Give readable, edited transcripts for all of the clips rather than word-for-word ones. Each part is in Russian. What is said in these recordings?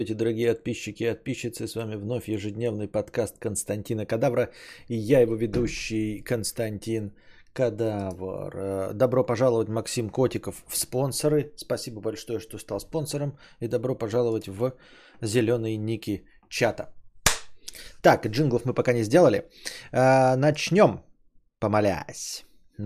Здравствуйте, дорогие подписчики и подписчицы. С вами вновь ежедневный подкаст Константина Кадавра. И я его ведущий Константин Кадавр. Добро пожаловать, Максим Котиков, в спонсоры. Спасибо большое, что стал спонсором. И добро пожаловать в зеленые ники чата. Так, джинглов мы пока не сделали. Начнем, помолясь.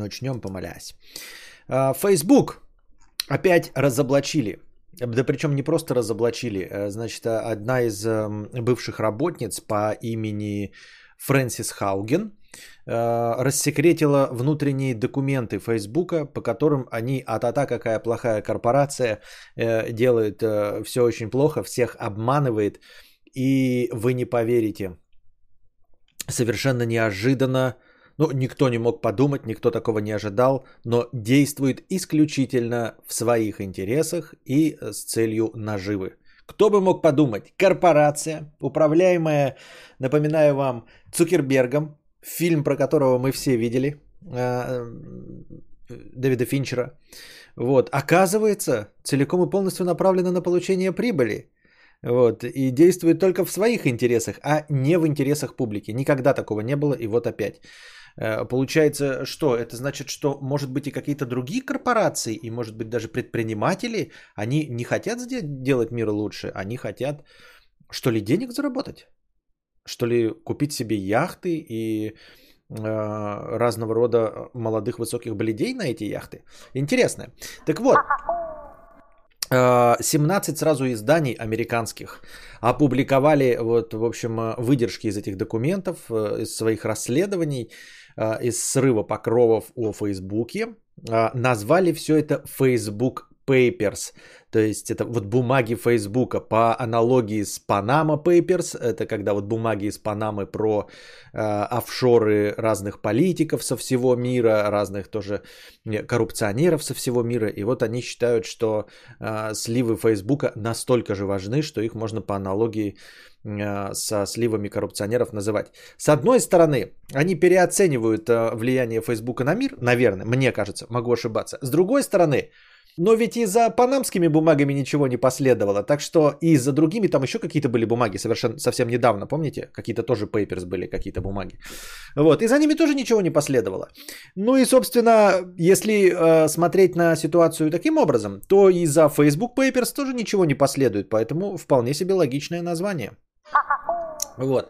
Facebook опять разоблачили. Да причем не просто разоблачили. Значит, одна из бывших работниц по имени Фрэнсис Хауген рассекретила внутренние документы Фейсбука, по которым они, а-та-та, какая плохая корпорация, делает все очень плохо, всех обманывает. И вы не поверите, совершенно неожиданно, ну, никто не мог подумать, никто такого не ожидал, но действует исключительно в своих интересах и с целью наживы. Кто бы мог подумать? Корпорация, управляемая, напоминаю вам, Цукербергом, фильм, про которого мы все видели, Дэвида Финчера, вот, оказывается, целиком и полностью направлена на получение прибыли. Вот, и действует только в своих интересах, а не в интересах публики. Никогда такого не было, и вот опять. Получается, что? Это значит, что, может быть, и какие-то другие корпорации, и, может быть, даже предприниматели, они не хотят делать мир лучше, они хотят, что ли, денег заработать? Что ли, купить себе яхты и разного рода молодых высоких блядей на эти яхты? Интересно. Так вот. 17 сразу изданий американских опубликовали, вот, в общем, выдержки из этих документов, из своих расследований, из срыва покровов о Фейсбуке. Назвали все это Facebook Papers, то есть это вот бумаги Фейсбука по аналогии с Panama Papers, это когда вот бумаги из Панамы про офшоры разных политиков со всего мира, разных тоже коррупционеров со всего мира, и вот они считают, что сливы Фейсбука настолько же важны, что их можно по аналогии со сливами коррупционеров называть. С одной стороны, они переоценивают влияние Фейсбука на мир, наверное, мне кажется, могу ошибаться. С другой стороны, но ведь и за панамскими бумагами ничего не последовало, так что и за другими там еще какие-то были бумаги совсем недавно, помните? Какие-то тоже papers были, какие-то бумаги. Вот, и за ними тоже ничего не последовало. Ну и, собственно, если смотреть на ситуацию таким образом, то и за Facebook Papers тоже ничего не последует, поэтому вполне себе логичное название. Вот.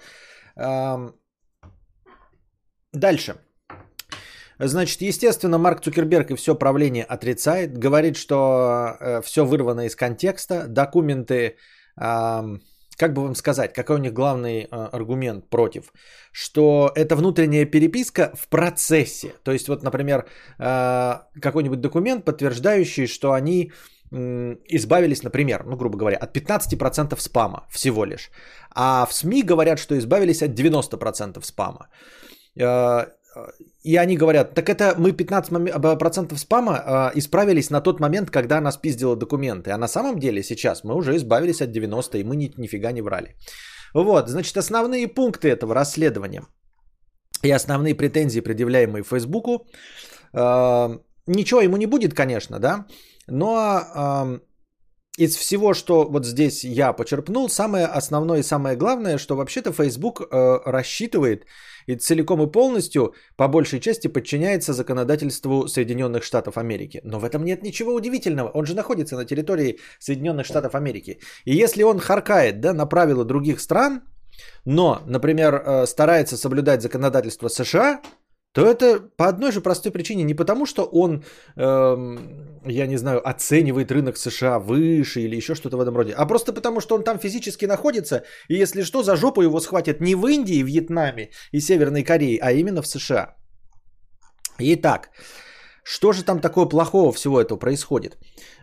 Дальше. Значит, естественно, Марк Цукерберг и все правление отрицает, говорит, что все вырвано из контекста, документы, как бы вам сказать, какой у них главный аргумент против, что это внутренняя переписка в процессе, то есть вот, например, какой-нибудь документ, подтверждающий, что они избавились, например, ну, грубо говоря, от 15% спама всего лишь, а в СМИ говорят, что избавились от 90% спама. И они говорят, так это мы 15% спама исправились на тот момент, когда она спиздила документы. А на самом деле сейчас мы уже избавились от 90%, и мы нифига не врали. Вот, значит, основные пункты этого расследования и основные претензии, предъявляемые Фейсбуку. Ничего ему не будет, конечно, да, но из всего, что вот здесь я почерпнул, самое основное и самое главное, что вообще-то Facebook рассчитывает и целиком и полностью, по большей части, подчиняется законодательству Соединенных Штатов Америки. Но в этом нет ничего удивительного. Он же находится на территории Соединенных Штатов Америки. И если он харкает, да, на правила других стран, но, например, старается соблюдать законодательство США, то это по одной же простой причине. Не потому, что он, я не знаю, оценивает рынок США выше или еще что-то в этом роде, а просто потому, что он там физически находится, и если что, за жопу его схватят не в Индии, Вьетнаме и Северной Корее, а именно в США. Итак, что же там такое плохого всего этого происходит?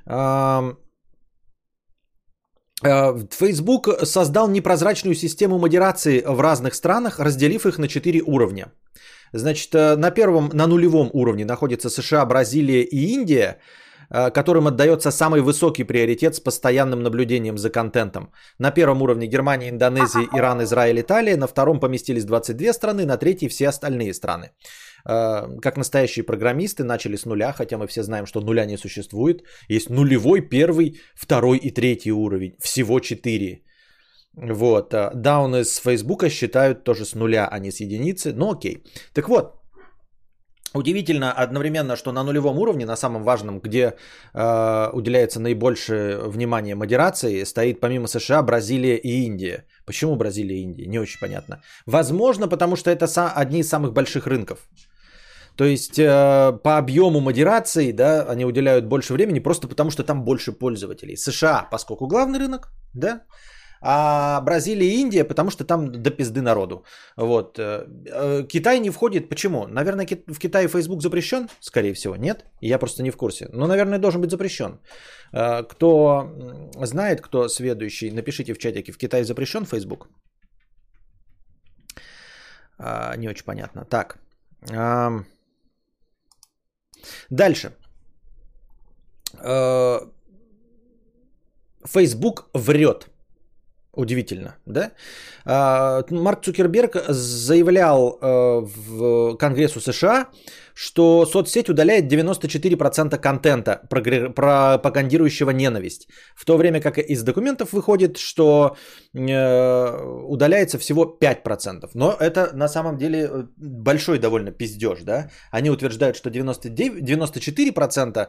Facebook создал непрозрачную систему модерации в разных странах, разделив их на 4 уровня. Значит, на нулевом уровне находятся США, Бразилия и Индия, которым отдается самый высокий приоритет с постоянным наблюдением за контентом. На первом уровне Германия, Индонезия, Иран, Израиль, Италия. На втором поместились 22 страны, на третьей все остальные страны. Как настоящие программисты начали с нуля, хотя мы все знаем, что нуля не существует. Есть нулевой, первый, второй и третий уровень. Всего 4. Вот. Дауны с Фейсбука считают тоже с нуля, а не с единицы. Ну окей. Так вот, удивительно одновременно, что на нулевом уровне, на самом важном, где уделяется наибольшее внимание модерации, стоит помимо США Бразилия и Индия. Почему Бразилия и Индия? Не очень понятно. Возможно, потому что это одни из самых больших рынков. То есть по объему модерации, да, они уделяют больше времени просто потому, что там больше пользователей. США, поскольку главный рынок, да, а Бразилия и Индия, потому что там до пизды народу. Вот. Китай не входит. Почему? Наверное, в Китае Facebook запрещен? Скорее всего, нет. Я просто не в курсе. Но, наверное, должен быть запрещен. Кто знает, кто сведущий, напишите в чатике, в Китае запрещен Facebook? Не очень понятно. Так. Дальше. Facebook врет. Удивительно, да? Марк Цукерберг заявлял в Конгрессу США, что соцсеть удаляет 94% контента, пропагандирующего ненависть. В то время как из документов выходит, что удаляется всего 5%. Но это на самом деле большой довольно пиздеж, да? Они утверждают, что 94%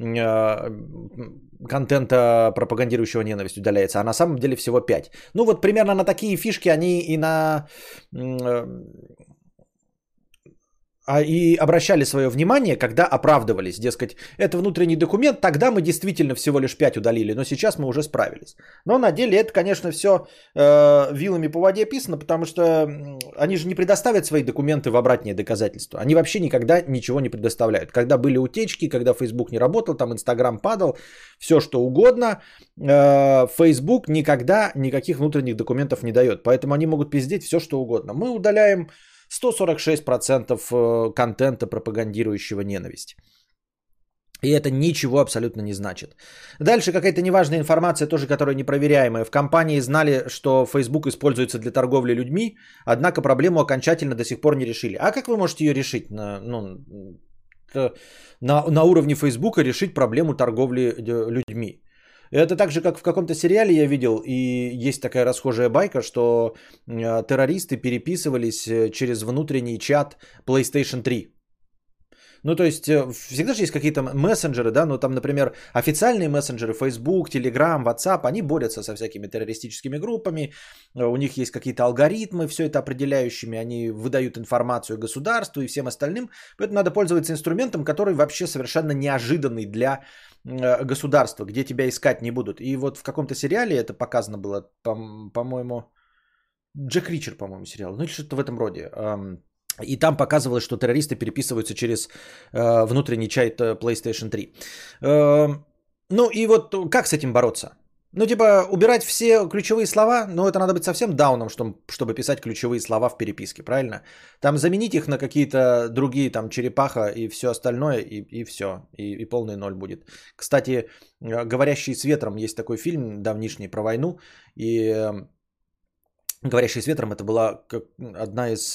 контента, пропагандирующего ненависть, удаляется, а на самом деле всего 5%. Ну вот примерно на такие фишки они и обращали свое внимание, когда оправдывались. Дескать, это внутренний документ, тогда мы действительно всего лишь 5 удалили, но сейчас мы уже справились. Но на деле это, конечно, все вилами по воде писано, потому что они же не предоставят свои документы в обратное доказательство. Они вообще никогда ничего не предоставляют. Когда были утечки, когда Facebook не работал, там Instagram падал, все что угодно, Facebook никогда никаких внутренних документов не дает. Поэтому они могут пиздеть все что угодно. Мы удаляем 146% контента, пропагандирующего ненависть. И это ничего абсолютно не значит. Дальше какая-то неважная информация, тоже которая непроверяемая. В компании знали, что Facebook используется для торговли людьми, однако проблему окончательно до сих пор не решили. А как вы можете ее решить? На уровне Facebook решить проблему торговли людьми? Это так же, как в каком-то сериале я видел, и есть такая расхожая байка, что террористы переписывались через внутренний чат PlayStation 3. Ну, то есть, всегда же есть какие-то мессенджеры, да, ну, там, например, официальные мессенджеры, Facebook, Telegram, WhatsApp, они борются со всякими террористическими группами, у них есть какие-то алгоритмы, все это определяющими, они выдают информацию государству и всем остальным, поэтому надо пользоваться инструментом, который вообще совершенно неожиданный для государства, где тебя искать не будут. И вот в каком-то сериале это показано было, по-моему, Джек Ричер, по-моему, сериал, ну, или что-то в этом роде. И там показывалось, что террористы переписываются через внутренний чат PlayStation 3. Ну и вот как с этим бороться? Ну типа убирать все ключевые слова, но это надо быть совсем дауном, чтобы писать ключевые слова в переписке, правильно? Там заменить их на какие-то другие, там черепаха и все остальное, и все, и полный ноль будет. Кстати, «Говорящий с ветром» есть такой фильм давнишний про войну, и «Говорящий с ветром» это была одна из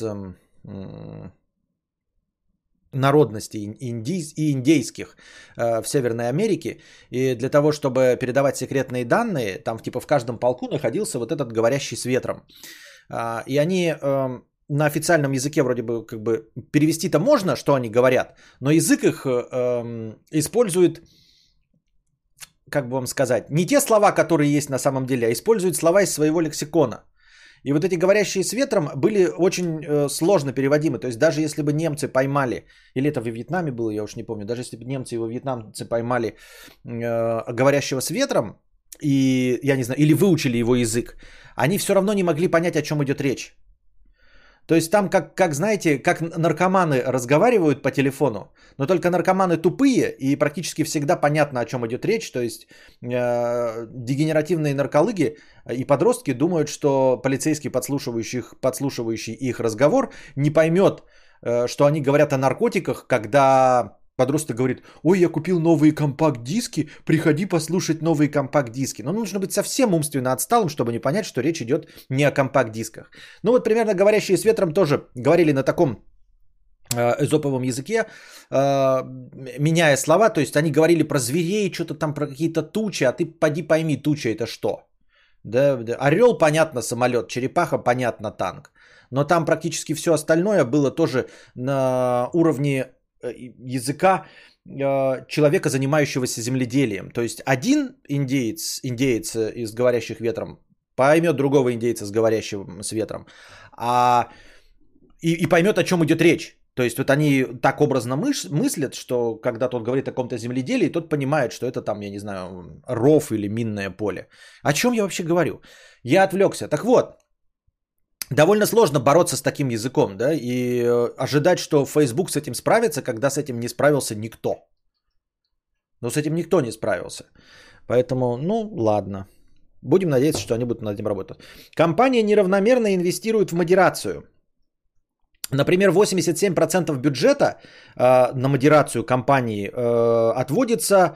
народностей и индейских в Северной Америке. И для того, чтобы передавать секретные данные, там типа в каждом полку находился вот этот говорящий с ветром. И они на официальном языке вроде бы как бы перевести-то можно, что они говорят, но язык их использует, как бы вам сказать, не те слова, которые есть на самом деле, а используют слова из своего лексикона. И вот эти говорящие с ветром были очень сложно переводимы. То есть даже если бы немцы поймали, или это во Вьетнаме было, я уж не помню, даже если бы немцы и во вьетнамцы поймали говорящего с ветром, и, я не знаю, или выучили его язык, они все равно не могли понять, о чем идет речь. То есть там, как знаете, как наркоманы разговаривают по телефону, но только наркоманы тупые и практически всегда понятно, о чем идет речь. То есть дегенеративные нарколыги и подростки думают, что полицейский, подслушивающий их разговор, не поймет, что они говорят о наркотиках, когда подросток говорит: ой, я купил новые компакт-диски, приходи послушать новые компакт-диски. Но нужно быть совсем умственно отсталым, чтобы не понять, что речь идет не о компакт-дисках. Ну вот примерно говорящие с ветром тоже говорили на таком эзоповом языке, меняя слова. То есть они говорили про зверей, что-то там про какие-то тучи, а ты поди пойми, туча это что? Да, да. Орел, понятно, самолет, черепаха, понятно, танк. Но там практически все остальное было тоже на уровне языка человека, занимающегося земледелием. То есть один индеец из говорящих ветром поймет другого индейца с говорящим с ветром, и поймет, о чем идет речь. То есть вот они так образно мыслят, что когда тот говорит о каком-то земледелии, тот понимает, что это там, я не знаю, ров или минное поле. О чем я вообще говорю? Я отвлекся. Так вот, довольно сложно бороться с таким языком, да, и ожидать, что Facebook с этим справится, когда с этим не справился никто. Но с этим никто не справился. Поэтому, ну, ладно. Будем надеяться, что они будут над этим работать. Компания неравномерно инвестирует в модерацию. Например, 87% бюджета на модерацию компании отводится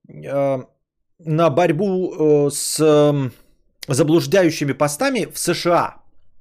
на борьбу с заблуждающими постами в США.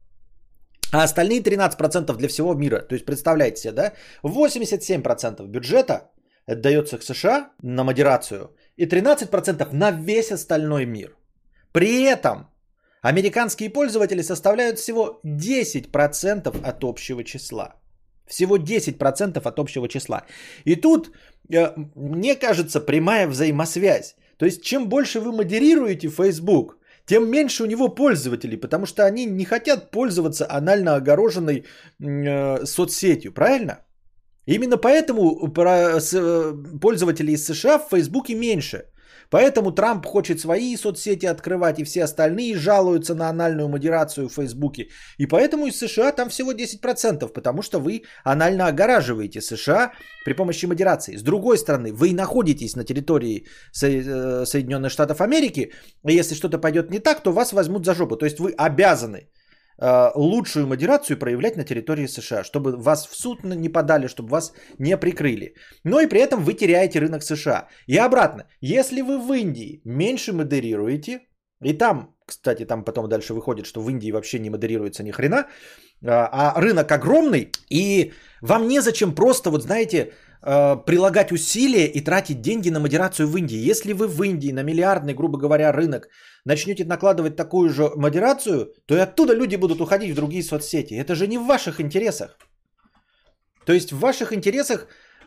А остальные 13% для всего мира. То есть, представляете себе, да? 87% бюджета отдается к США на модерацию и 13% на весь остальной мир. При этом американские пользователи составляют всего 10% от общего числа. Всего 10% от общего числа. И тут, мне кажется, прямая взаимосвязь. То есть, чем больше вы модерируете Facebook, тем меньше у него пользователей, потому что они не хотят пользоваться анально огороженной соцсетью, правильно? Именно поэтому пользователей из США в Фейсбуке меньше. Поэтому Трамп хочет свои соцсети открывать, и все остальные жалуются на анальную модерацию в Фейсбуке. И поэтому из США там всего 10%, потому что вы анально огораживаете США при помощи модерации. С другой стороны, вы находитесь на территории Соединенных Штатов Америки, и если что-то пойдет не так, то вас возьмут за жопу. То есть вы обязаны лучшую модерацию проявлять на территории США, чтобы вас в суд не подали, чтобы вас не прикрыли. Но и при этом вы теряете рынок США. И обратно, если вы в Индии меньше модерируете, и там, кстати, там потом дальше выходит, что в Индии вообще не модерируется ни хрена, а рынок огромный, и вам незачем просто, вот знаете, прилагать усилия и тратить деньги на модерацию в Индии. Если вы в Индии на миллиардный, грубо говоря, рынок начнете накладывать такую же модерацию, то и оттуда люди будут уходить в другие соцсети. Это же не в ваших интересах. То есть в ваших интересах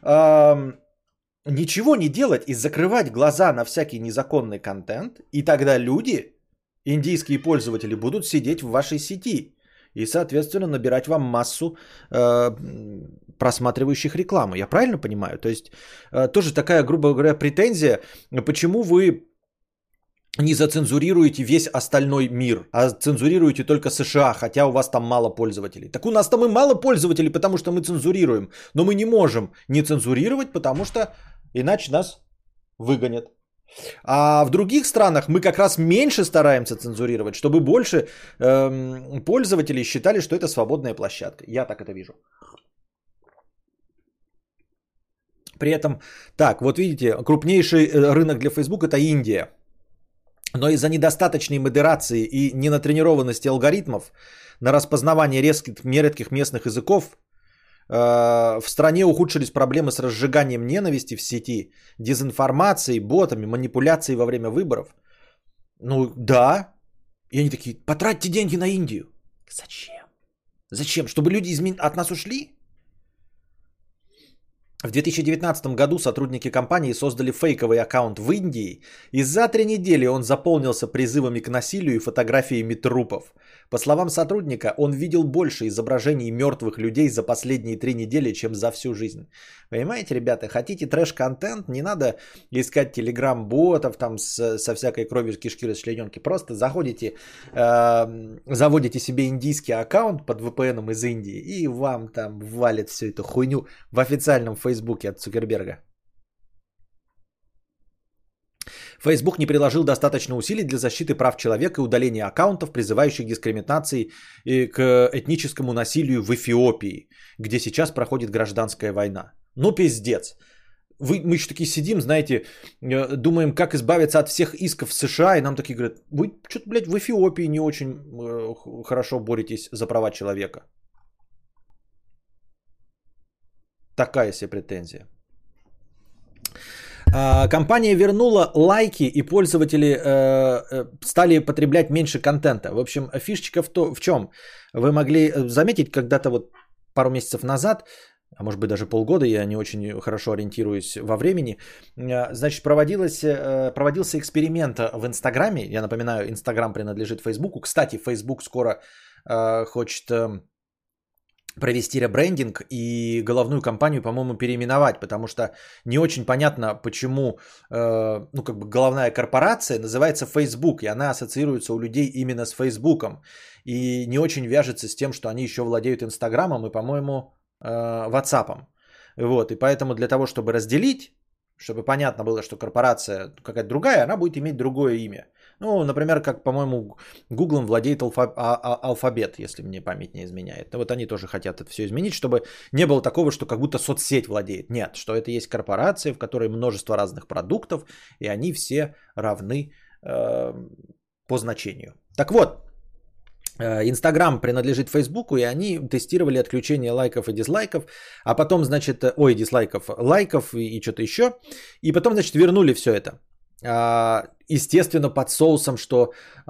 ничего не делать и закрывать глаза на всякий незаконный контент, и тогда люди, индийские пользователи, будут сидеть в вашей сети и, соответственно, набирать вам массу просматривающих рекламу. Я правильно понимаю? То есть тоже такая, грубо говоря, претензия, почему вы не зацензурируете весь остальной мир, а цензурируете только США, хотя у вас там мало пользователей. Так у нас там и мало пользователей, потому что мы цензурируем. Но мы не можем не цензурировать, потому что иначе нас выгонят. А в других странах мы как раз меньше стараемся цензурировать, чтобы больше пользователей считали, что это свободная площадка. Я так это вижу. При этом, так, вот видите, крупнейший рынок для Facebook это Индия. Но из-за недостаточной модерации и ненатренированности алгоритмов на распознавание нередких местных языков в стране ухудшились проблемы с разжиганием ненависти в сети, дезинформацией, ботами, манипуляцией во время выборов. Ну да. И они такие, потратьте деньги на Индию. Зачем? Зачем? Чтобы люди от нас ушли? В 2019 году сотрудники компании создали фейковый аккаунт в Индии, и за 3 недели он заполнился призывами к насилию и фотографиями трупов. По словам сотрудника, он видел больше изображений мертвых людей за последние 3 недели, чем за всю жизнь. Понимаете, ребята, хотите трэш-контент, не надо искать телеграм-ботов там со всякой кровью кишки расчлененки. Просто заходите, заводите себе индийский аккаунт под VPN из Индии, и вам там валит всю эту хуйню в официальном Фейсбуке от Цукерберга. Facebook не приложил достаточно усилий для защиты прав человека и удаления аккаунтов, призывающих к дискриминации и к этническому насилию в Эфиопии, где сейчас проходит гражданская война. Ну пиздец. Мы еще такие сидим, знаете, думаем, как избавиться от всех исков в США, и нам такие говорят, вы что-то, блядь, в Эфиопии не очень хорошо боретесь за права человека. Такая себе претензия. Компания вернула лайки, и пользователи стали потреблять меньше контента. В общем, фишечка в чем? Вы могли заметить когда-то вот пару месяцев назад, а может быть даже полгода, я не очень хорошо ориентируюсь во времени, значит, проводился эксперимент в Инстаграме. Я напоминаю, Инстаграм принадлежит Фейсбуку. Кстати, Фейсбук скоро хочет провести ребрендинг и головную компанию, по-моему, переименовать, потому что не очень понятно, почему головная корпорация называется Facebook, и она ассоциируется у людей именно с Фейсбуком, и не очень вяжется с тем, что они еще владеют Инстаграмом и, по-моему, WhatsApp. Вот, и поэтому для того, чтобы разделить, чтобы понятно было, что корпорация какая-то другая, она будет иметь другое имя. Ну, например, как, по-моему, Гуглом владеет Алфабет, если мне память не изменяет. Вот они тоже хотят это все изменить, чтобы не было такого, что как будто соцсеть владеет. Нет, что это есть корпорация, в которой множество разных продуктов, и они все равны по значению. Так вот, Инстаграм принадлежит Фейсбуку, и они тестировали отключение лайков и дизлайков, а потом, значит, дизлайков, лайков и что-то еще, и потом, значит, вернули все это. Естественно, под соусом, что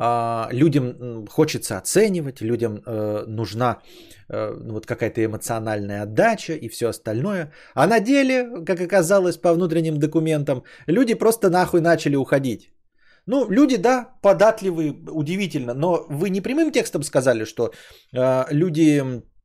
людям хочется оценивать, людям нужна вот какая-то эмоциональная отдача и все остальное. А на деле, как оказалось по внутренним документам, люди просто нахуй начали уходить. Ну, люди, да, податливые, удивительно, но вы не прямым текстом сказали, что люди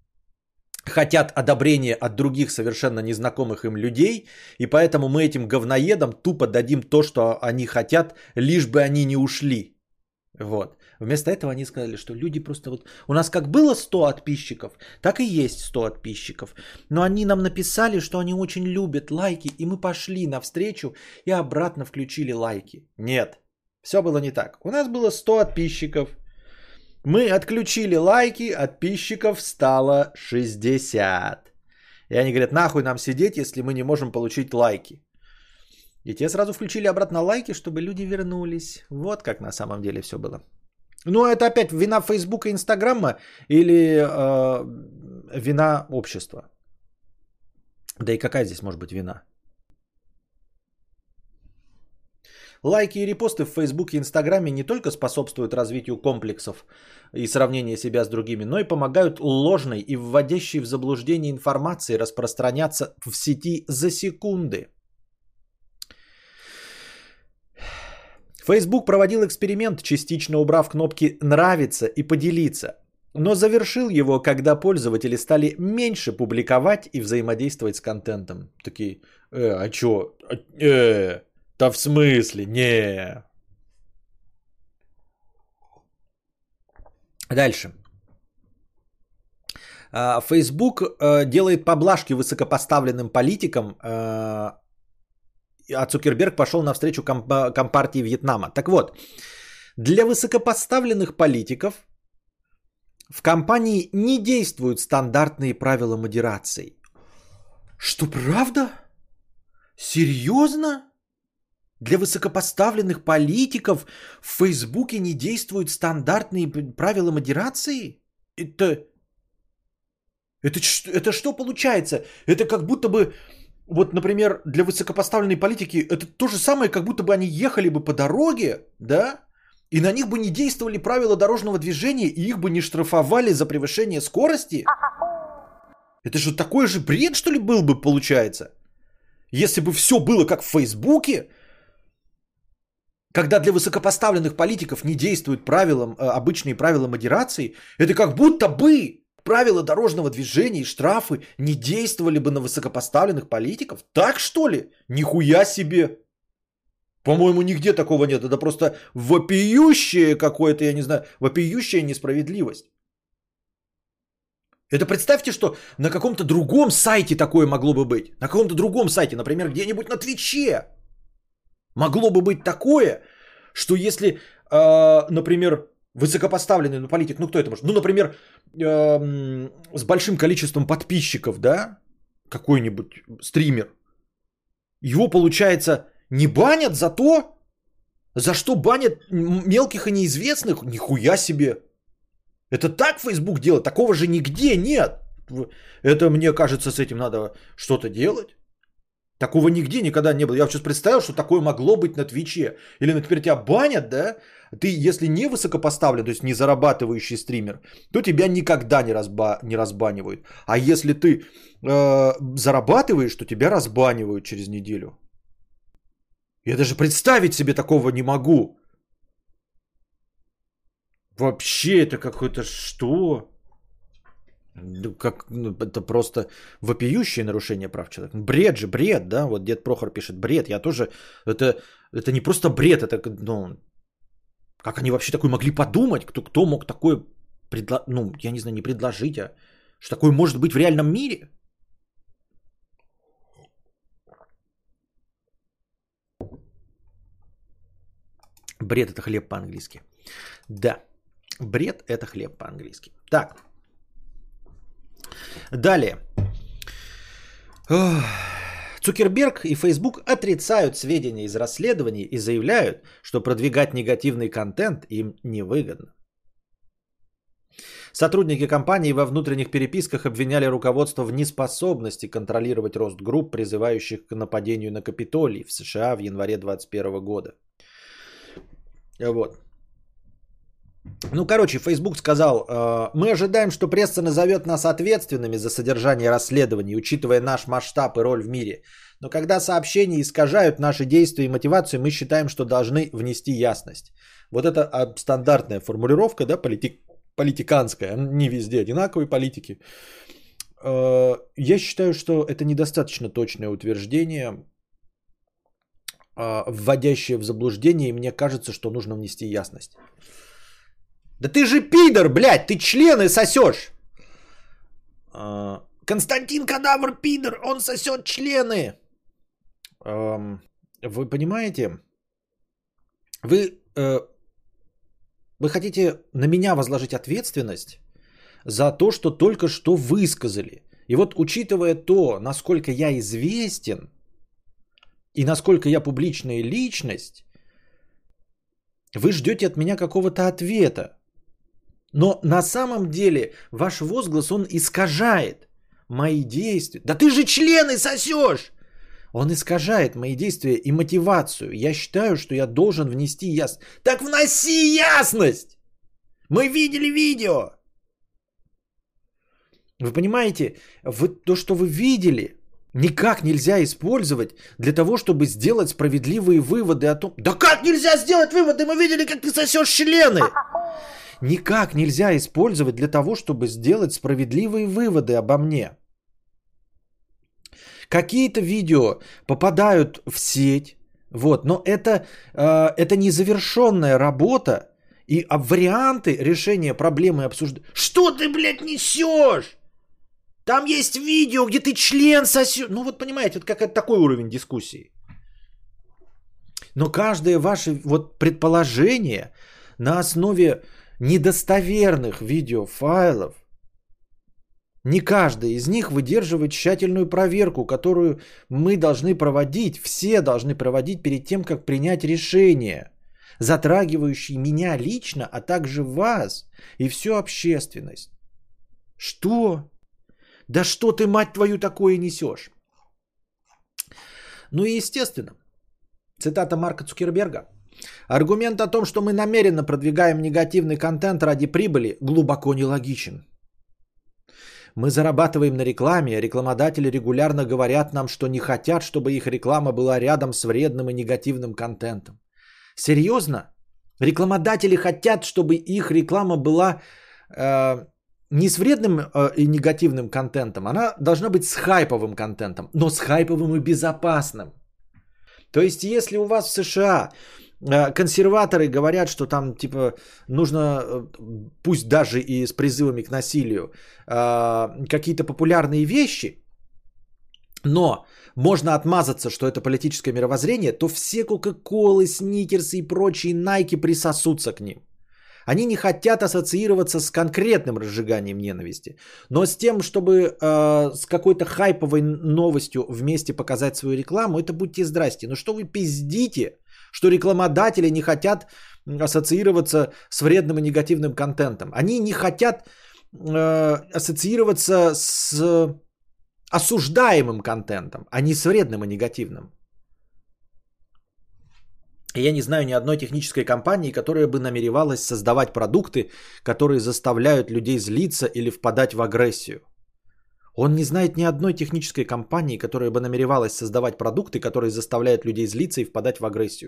хотят одобрения от других совершенно незнакомых им людей, и поэтому мы этим говноедам тупо дадим то, что они хотят, лишь бы они не ушли. Вот. Вместо этого они сказали, что люди просто вот... У нас как было 100 подписчиков, так и есть 100 подписчиков. Но они нам написали, что они очень любят лайки, и мы пошли навстречу и обратно включили лайки. Нет. Все было не так. У нас было 100 подписчиков. Мы отключили лайки, подписчиков стало 60. И они говорят, нахуй нам сидеть, если мы не можем получить лайки. И те сразу включили обратно лайки, чтобы люди вернулись. Вот как на самом деле все было. Ну, это опять вина Фейсбука и Инстаграма или вина общества? Да и какая здесь может быть вина? Лайки и репосты в Фейсбуке и Инстаграме не только способствуют развитию комплексов и сравнения себя с другими, но и помогают ложной и вводящей в заблуждение информации распространяться в сети за секунды. Facebook проводил эксперимент, частично убрав кнопки «Нравится» и «Поделиться», но завершил его, когда пользователи стали меньше публиковать и взаимодействовать с контентом. Такие, а чё? Да в смысле? Не. Дальше. Facebook делает поблажки высокопоставленным политикам, а Цукерберг пошел навстречу компартии Вьетнама. Так вот, для высокопоставленных политиков в компании не действуют стандартные правила модерации. Что, правда? Серьезно? Для высокопоставленных политиков в Фейсбуке не действуют стандартные правила модерации? Это что получается? Это как будто бы, вот, например, для высокопоставленной политики это то же самое, как будто бы они ехали бы по дороге, да? И на них бы не действовали правила дорожного движения, и их бы не штрафовали за превышение скорости? Это же такой же бред, что ли, был бы, получается? Если бы все было как в Фейсбуке, когда для высокопоставленных политиков не действуют обычные правила модерации, это как будто бы правила дорожного движения и штрафы не действовали бы на высокопоставленных политиков. Так что ли? Нихуя себе! По-моему, нигде такого нет. Это просто вопиющее какое-то, я не знаю, вопиющая несправедливость. Это представьте, что на каком-то другом сайте такое могло бы быть. На каком-то другом сайте, например, где-нибудь на Твиче. Могло бы быть такое, что если, например, высокопоставленный политик, ну кто это может? Ну, например, с большим количеством подписчиков, да, какой-нибудь стример, его, получается, не банят за то, за что банят мелких и неизвестных? Нихуя себе. Это так Facebook делает? Такого же нигде нет. Это, мне кажется, с этим надо что-то делать. Такого нигде никогда не было. Я сейчас представил, что такое могло быть на Твиче. Или, например, тебя банят, да? Ты, если не высокопоставлен, то есть не зарабатывающий стример, то тебя никогда не разбанивают. А если ты зарабатываешь, то тебя разбанивают через неделю. Я даже представить себе такого не могу. Вообще это какое-то что? Это просто вопиющее нарушение прав человека. Бред же, бред, да? Вот дед Прохор пишет, бред. Я тоже... Это не просто бред, это... Ну, как они вообще такое могли подумать? Кто мог такое... Ну, я не знаю, не предложить, а... Что такое может быть в реальном мире? Бред – это хлеб по-английски. Да, бред – это хлеб по-английски. Так, далее. Цукерберг и Facebook отрицают сведения из расследований и заявляют, что продвигать негативный контент им невыгодно. Сотрудники компании во внутренних переписках обвиняли руководство в неспособности контролировать рост групп, призывающих к нападению на Капитолий в США в январе 2021 года. Вот. Ну, короче, Facebook сказал, мы ожидаем, что пресса назовет нас ответственными за содержание расследований, учитывая наш масштаб и роль в мире. Но когда сообщения искажают наши действия и мотивацию, мы считаем, что должны внести ясность. Вот это стандартная формулировка, да, политиканская, не везде одинаковые политики. Я считаю, что это недостаточно точное утверждение, вводящее в заблуждение, и мне кажется, что нужно внести ясность. Да ты же пидор, блядь, ты члены сосешь. Константин Кадавр пидор, он сосет члены. Вы понимаете? Вы хотите на меня возложить ответственность за то, что только что высказали. И вот учитывая то, насколько я известен и насколько я публичная личность, вы ждете от меня какого-то ответа. Но на самом деле ваш возглас, он искажает мои действия. Да ты же члены сосешь! Он искажает мои действия и мотивацию. Я считаю, что я должен внести ясность. Так вноси ясность! Мы видели видео! Вы понимаете, то, что вы видели, никак нельзя использовать для того, чтобы сделать справедливые выводы о том... Да как нельзя сделать выводы? Мы видели, как ты сосешь члены! Никак нельзя использовать для того, чтобы сделать справедливые выводы обо мне. Какие-то видео попадают в сеть, вот, но это незавершенная работа, и варианты решения проблемы обсуждать. Что ты, блядь, несешь? Там есть видео, где ты член сосешь. Ну вот понимаете, вот как это такой уровень дискуссии. Но каждое ваше вот предположение на основе недостоверных видеофайлов, не каждый из них выдерживает тщательную проверку, которую мы должны проводить, все должны проводить перед тем, как принять решение, затрагивающее меня лично, а также вас и всю общественность. Что? Да что ты, мать твою, такое несешь? Ну и естественно, цитата Марка Цукерберга. Аргумент о том, что мы намеренно продвигаем негативный контент ради прибыли, глубоко нелогичен. Мы зарабатываем на рекламе, а рекламодатели регулярно говорят нам, что не хотят, чтобы их реклама была рядом с вредным и негативным контентом. Серьезно? Рекламодатели хотят, чтобы их реклама была не с вредным и негативным контентом, она должна быть с хайповым контентом, но с хайповым и безопасным. То есть, если у вас в США консерваторы говорят, что там типа нужно, пусть даже и с призывами к насилию, какие-то популярные вещи, но можно отмазаться, что это политическое мировоззрение, то все Кока-Колы, Сникерсы и прочие Найки присосутся к ним. Они не хотят ассоциироваться с конкретным разжиганием ненависти, но с тем, чтобы с какой-то хайповой новостью вместе показать свою рекламу, это будьте здрасте. Но что вы пиздите, что рекламодатели не хотят ассоциироваться с вредным и негативным контентом. Они не хотят ассоциироваться с осуждаемым контентом, а не с вредным и негативным. Я не знаю ни одной технической компании, которая бы намеревалась создавать продукты, которые заставляют людей злиться или впадать в агрессию. Он не знает ни одной технической компании, которая бы намеревалась создавать продукты, которые заставляют людей злиться и впадать в агрессию.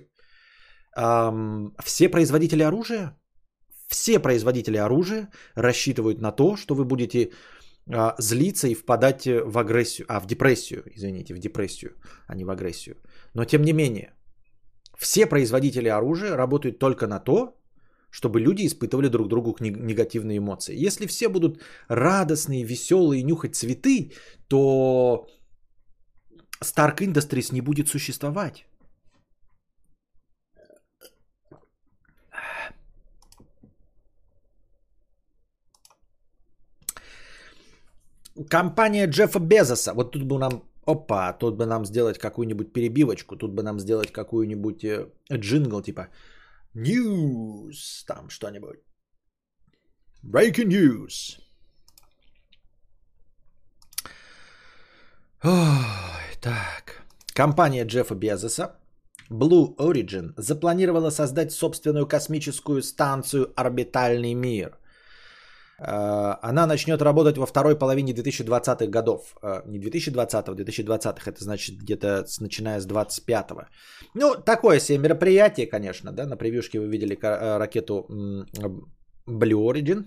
Все производители оружия? Все производители оружия рассчитывают на то, что вы будете злиться и впадать в агрессию, в депрессию, извините, в депрессию, а не в агрессию. Но тем не менее, все производители оружия работают только на то, чтобы люди испытывали друг другу негативные эмоции. Если все будут радостные, веселые, нюхать цветы, то Stark Industries не будет существовать. Компания Джеффа Безоса. Вот тут бы нам... Опа, тут бы нам сделать какую-нибудь перебивочку. Тут бы нам сделать какую-нибудь джингл типа News. Там что-нибудь. Breaking news. Ой, так. Компания Джеффа Безоса Blue Origin запланировала создать собственную космическую станцию «Орбитальный мир». Она начнет работать во второй половине 2020-х годов. Не 2020-го, 2020-х. Это значит где-то начиная с 25-го. Ну, такое себе мероприятие, конечно. Да? На превьюшке вы видели ракету Blue Origin.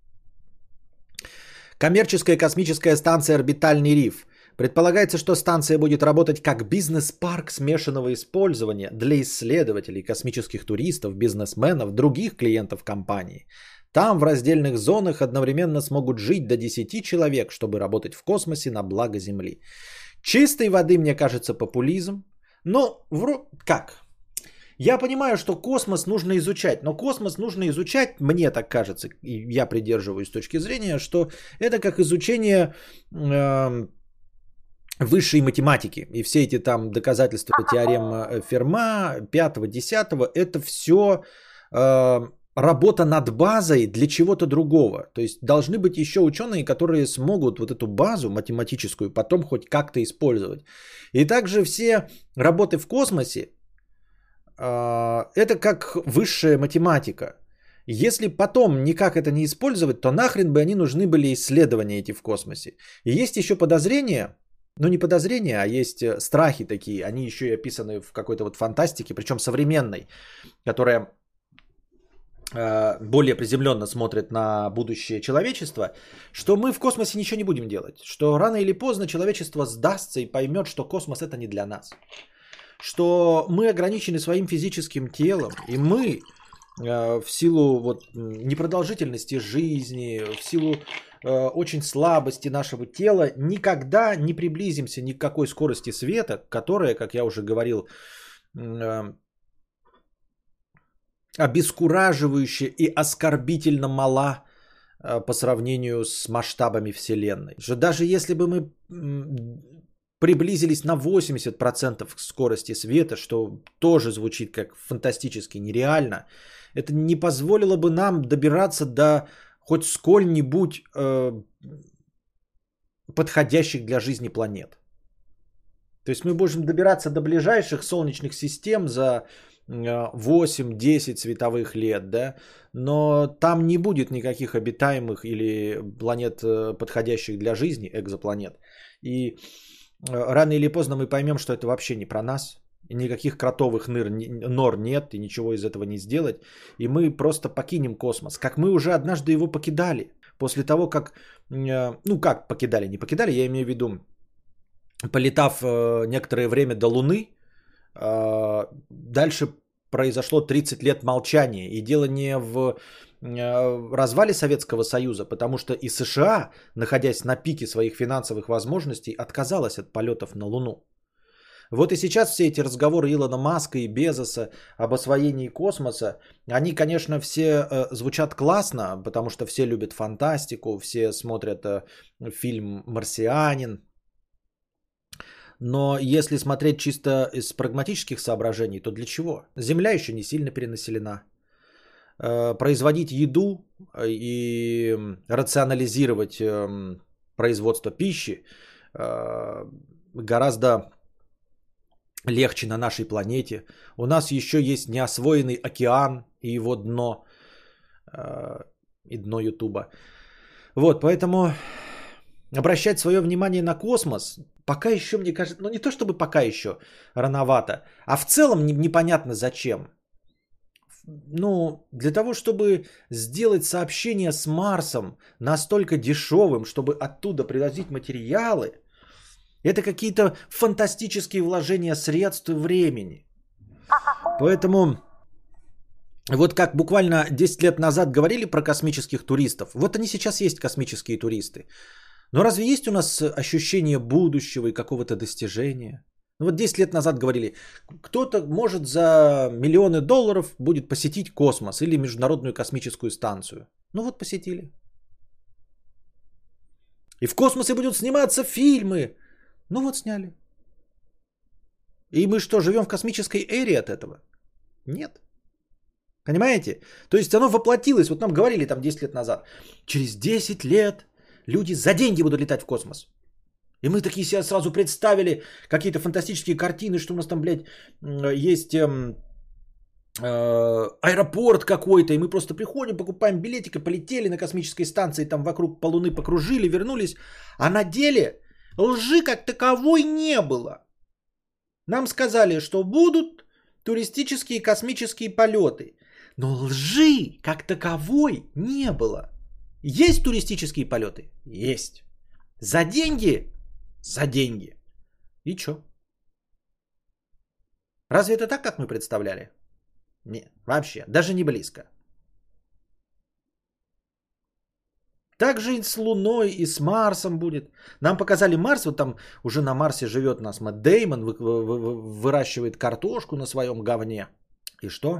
Коммерческая космическая станция «Орбитальный риф». Предполагается, что станция будет работать как бизнес-парк смешанного использования для исследователей, космических туристов, бизнесменов, других клиентов компании. Там в раздельных зонах одновременно смогут жить до 10 человек, чтобы работать в космосе на благо Земли. Чистой воды, мне кажется, популизм. Но как? Я понимаю, что космос нужно изучать, но космос нужно изучать, мне так кажется, и я придерживаюсь точки зрения, что это как изучение высшей математики. И все эти там доказательства теорем Ферма, 5-10, это все... работа над базой для чего-то другого. То есть должны быть еще ученые, которые смогут вот эту базу математическую потом хоть как-то использовать. И также все работы в космосе это как высшая математика. Если потом никак это не использовать, то нахрен бы они нужны были исследования эти в космосе. И есть еще подозрения, ну не подозрения, а есть страхи такие, они еще и описаны в какой-то вот фантастике, причем современной, которая более приземленно смотрит на будущее человечества, что мы в космосе ничего не будем делать. Что рано или поздно человечество сдастся и поймет, что космос это не для нас. Что мы ограничены своим физическим телом. И мы в силу вот непродолжительности жизни, в силу очень слабости нашего тела никогда не приблизимся ни к какой скорости света, которая, как я уже говорил, обескураживающе и оскорбительно мала по сравнению с масштабами Вселенной. Что даже если бы мы приблизились на 80% к скорости света, что тоже звучит как фантастически нереально, это не позволило бы нам добираться до хоть сколь-нибудь подходящих для жизни планет. То есть мы можем добираться до ближайших солнечных систем за 8-10 световых лет, да, но там не будет никаких обитаемых или планет, подходящих для жизни, экзопланет. И рано или поздно мы поймем, что это вообще не про нас. И никаких кротовых нор нет, и ничего из этого не сделать. И мы просто покинем космос, как мы уже однажды его покидали. После того, как, ну как покидали, не покидали, я имею в виду, полетав некоторое время до Луны, дальше произошло 30 лет молчания. И дело не в развале Советского Союза, потому что и США, находясь на пике своих финансовых возможностей, отказалась от полетов на Луну. Вот и сейчас все эти разговоры Илона Маска и Безоса об освоении космоса, они, конечно, все звучат классно, потому что все любят фантастику, все смотрят фильм «Марсианин». Но если смотреть чисто из прагматических соображений, то для чего? Земля еще не сильно перенаселена. Производить еду и рационализировать производство пищи гораздо легче на нашей планете. У нас еще есть неосвоенный океан и его дно, и дно Ютуба. Вот, поэтому обращать свое внимание на космос пока еще, мне кажется, ну не то чтобы пока еще рановато, а в целом непонятно зачем. Ну, для того, чтобы сделать сообщение с Марсом настолько дешевым, чтобы оттуда привозить материалы, это какие-то фантастические вложения средств и времени. Поэтому, вот как буквально 10 лет назад говорили про космических туристов, вот они сейчас есть космические туристы. Но разве есть у нас ощущение будущего и какого-то достижения? Ну вот 10 лет назад говорили, кто-то может за миллионы долларов будет посетить космос или Международную космическую станцию. Ну вот посетили. И в космосе будут сниматься фильмы. Ну вот сняли. И мы что, живем в космической эре от этого? Нет. Понимаете? То есть оно воплотилось. Вот нам говорили там 10 лет назад. Через 10 лет люди за деньги будут летать в космос. И мы такие себе сразу представили какие-то фантастические картины, что у нас там, блядь, есть аэропорт какой-то, и мы просто приходим, покупаем билетик и полетели на космической станции, там вокруг полуны покружили, вернулись. А на деле лжи как таковой не было. Нам сказали, что будут туристические космические полеты, но лжи как таковой не было. Есть туристические полеты? Есть. За деньги? За деньги. И чё? Разве это так, как мы представляли? Нет, вообще, даже не близко. Так же и с Луной, и с Марсом будет. Нам показали Марс, вот там уже на Марсе живет у нас Мэтт Дэймон, выращивает картошку на своем говне. И что?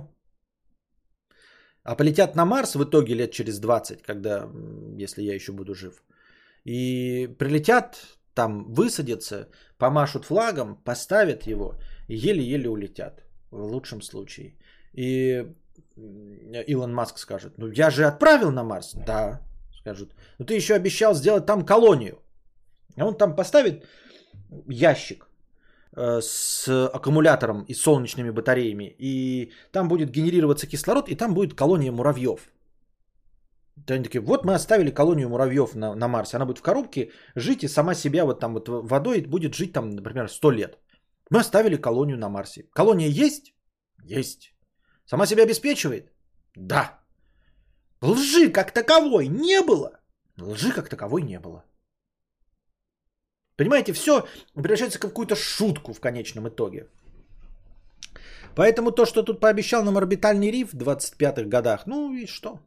А полетят на Марс в итоге лет через 20, когда, если я еще буду жив. И прилетят, там высадятся, помашут флагом, поставят его и еле-еле улетят. В лучшем случае. И Илон Маск скажет, ну я же отправил на Марс. Да, скажут. Но ты еще обещал сделать там колонию. А он там поставит ящик с аккумулятором и солнечными батареями. И там будет генерироваться кислород, и там будет колония муравьев. Они такие, вот мы оставили колонию муравьев на Марсе. Она будет в коробке жить и сама себя вот там вот водой будет жить там, например, 100 лет. Мы оставили колонию на Марсе. Колония есть? Есть. Сама себя обеспечивает? Да. Лжи как таковой не было. Лжи как таковой не было. Понимаете, все превращается в какую-то шутку в конечном итоге. Поэтому то, что тут пообещал нам орбитальный риф в 25-х годах, ну и что?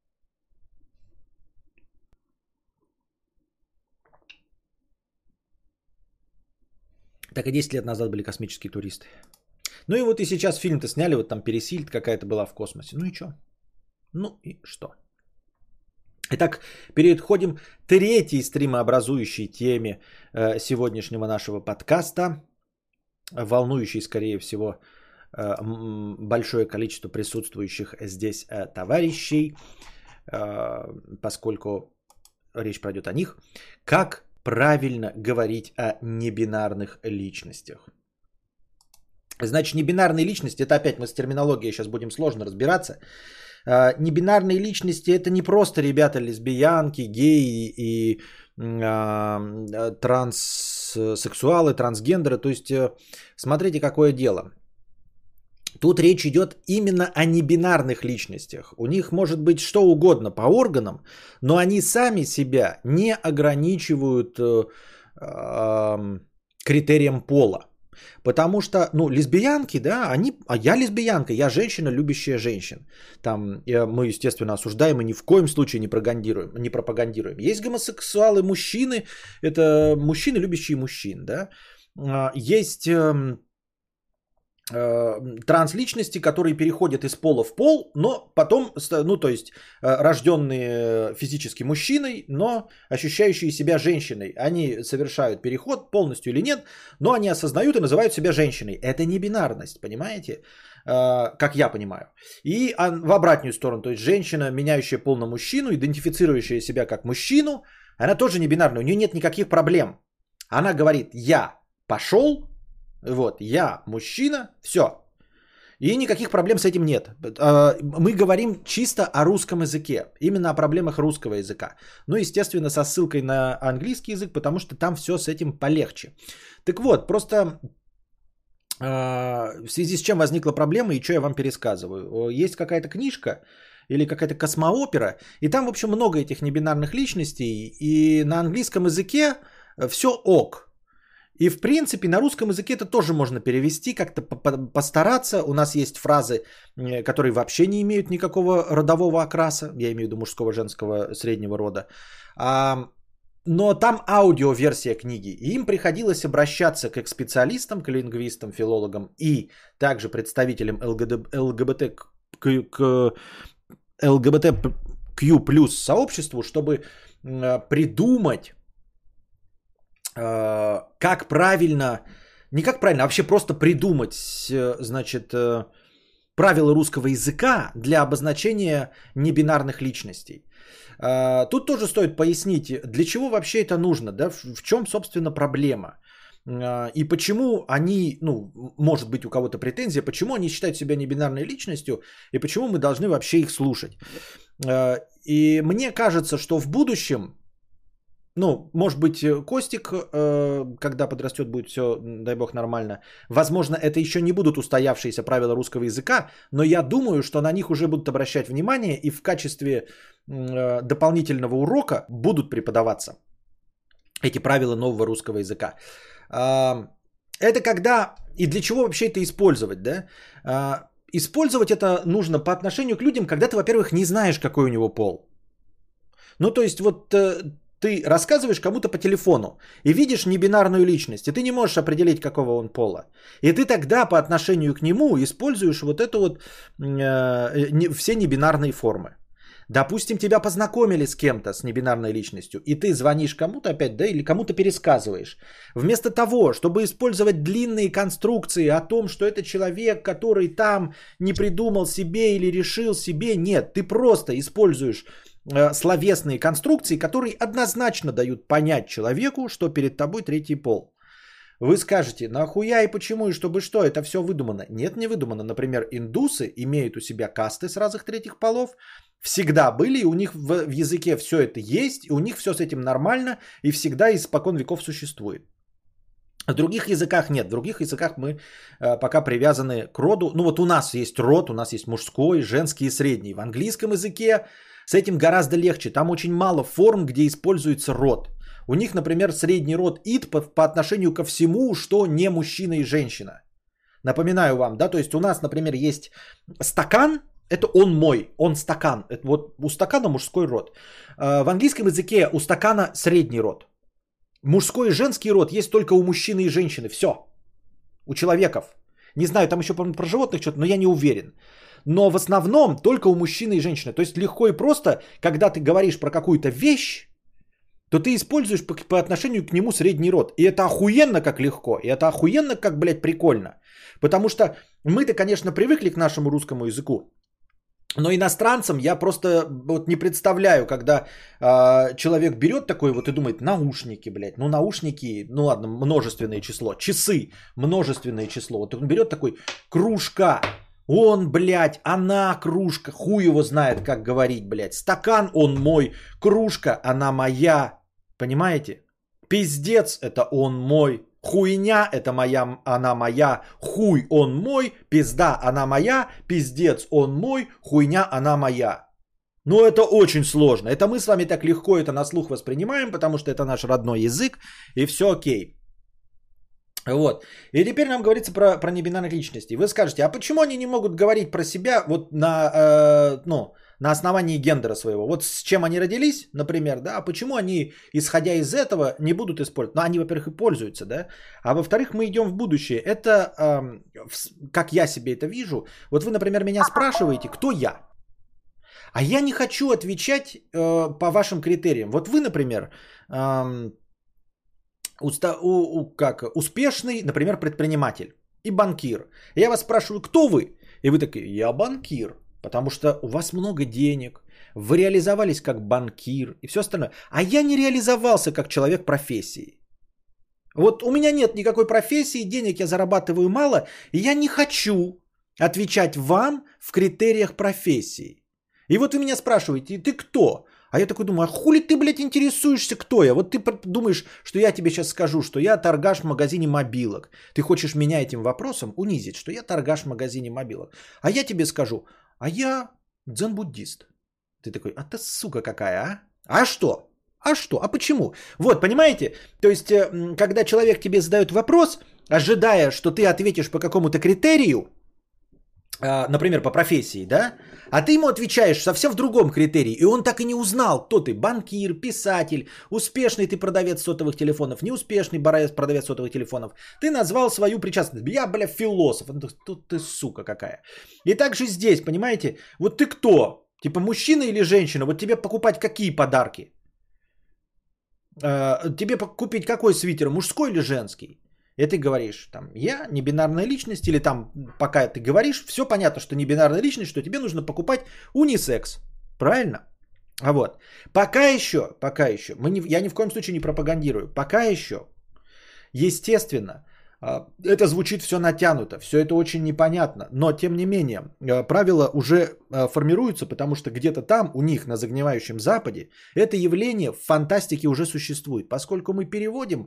Так и 10 лет назад были космические туристы. Ну и вот и сейчас фильм-то сняли, вот там Пересильд какая-то была в космосе. Ну и что? Ну и что? Итак, переходим к третьей стримообразующей теме сегодняшнего нашего подкаста, волнующей, скорее всего, большое количество присутствующих здесь товарищей, поскольку речь пройдет о них. Как правильно говорить о небинарных личностях? Значит, небинарные личности, это опять мы с терминологией сейчас будем сложно разбираться. Небинарные личности это не просто ребята лесбиянки, геи и транссексуалы, трансгендеры. То есть смотрите, какое дело. Тут речь идет именно о небинарных личностях. У них может быть что угодно по органам, но они сами себя не ограничивают критерием пола. Потому что, ну, лесбиянки, да, они, а я лесбиянка, я женщина, любящая женщин. Там мы, естественно, осуждаем и ни в коем случае не пропагандируем. Есть гомосексуалы, мужчины, это мужчины, любящие мужчин, да. Есть трансличности, которые переходят из пола в пол, но потом, ну, то есть, рожденные физически мужчиной, но ощущающие себя женщиной. Они совершают переход полностью или нет, но они осознают и называют себя женщиной. Это не бинарность, понимаете? Как я понимаю. И в обратную сторону, то есть, женщина, меняющая пол на мужчину, идентифицирующая себя как мужчину, она тоже не бинарная, у нее нет никаких проблем. Она говорит, я пошел, вот, я мужчина, все. И никаких проблем с этим нет. Мы говорим чисто о русском языке, именно о проблемах русского языка. Ну, естественно, со ссылкой на английский язык, потому что там все с этим полегче. Так вот, просто в связи с чем возникла проблема и что я вам пересказываю. Есть какая-то книжка или какая-то космоопера, и там, в общем, много этих небинарных личностей, и на английском языке все ок. И, в принципе, на русском языке это тоже можно перевести, как-то постараться. У нас есть фразы, которые вообще не имеют никакого родового окраса. Я имею в виду мужского, женского, среднего рода. Но там аудиоверсия книги. И им приходилось обращаться как к специалистам, к лингвистам, филологам и также представителям ЛГБТQ+ сообществу, чтобы придумать, как правильно, не как правильно, а вообще просто придумать, значит, правила русского языка для обозначения небинарных личностей. Тут тоже стоит пояснить, для чего вообще это нужно, да, в чем, собственно, проблема. И почему они, ну, может быть у кого-то претензия, почему они считают себя небинарной личностью, и почему мы должны вообще их слушать. И мне кажется, что в будущем, ну, может быть, Костик, когда подрастет, будет все, дай бог, нормально. Возможно, это еще не будут устоявшиеся правила русского языка, но я думаю, что на них уже будут обращать внимание и в качестве дополнительного урока будут преподаваться эти правила нового русского языка. Это когда и для чего вообще это использовать, да? Использовать это нужно по отношению к людям, когда ты, во-первых, не знаешь, какой у него пол. Ну, то есть, вот ты рассказываешь кому-то по телефону и видишь небинарную личность, и ты не можешь определить, какого он пола. И ты тогда по отношению к нему используешь вот это вот все небинарные формы. Допустим, тебя познакомили с кем-то, с небинарной личностью, и ты звонишь кому-то опять, да, или кому-то пересказываешь. Вместо того, чтобы использовать длинные конструкции о том, что это человек, который там не придумал себе или решил себе, нет, ты просто используешь словесные конструкции, которые однозначно дают понять человеку, что перед тобой третий пол. Вы скажете, нахуя и почему, и чтобы что, это все выдумано. Нет, не выдумано. Например, индусы имеют у себя касты с разных третьих полов, всегда были, и у них в языке все это есть, и у них все с этим нормально, и всегда испокон веков существует. В других языках нет. В других языках мы пока привязаны к роду. Ну вот у нас есть род, у нас есть мужской, женский и средний. В английском языке с этим гораздо легче. Там очень мало форм, где используется род. У них, например, средний род it по отношению ко всему, что не мужчина и женщина. Напоминаю вам, да, то есть у нас, например, есть стакан, это он мой, он стакан. Это вот у стакана мужской род. В английском языке у стакана средний род. Мужской и женский род есть только у мужчины и женщины. Все. У человеков. Не знаю, там еще про животных что-то, но я не уверен. Но в основном только у мужчины и женщины. То есть легко и просто, когда ты говоришь про какую-то вещь, то ты используешь по отношению к нему средний род. И это охуенно как легко. И это охуенно как, блядь, прикольно. Потому что мы-то, конечно, привыкли к нашему русскому языку. Но иностранцам я просто вот не представляю, когда человек берет такой вот и думает, наушники, блядь, ну наушники, ну ладно, множественное число, часы, множественное число. Вот он берет такой, кружка, он, блядь, она кружка, хуй его знает, как говорить, блядь, стакан он мой, кружка, она моя, понимаете? Пиздец, это он мой. Хуйня, это моя, она моя, хуй, он мой, пизда, она моя, пиздец, он мой, хуйня, она моя. Но это очень сложно. Это мы с вами так легко это на слух воспринимаем, потому что это наш родной язык, и все окей. Вот. И теперь нам говорится про небинарных личностей. Вы скажете, а почему они не могут говорить про себя вот на основании гендера своего? Вот с чем они родились, например, да, а почему они, исходя из этого, не будут использовать? Ну, они, во-первых, и пользуются, да, а во-вторых, мы идем в будущее. Это, как я себе это вижу, вот вы, например, меня спрашиваете, кто я? А я не хочу отвечать по вашим критериям. Вот вы, например, успешный, например, предприниматель и банкир. Я вас спрашиваю, кто вы? И вы такие, я банкир. Потому что у вас много денег, вы реализовались как банкир и все остальное. А я не реализовался как человек профессии. Вот у меня нет никакой профессии, денег я зарабатываю мало, и я не хочу отвечать вам в критериях профессии. И вот вы меня спрашиваете, ты кто? А я такой думаю, а хули ты, блядь, интересуешься, кто я? Вот ты думаешь, что я тебе сейчас скажу, что я торгаш в магазине мобилок. Ты хочешь меня этим вопросом унизить, что я торгаш в магазине мобилок. А я тебе скажу, а я дзен-буддист. Ты такой, а ты сука какая, а? А что? А что? А почему? Вот, понимаете? То есть, когда человек тебе задает вопрос, ожидая, что ты ответишь по какому-то критерию, например, по профессии, да, а ты ему отвечаешь совсем в другом критерии, и он так и не узнал, кто ты, банкир, писатель, успешный ты продавец сотовых телефонов, неуспешный продавец сотовых телефонов. Ты назвал свою причастность. Я, бля, философ. Тут ты сука какая. И также здесь, понимаете, вот ты кто? Типа мужчина или женщина? Вот тебе покупать какие подарки? Тебе купить какой свитер, мужской или женский? И ты говоришь, там, я не бинарная личность, или там, пока ты говоришь, все понятно, что не бинарная личность, что тебе нужно покупать унисекс. Правильно? А вот. Пока еще, я ни в коем случае не пропагандирую, пока еще, естественно, это звучит все натянуто, все это очень непонятно, но тем не менее, правила уже формируются, потому что где-то там, у них на загнивающем Западе, это явление в фантастике уже существует, поскольку мы переводим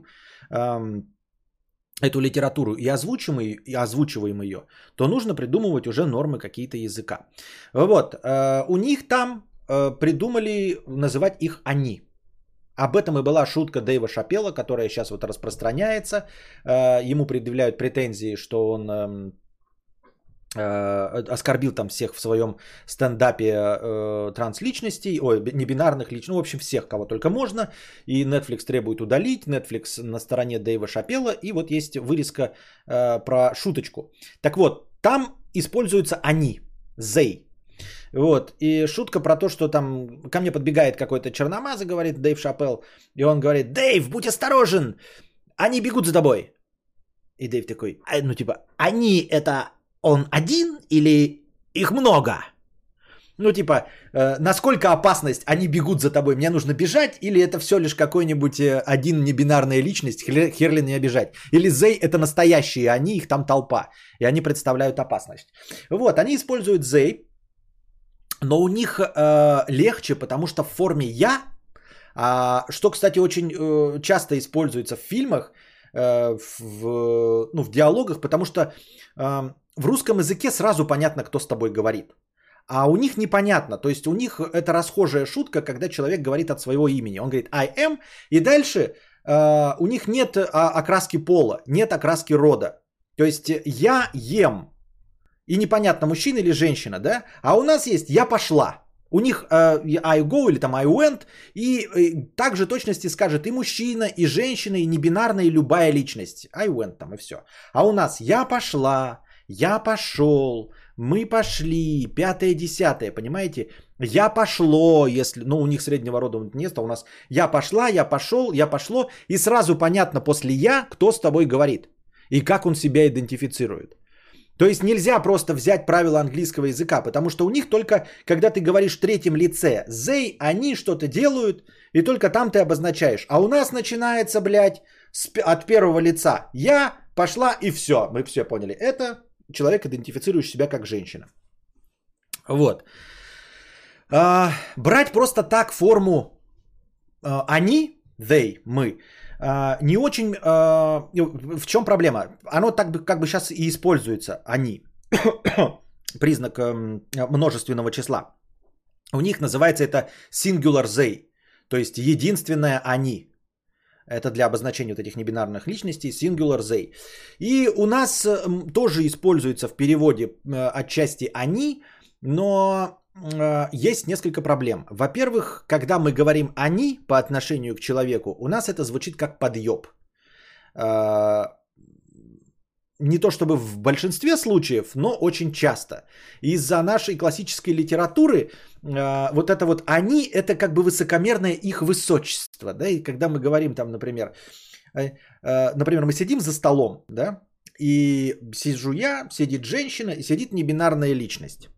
эту литературу и озвучиваем ее, то нужно придумывать уже нормы какие-то языка. Вот, у них там придумали называть их «они». Об этом и была шутка Дэйва Шапелла, которая сейчас вот распространяется. Ему предъявляют претензии, что он оскорбил там всех в своем стендапе трансличностей, небинарных личностей, ну, в общем, всех, кого только можно. И Netflix требует удалить, Netflix на стороне Дэйва Шапелла, и вот есть вырезка про шуточку. Так вот, там используются они, they. Вот, и шутка про то, что там ко мне подбегает какой-то черномазый, говорит Дэйв Шапелл, и он говорит, Дэйв, будь осторожен, они бегут за тобой. И Дэйв такой, ну типа, они это... Он один или их много? Ну, типа, насколько опасность, они бегут за тобой, мне нужно бежать, или это все лишь какой-нибудь один небинарная личность, хер ли не обижать. Или they это настоящие, они, их там толпа, и они представляют опасность. Вот, они используют they, но у них легче, потому что в форме я, что, кстати, очень часто используется в фильмах, в диалогах, потому что в русском языке сразу понятно, кто с тобой говорит. А у них непонятно. То есть у них это расхожая шутка, когда человек говорит от своего имени. Он говорит I am, и дальше у них нет окраски пола, нет окраски рода. То есть я ем. И непонятно, мужчина или женщина, да? А у нас есть я пошла. У них I go или там I went. И также точности скажет и мужчина, и женщина, и небинарная, и любая личность. I went там и все. А у нас я пошла. Я пошел, мы пошли, 5-10, понимаете? Я пошло, если, ну у них среднего рода нет, а у нас я пошла, я пошел, я пошло. И сразу понятно после я, кто с тобой говорит и как он себя идентифицирует. То есть нельзя просто взять правила английского языка, потому что у них только, когда ты говоришь в третьем лице, they, они что-то делают, и только там ты обозначаешь. А у нас начинается, блядь, от первого лица. Я пошла и все, мы все поняли. Это человек, идентифицирующий себя как женщина. Вот. Брать просто так форму они, they, мы, не очень... в чем проблема? Оно так бы, как бы сейчас и используется, они. Признак множественного числа. У них называется это singular they, то есть единственное они. Это для обозначения вот этих небинарных личностей, singular they. И у нас тоже используется в переводе отчасти они, но есть несколько проблем. Во-первых, когда мы говорим они по отношению к человеку, у нас это звучит как подъеб. Не то чтобы в большинстве случаев, но очень часто. Из-за нашей классической литературы вот это вот они, это как бы высокомерное их высочество. Да? И когда мы говорим там, например, мы сидим за столом, да, и сижу я, сидит женщина и сидит небинарная личность.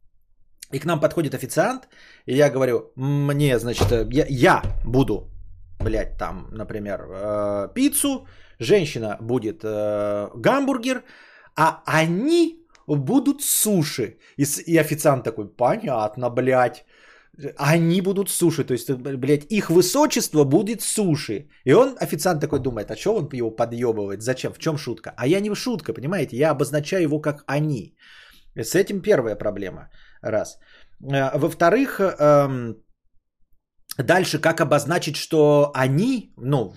И к нам подходит официант, и я говорю, мне, значит, я буду блядь, там, например, пиццу, женщина будет гамбургер, а они будут суши. И официант такой, понятно, блядь. Они будут суши, то есть, блядь, их высочество будет суши. И он, официант такой думает, а что он его подъебывает, зачем, в чем шутка? А я не шутка, понимаете, я обозначаю его как они. С этим первая проблема, раз. Во-вторых, дальше как обозначить, что они, ну,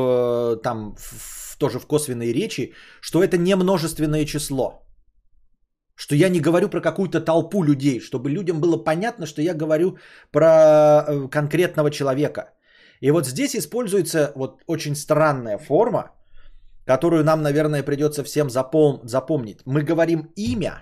тоже в косвенной речи, что это не множественное число. Что я не говорю про какую-то толпу людей, чтобы людям было понятно, что я говорю про конкретного человека. И вот здесь используется вот очень странная форма, которую нам, наверное, придется всем запомнить. Мы говорим имя,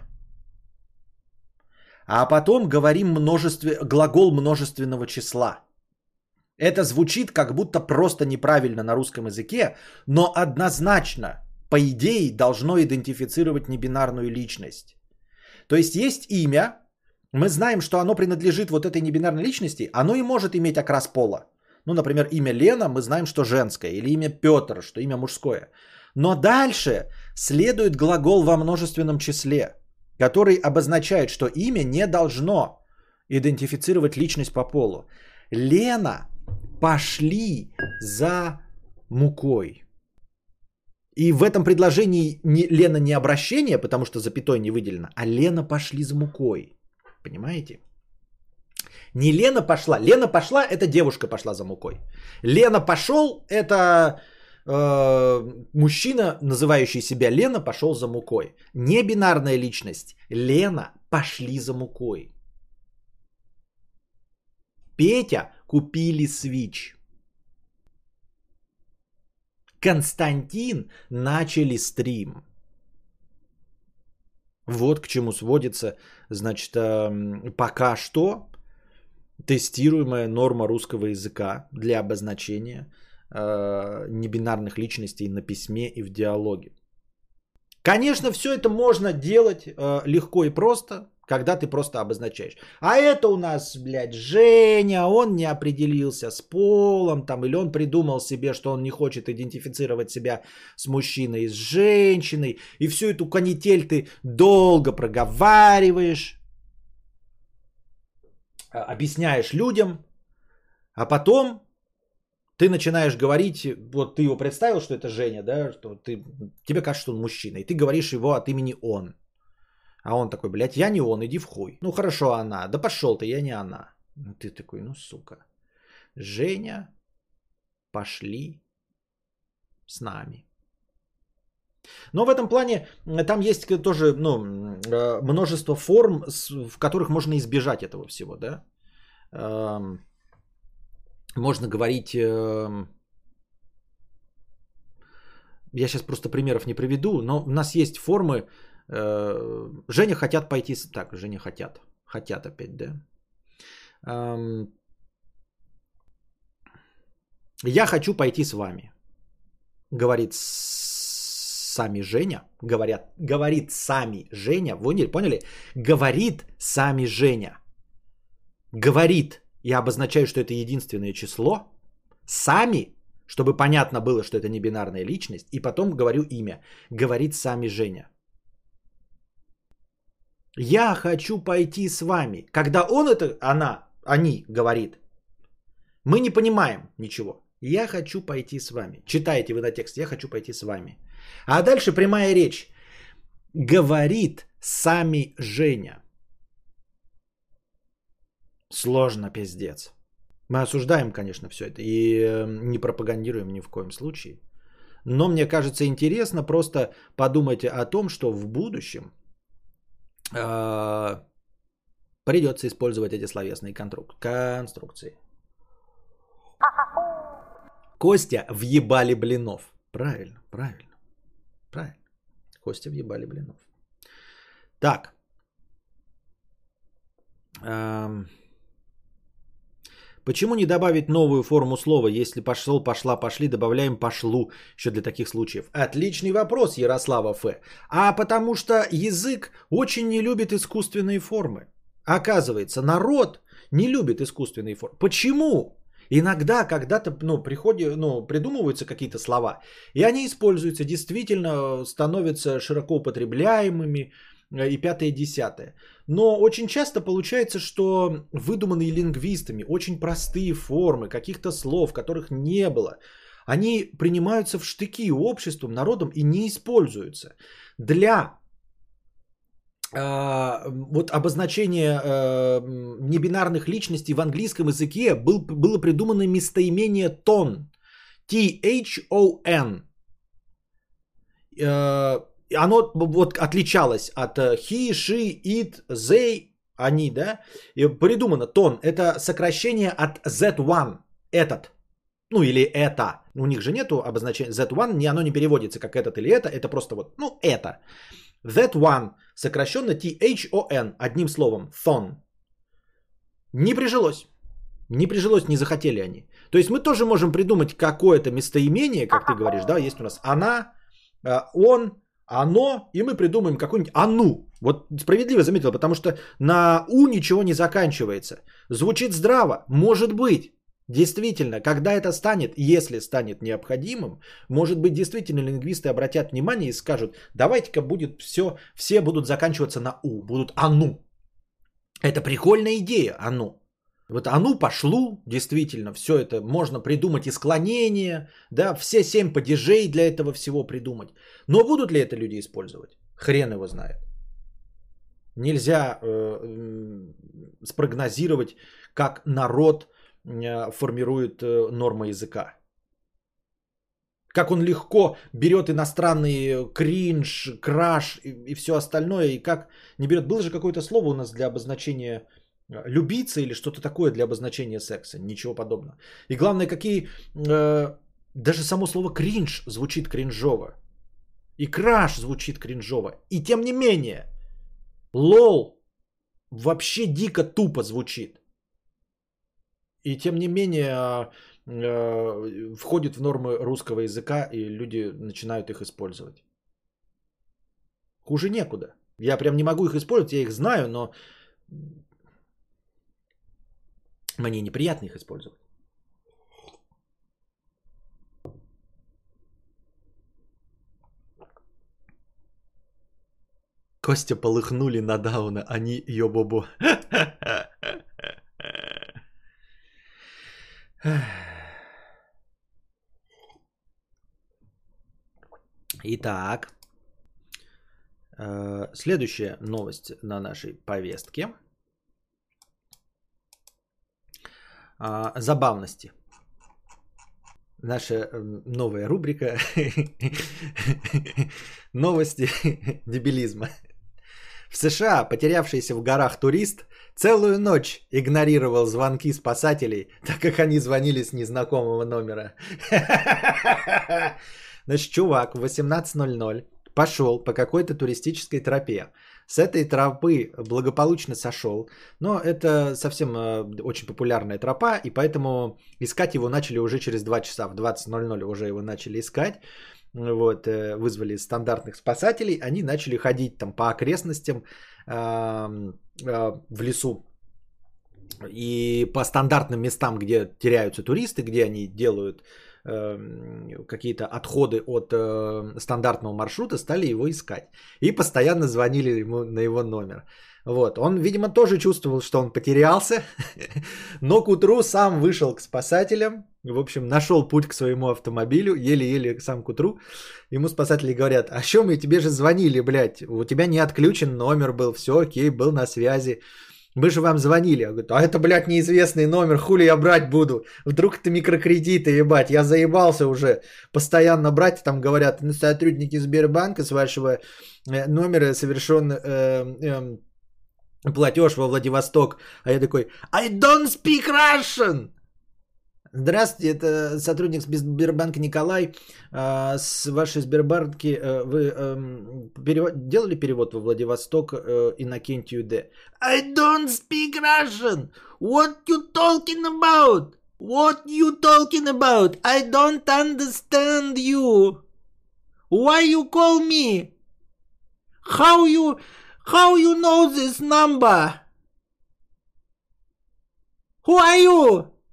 а потом говорим глагол множественного числа. Это звучит как будто просто неправильно на русском языке, но однозначно, по идее, должно идентифицировать небинарную личность. То есть имя, мы знаем, что оно принадлежит вот этой небинарной личности, оно и может иметь окрас пола. Ну, например, имя Лена, мы знаем, что женское, или имя Петр, что имя мужское. Но дальше следует глагол во множественном числе, который обозначает, что имя не должно идентифицировать личность по полу. Лена, пошли за мукой. И в этом предложении Лена не обращение, потому что запятой не выделено, а Лена, пошли за мукой. Понимаете? Не Лена пошла. Лена пошла, это девушка пошла за мукой. Лена пошел, это мужчина, называющий себя Лена, пошел за мукой. Не бинарная личность. Лена, пошли за мукой. Петя, купили свич. Константин, начали стрим. Вот к чему сводится, значит, пока что тестируемая норма русского языка для обозначения небинарных личностей на письме и в диалоге. Конечно, все это можно делать легко и просто, когда ты просто обозначаешь. А это у нас, блядь, Женя, он не определился с полом, там, или он придумал себе, что он не хочет идентифицировать себя с мужчиной и с женщиной. И всю эту канитель ты долго проговариваешь, объясняешь людям, а потом ты начинаешь говорить, вот ты его представил, что это Женя, да, что тебе кажется, что он мужчина, и ты говоришь его от имени он. А он такой, блядь, я не он, иди в хуй. Ну хорошо, она. Да пошел ты, я не она. Ну ты такой, ну сука. Женя, пошли с нами. Но в этом плане там есть тоже множество форм, в которых можно избежать этого всего, да. Можно говорить... Я сейчас просто примеров не приведу, но у нас есть формы... Женя хотят пойти... Так, Женя хотят. Хотят опять, да. Я хочу пойти с вами. Говорит сами Женя. Говорит сами Женя. Вы поняли? Говорит сами Женя. Говорит. Я обозначаю, что это единственное число. Сами, чтобы понятно было, что это не бинарная личность. И потом говорю имя. Говорит сами Женя. Я хочу пойти с вами. Когда он это, они говорит, мы не понимаем ничего. Я хочу пойти с вами. Читаете вы на текст. Я хочу пойти с вами. А дальше прямая речь. Говорит сами Женя. Сложно, пиздец. Мы осуждаем, конечно, все это. И не пропагандируем ни в коем случае. Но мне кажется интересно просто подумать о том, что в будущем придется использовать эти словесные конструкции. Костя въебали блинов. Правильно. Костя въебали блинов. Так. Почему не добавить новую форму слова? Если пошел, пошла, пошли, добавляем пошлу еще для таких случаев. Отличный вопрос, Ярослава Ф. А потому что язык очень не любит искусственные формы. Оказывается, народ не любит искусственные формы. Почему? Иногда, когда-то, придумываются какие-то слова, и они используются, действительно становятся широко употребляемыми и пятое, и десятое. Но очень часто получается, что выдуманные лингвистами очень простые формы каких-то слов, которых не было, они принимаются в штыки обществом, народом и не используются. Для вот обозначение небинарных личностей в английском языке было придумано местоимение тон. T-H-O-N. Оно вот отличалось от he, she, it, they, они, да. И придумано тон. Это сокращение от Z1. Этот. Ну или это. У них же нету обозначения Z1. Оно не переводится как этот или это. Это просто вот, это. That-one, сокращенно T-H-O-N, одним словом, thon. Не прижилось. Не прижилось, не захотели они. То есть мы тоже можем придумать какое-то местоимение, как ты говоришь, да, есть у нас она, он, оно, и мы придумаем какую-нибудь ану. Вот справедливо заметил, потому что на у ничего не заканчивается. Звучит здраво, может быть. Действительно, когда это станет, если станет необходимым, может быть, действительно лингвисты обратят внимание и скажут, давайте-ка будет все будут заканчиваться на у, будут ану. Это прикольная идея, ану. Вот ану пошло, действительно, все это можно придумать и склонение, да, все 7 падежей для этого всего придумать. Но будут ли это люди использовать? Хрен его знает. Нельзя спрогнозировать, как народ формирует нормы языка. Как он легко берет иностранный кринж, краш и все остальное, и как не берет. Было же какое-то слово у нас для обозначения любиться или что-то такое для обозначения секса. Ничего подобного. И главное, какие... даже само слово кринж звучит кринжово. И краш звучит кринжово. И тем не менее, лол вообще дико тупо звучит. И тем не менее входит в нормы русского языка, и люди начинают их использовать. Хуже некуда. Я прям не могу их использовать, я их знаю, но мне неприятно их использовать. Костя полыхнули на Дауна, они ёбобо. Итак, следующая новость на нашей повестке. Забавности. Наша новая рубрика новости дебилизма. В США потерявшийся в горах турист целую ночь игнорировал звонки спасателей, так как они звонили с незнакомого номера. Значит, чувак в 18:00 пошел по какой-то туристической тропе. С этой тропы благополучно сошел, но это совсем очень популярная тропа, и поэтому искать его начали уже через 2 часа. В 20:00 уже его начали искать. Вот, вызвали стандартных спасателей, они начали ходить там по окрестностям в лесу и по стандартным местам, где теряются туристы, где они делают какие-то отходы от стандартного маршрута, стали его искать. И постоянно звонили ему на его номер. Вот. Он, видимо, тоже чувствовал, что он потерялся, но к утру сам вышел к спасателям, в общем, нашел путь к своему автомобилю, еле-еле сам к утру. Ему спасатели говорят, а что мы тебе же звонили, блядь, у тебя не отключен номер был, все окей, был на связи. Мы же вам звонили. Я говорю, а это, блядь, неизвестный номер, хули я брать буду? Вдруг это микрокредиты, ебать, я заебался уже постоянно брать. Там говорят, сотрудники Сбербанка с вашего номера совершен платеж во Владивосток. А я такой, I don't speak Russian. Здравствуйте, это сотрудник Сбербанка Николай. С вашей Сбербанки вы делали перевод во Владивосток Иннокентию Д? I don't speak Russian. What you talking about? What you talking about? I don't understand you. Why you call me? How you know this number? Who are you?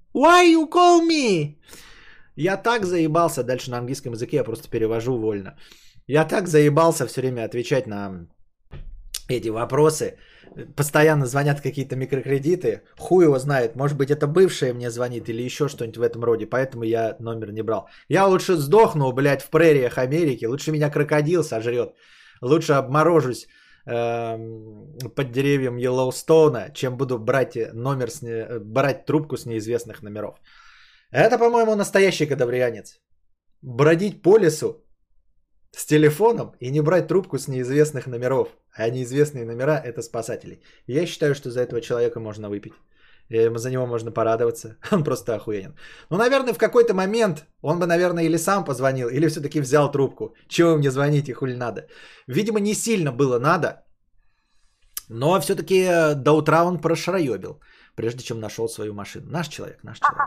Why you call me? Я так заебался, дальше на английском языке я просто перевожу вольно. Я так заебался все время отвечать на эти вопросы. Постоянно звонят какие-то микрокредиты. Хуй его знает, может быть это бывшая мне звонит или еще что-нибудь в этом роде. Поэтому я номер не брал. Я лучше сдохну, блядь, в прериях Америки. Лучше меня крокодил сожрет. Лучше обморожусь под деревьям Йеллоустона, чем буду брать брать трубку с неизвестных номеров. Это, по-моему, настоящий кадаврианец. Бродить по лесу с телефоном и не брать трубку с неизвестных номеров. А неизвестные номера – это спасатели. Я считаю, что за этого человека можно выпить. И за него можно порадоваться. Он просто охуенен. Ну, наверное, в какой-то момент он бы, наверное, или сам позвонил, или все-таки взял трубку. Чего вы мне звоните, хули надо? Видимо, не сильно было надо. Но все-таки до утра он прошароебил, прежде чем нашел свою машину. Наш человек, наш человек.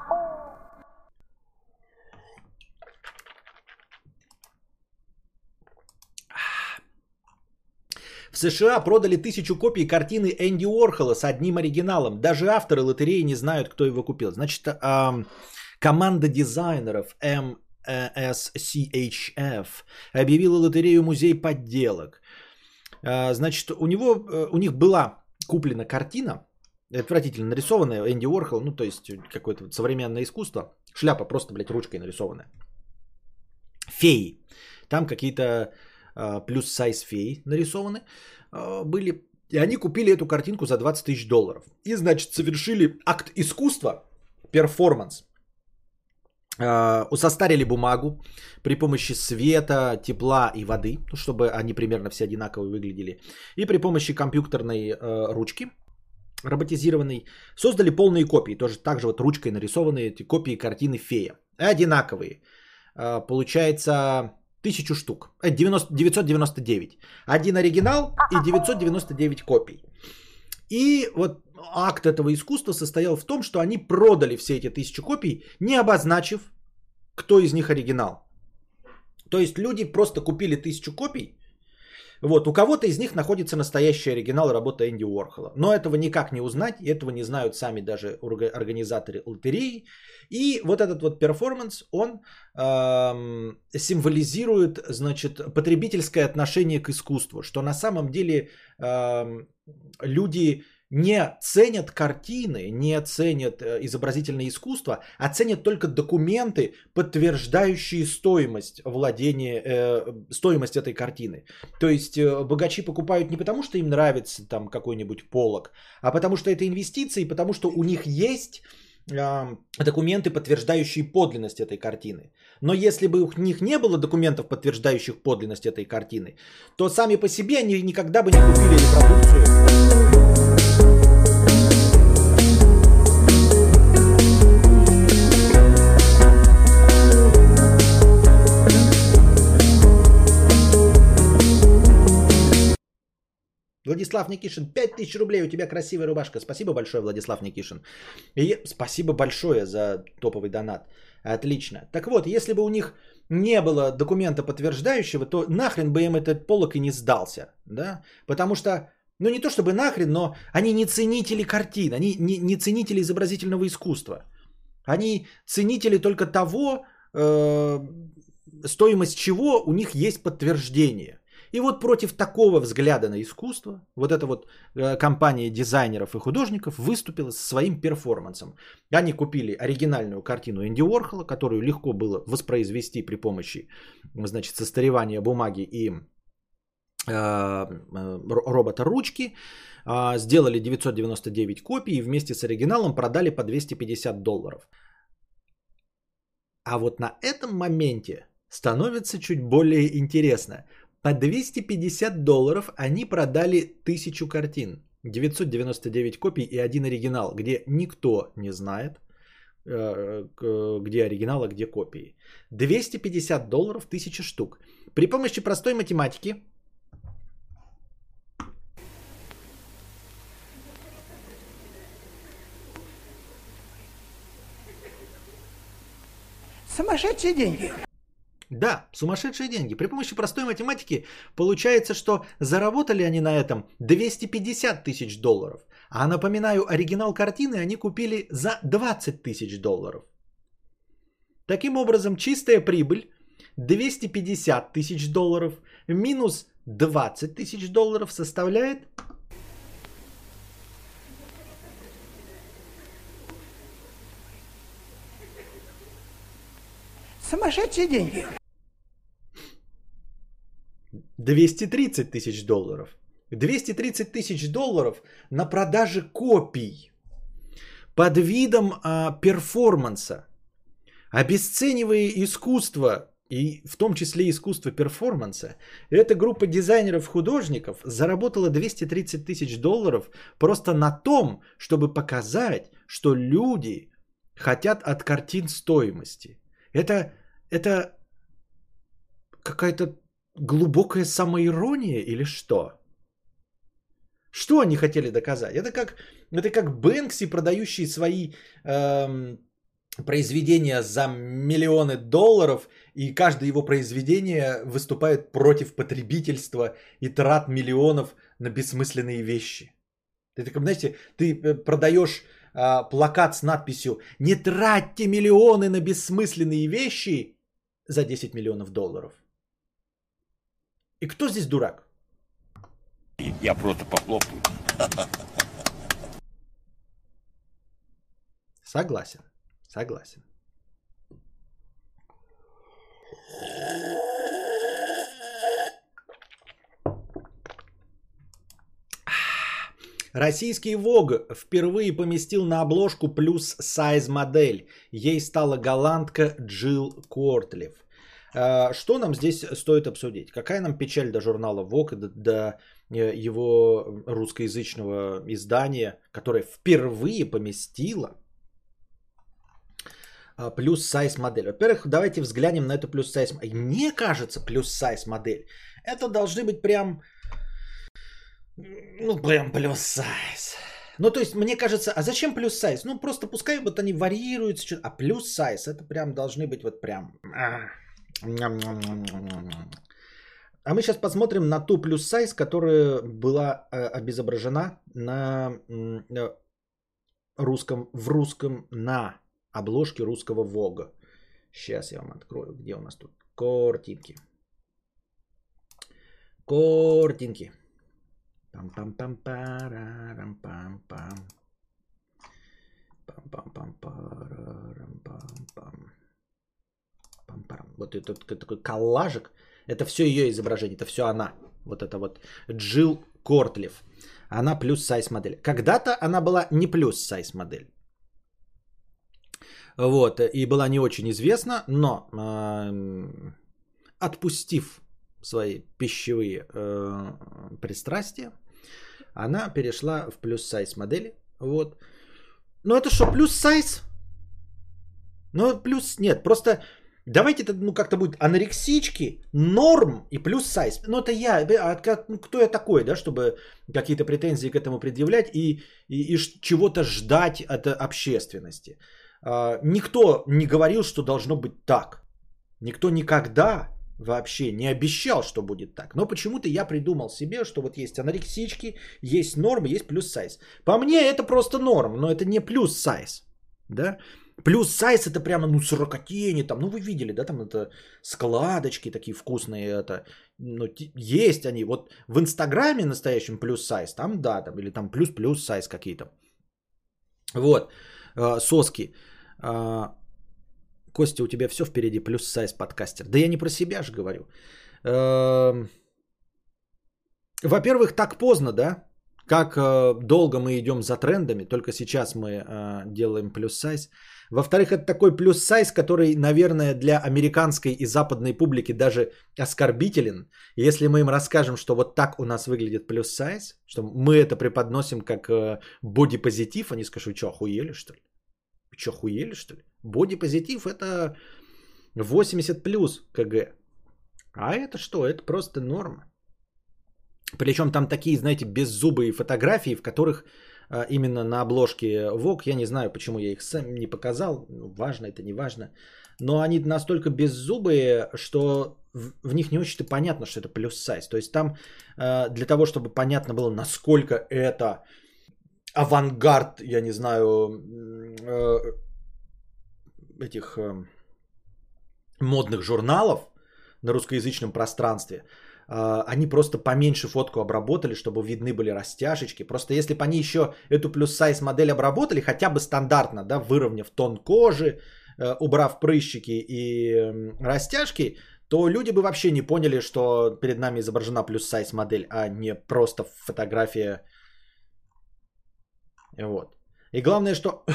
В США продали 1000 копий картины Энди Уорхола с одним оригиналом. Даже авторы лотереи не знают, кто его купил. Значит, команда дизайнеров MSCHF объявила лотерею «Музей подделок». Значит, у них была куплена картина, отвратительно нарисованная, Энди Уорхол, ну, то есть какое-то современное искусство. Шляпа просто, блядь, ручкой нарисованная. Феи. Там какие-то плюс-сайз феи нарисованы были. И они купили эту картинку за $20 000. И, значит, совершили акт искусства, перформанс. Состарили бумагу при помощи света, тепла и воды, чтобы они примерно все одинаково выглядели. И при помощи компьютерной ручки роботизированной создали полные копии. Тоже так же вот ручкой нарисованные эти копии картины «Фея». Одинаковые. Получается 1000 штук. 999. Один оригинал и 999 копий. И вот акт этого искусства состоял в том, что они продали все эти 1000 копий, не обозначив, кто из них оригинал. То есть люди просто купили 1000 копий. Вот, у кого-то из них находится настоящий оригинал работы Энди Уорхола. Но этого никак не узнать, этого не знают сами даже организаторы лотереи. И вот этот вот перформанс, он символизирует, значит, потребительское отношение к искусству. Что на самом деле люди не ценят картины, не ценят изобразительное искусство, а ценят только документы, подтверждающие стоимость владения, стоимость этой картины. То есть богачи покупают не потому, что им нравится там какой-нибудь полог, а потому что это инвестиции, потому что у них есть документы, подтверждающие подлинность этой картины. Но если бы у них не было документов, подтверждающих подлинность этой картины, то сами по себе они никогда бы не купили репродукцию. Владислав Никишин, 5000 рублей, у тебя красивая рубашка. Спасибо большое, Владислав Никишин. И спасибо большое за топовый донат. Отлично. Так вот, если бы у них не было документа подтверждающего, то нахрен бы им этот полог и не сдался. Да? Потому что, ну не то чтобы нахрен, но они не ценители картин, они не ценители изобразительного искусства. Они ценители только того, стоимость чего у них есть подтверждение. И вот против такого взгляда на искусство, вот эта вот компания дизайнеров и художников выступила со своим перформансом. Они купили оригинальную картину Энди Уорхола, которую легко было воспроизвести при помощи, значит, состаревания бумаги и робота-ручки. Сделали 999 копий и вместе с оригиналом продали по $250. А вот на этом моменте становится чуть более интересно. По $250 они продали 1000 картин, 999 копий и один оригинал, где никто не знает, где оригинал, а где копии. $250, 1000 штук. При помощи простой математики сумасшедшие деньги. Да, сумасшедшие деньги. При помощи простой математики получается, что заработали они на этом $250 000, А напоминаю, оригинал картины они купили за 20 тысяч долларов. Таким образом, чистая прибыль 250 тысяч долларов минус 20 тысяч долларов составляет... Сумасшедшие деньги. 230 тысяч долларов. 230 тысяч долларов на продаже копий под видом перформанса. Обесценивая искусство, и в том числе искусство перформанса, эта группа дизайнеров-художников заработала 230 тысяч долларов просто на том, чтобы показать, что люди хотят от картин стоимости. Это какая-то глубокая самоирония или что? Что они хотели доказать? Это как Бэнкси, продающий свои произведения за миллионы долларов, и каждое его произведение выступает против потребительства и трат миллионов на бессмысленные вещи. Это как, знаете, ты продаешь плакат с надписью «Не тратьте миллионы на бессмысленные вещи» за 10 миллионов долларов. И кто здесь дурак? Я просто похлопаю. Согласен. Российский Vogue впервые поместил на обложку плюс сайз модель. Ей стала голландка Джилл Кортлиф. Что нам здесь стоит обсудить? Какая нам печаль до журнала Vogue, до его русскоязычного издания, которое впервые поместило плюс сайз модель. Во-первых, давайте взглянем на эту плюс сайз модель. Мне кажется, плюс сайз модель. Это должны быть прям плюс сайз. Ну, то есть, мне кажется, а зачем плюс сайз? Ну, просто пускай вот они варьируются. А плюс сайз, это прям должны быть вот прям... А мы сейчас посмотрим на ту плюс сайз, которая была обезображена на на обложке русского Vogue. Сейчас я вам открою, где у нас тут картинки. Картинки. Пам-пам-пам-парам-пам-пам. Пам-пам-пам-парам-пам-пам. Вот это такой коллажик. Это все ее изображение, это все она. Вот это вот Джилл Кортлиф. Она плюс сайз модель. Когда-то она была не плюс сайз модель. Вот, и была не очень известна, но отпустив свои пищевые пристрастия, она перешла в плюс сайз модели. Вот. Но это что, плюс сайз? Ну, плюс нет, просто давайте это как-то будет анорексички, норм и плюс сайз. Ну, это я, кто я такой, да, чтобы какие-то претензии к этому предъявлять и чего-то ждать от общественности. Никто не говорил, что должно быть так. Никто никогда вообще не обещал, что будет так. Но почему-то я придумал себе, что вот есть анорексички, есть нормы, есть плюс сайз. По мне это просто норм, но это не плюс сайз. Да? Плюс сайз это прямо, сорокотени, там, вы видели, да, там это складочки такие вкусные, это, есть они. Вот в Инстаграме настоящем плюс сайз, там, да, там, или там плюс сайз какие-то. Вот, соски. Костя, у тебя все впереди, плюс сайз подкастер. Да я не про себя же говорю. Во-первых, так поздно, да? Как долго мы идем за трендами, только сейчас мы делаем плюс сайз. Во-вторых, это такой плюс сайз, который, наверное, для американской и западной публики даже оскорбителен. Если мы им расскажем, что вот так у нас выглядит плюс сайз, что мы это преподносим как бодипозитив, они скажут, вы что, охуели, что ли? Вы что, охуели, что ли? Бодипозитив это 80 плюс кг. А это что? Это просто норма. Причем там такие, знаете, беззубые фотографии, в которых именно на обложке Vogue, я не знаю, почему я их сам не показал, важно это, не важно, но они настолько беззубые, что в них не очень-то понятно, что это плюс сайз. То есть там для того, чтобы понятно было, насколько это авангард, я не знаю, этих модных журналов на русскоязычном пространстве, они просто поменьше фотку обработали, чтобы видны были растяжечки. Просто если бы они еще эту плюс-сайз модель обработали, хотя бы стандартно, да, выровняв тон кожи, убрав прыщики и растяжки, то люди бы вообще не поняли, что перед нами изображена плюс-сайз модель, а не просто фотография. Вот. И главное, что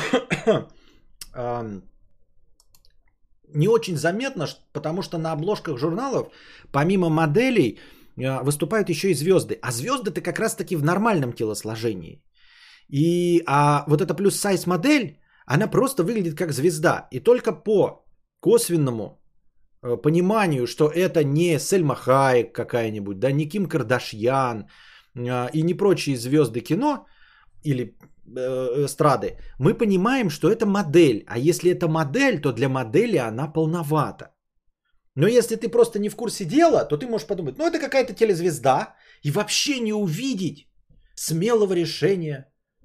не очень заметно, потому что на обложках журналов, помимо моделей, выступают еще и звезды. А звезды-то как раз-таки в нормальном телосложении. А вот эта плюс-сайз модель, она просто выглядит как звезда. И только по косвенному пониманию, что это не Сельма Хайек какая-нибудь, да, не Ким Кардашьян и не прочие звезды кино или эстрады, мы понимаем, что это модель. А если это модель, то для модели она полновата. Но если ты просто не в курсе дела, то ты можешь подумать, ну это какая-то телезвезда, и вообще не увидеть смелого решения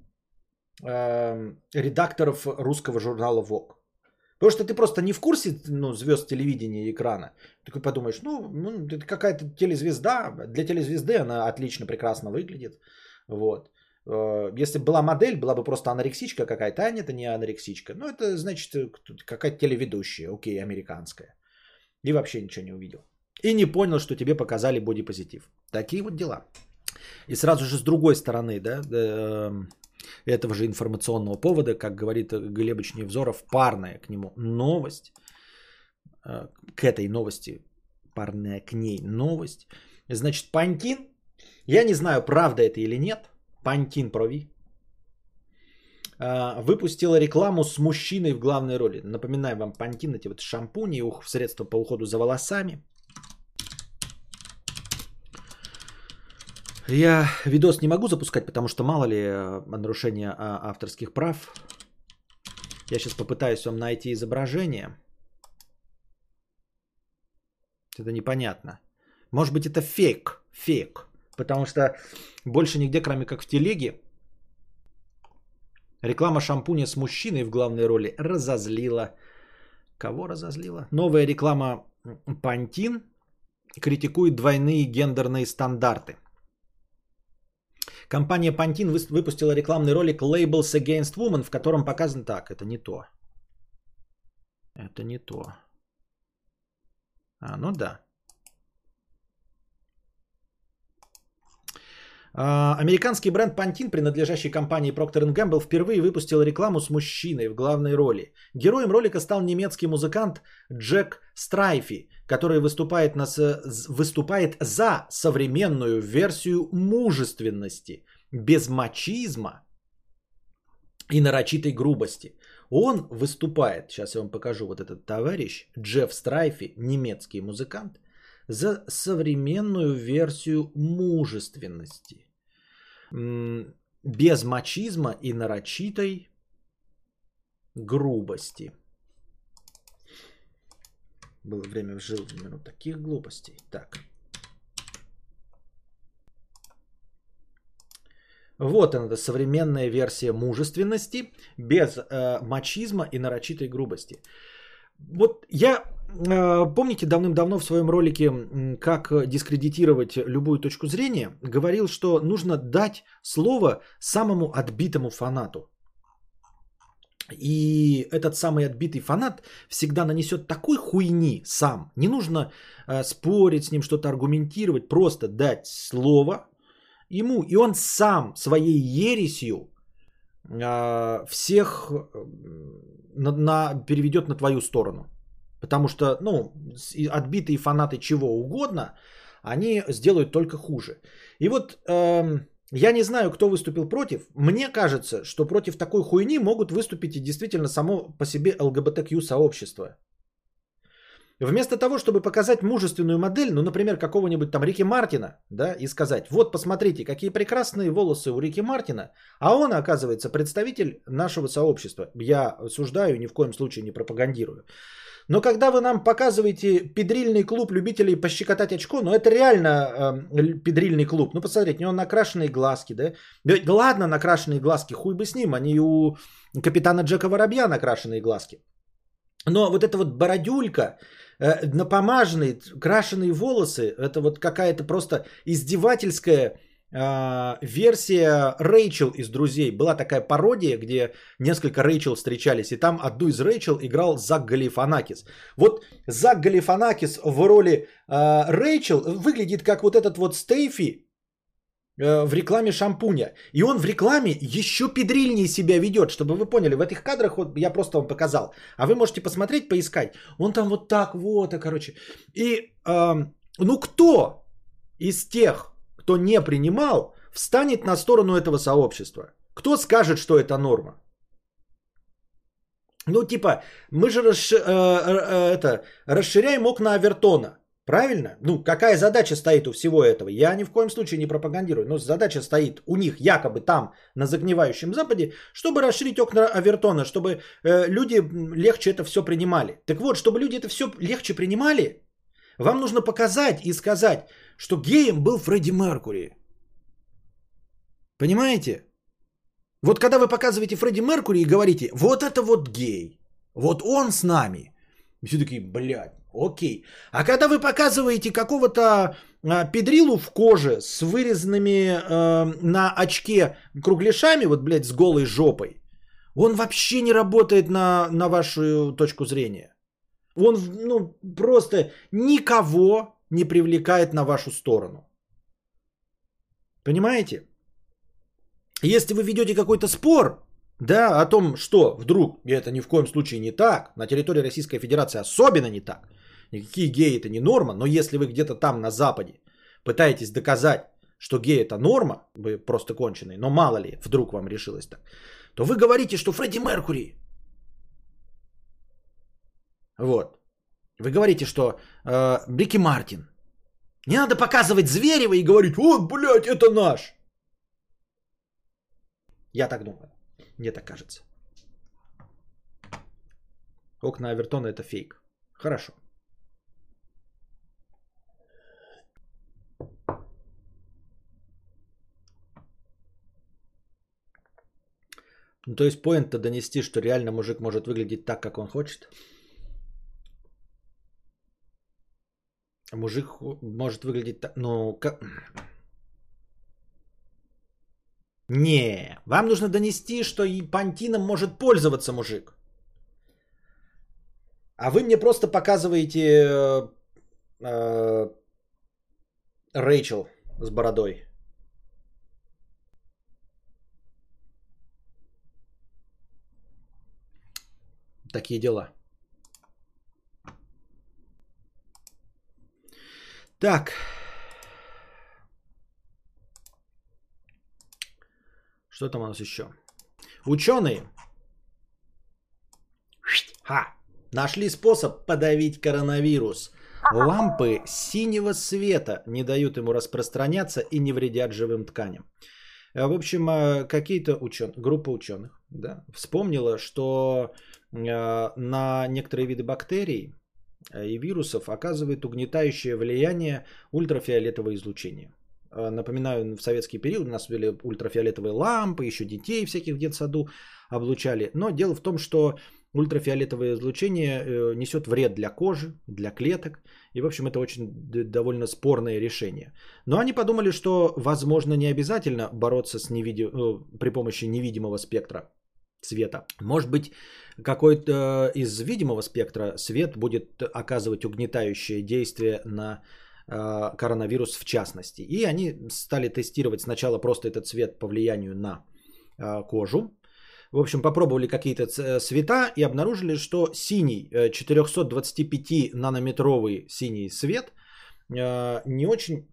редакторов русского журнала Vogue. Потому что ты просто не в курсе звезд телевидения и экрана. Ты такой подумаешь, это какая-то телезвезда. Для телезвезды она отлично, прекрасно выглядит. Вот. Если бы была модель, была бы просто анорексичка какая-то, а нет, это не анорексичка. Ну, это значит какая-то телеведущая, окей, американская. И вообще ничего не увидел. И не понял, что тебе показали бодипозитив. Такие вот дела. И сразу же с другой стороны, да, этого же информационного повода, как говорит Глебыч Невзоров, парная к нему новость. К этой новости, парная к ней новость. Значит, Пантин, я не знаю, правда это или нет, Pantene Pro V выпустила рекламу с мужчиной в главной роли. Напоминаю вам, Pantene, эти вот шампуни, средства по уходу за волосами. Я видос не могу запускать, потому что мало ли нарушения авторских прав. Я сейчас попытаюсь вам найти изображение. Это непонятно. Может быть это фейк. Потому что больше нигде, кроме как в телеге, реклама шампуня с мужчиной в главной роли разозлила. Кого разозлила? Новая реклама Pantene критикует двойные гендерные стандарты. Компания Pantene выпустила рекламный ролик Labels Against Women, в котором показано так. Это не то. Это не то. Ну да. Американский бренд Pantene, принадлежащий компании Procter & Gamble, впервые выпустил рекламу с мужчиной в главной роли. Героем ролика стал немецкий музыкант Джек Страйфи, который выступает за современную версию мужественности, без мачизма и нарочитой грубости. Он выступает, сейчас я вам покажу, вот этот товарищ, Джефф Страйфи, немецкий музыкант, за современную версию мужественности, без мачизма и нарочитой грубости. Было время, жил в минут таких глупостей. Так. Вот она, современная версия мужественности, без мачизма и нарочитой грубости. Вот я, помните, давным-давно в своем ролике «Как дискредитировать любую точку зрения» говорил, что нужно дать слово самому отбитому фанату. И этот самый отбитый фанат всегда нанесет такой хуйни сам. Не нужно спорить с ним, что-то аргументировать, просто дать слово ему, и он сам своей ересью всех переведет на твою сторону. Потому что, отбитые фанаты чего угодно, они сделают только хуже. И вот я не знаю, кто выступил против. Мне кажется, что против такой хуйни могут выступить и действительно само по себе ЛГБТQ сообщество. Вместо того, чтобы показать мужественную модель, например, какого-нибудь там Рики Мартина, да, и сказать, вот посмотрите, какие прекрасные волосы у Рики Мартина, а он, оказывается, представитель нашего сообщества. Я осуждаю, ни в коем случае не пропагандирую. Но когда вы нам показываете педрильный клуб любителей пощекотать очко, ну это реально педрильный клуб. Ну посмотрите, у него накрашенные глазки, да? Да ладно, накрашенные глазки, хуй бы с ним, они у капитана Джека Воробья накрашенные глазки. Но вот эта вот бородюлька, напомаженные, крашеные волосы, это вот какая-то просто издевательская версия Рэйчел из «Друзей». Была такая пародия, где несколько Рэйчел встречались, и там одну из Рэйчел играл Зак Галифанакис. Вот Зак Галифанакис в роли Рэйчел выглядит как вот этот вот Стейфи в рекламе шампуня. И он в рекламе еще педрильнее себя ведет, чтобы вы поняли. В этих кадрах вот я просто вам показал. А вы можете посмотреть, поискать. Он там вот так вот, короче. И ну кто из тех, кто не принимал, встанет на сторону этого сообщества? Кто скажет, что это норма? Ну, типа, мы же расширяем окна Авертона. Правильно? Ну, какая задача стоит у всего этого? Я ни в коем случае не пропагандирую. Но задача стоит у них якобы там, на загнивающем Западе, чтобы расширить окна Авертона, чтобы люди легче это все принимали. Так вот, чтобы люди это все легче принимали, вам нужно показать и сказать, что геем был Фредди Меркури. Понимаете? Вот когда вы показываете Фредди Меркури и говорите, вот это вот гей, вот он с нами. И все такие, блядь, окей. А когда вы показываете какого-то педрилу в коже с вырезанными на очке кругляшами, вот, блядь, с голой жопой, он вообще не работает на вашу точку зрения. Он, ну, просто никого не привлекает на вашу сторону. Понимаете? Если вы ведете какой-то спор, да, о том, что вдруг, и это ни в коем случае не так, на территории Российской Федерации особенно не так, никакие геи это не норма, но если вы где-то там на Западе пытаетесь доказать, что гей это норма, вы просто конченые, но мало ли, вдруг вам решилось так, то вы говорите, что Фредди Меркури. Вот. Вы говорите, что Рики Мартин. Не надо показывать Зверева и говорить, вот, блядь, это наш. Я так думаю. Мне так кажется. Окна Авертона это фейк. Хорошо. Ну, то есть поинт-то донести, что реально мужик может выглядеть так, как он хочет. Мужик может выглядеть так, ну, как... Не, вам нужно донести, что и пантином может пользоваться мужик. А вы мне просто показываете Рэйчел с бородой. Такие дела. Так. Что там у нас еще? Ученые нашли способ подавить коронавирус. Лампы синего света не дают ему распространяться и не вредят живым тканям. В общем, какие-то группа ученых, да, вспомнила, что на некоторые виды бактерий и вирусов оказывает угнетающее влияние ультрафиолетовое излучение. Напоминаю, в советский период у нас были ультрафиолетовые лампы, еще детей всяких в детсаду облучали. Но дело в том, что ультрафиолетовое излучение несет вред для кожи, для клеток. И, в общем, это очень довольно спорное решение. Но они подумали, что, возможно, не обязательно бороться с при помощи невидимого спектра света. Может быть, какой-то из видимого спектра свет будет оказывать угнетающее действие на коронавирус в частности. И они стали тестировать сначала просто этот цвет по влиянию на кожу. В общем, попробовали какие-то цвета и обнаружили, что синий 425 нанометровый синий свет не очень,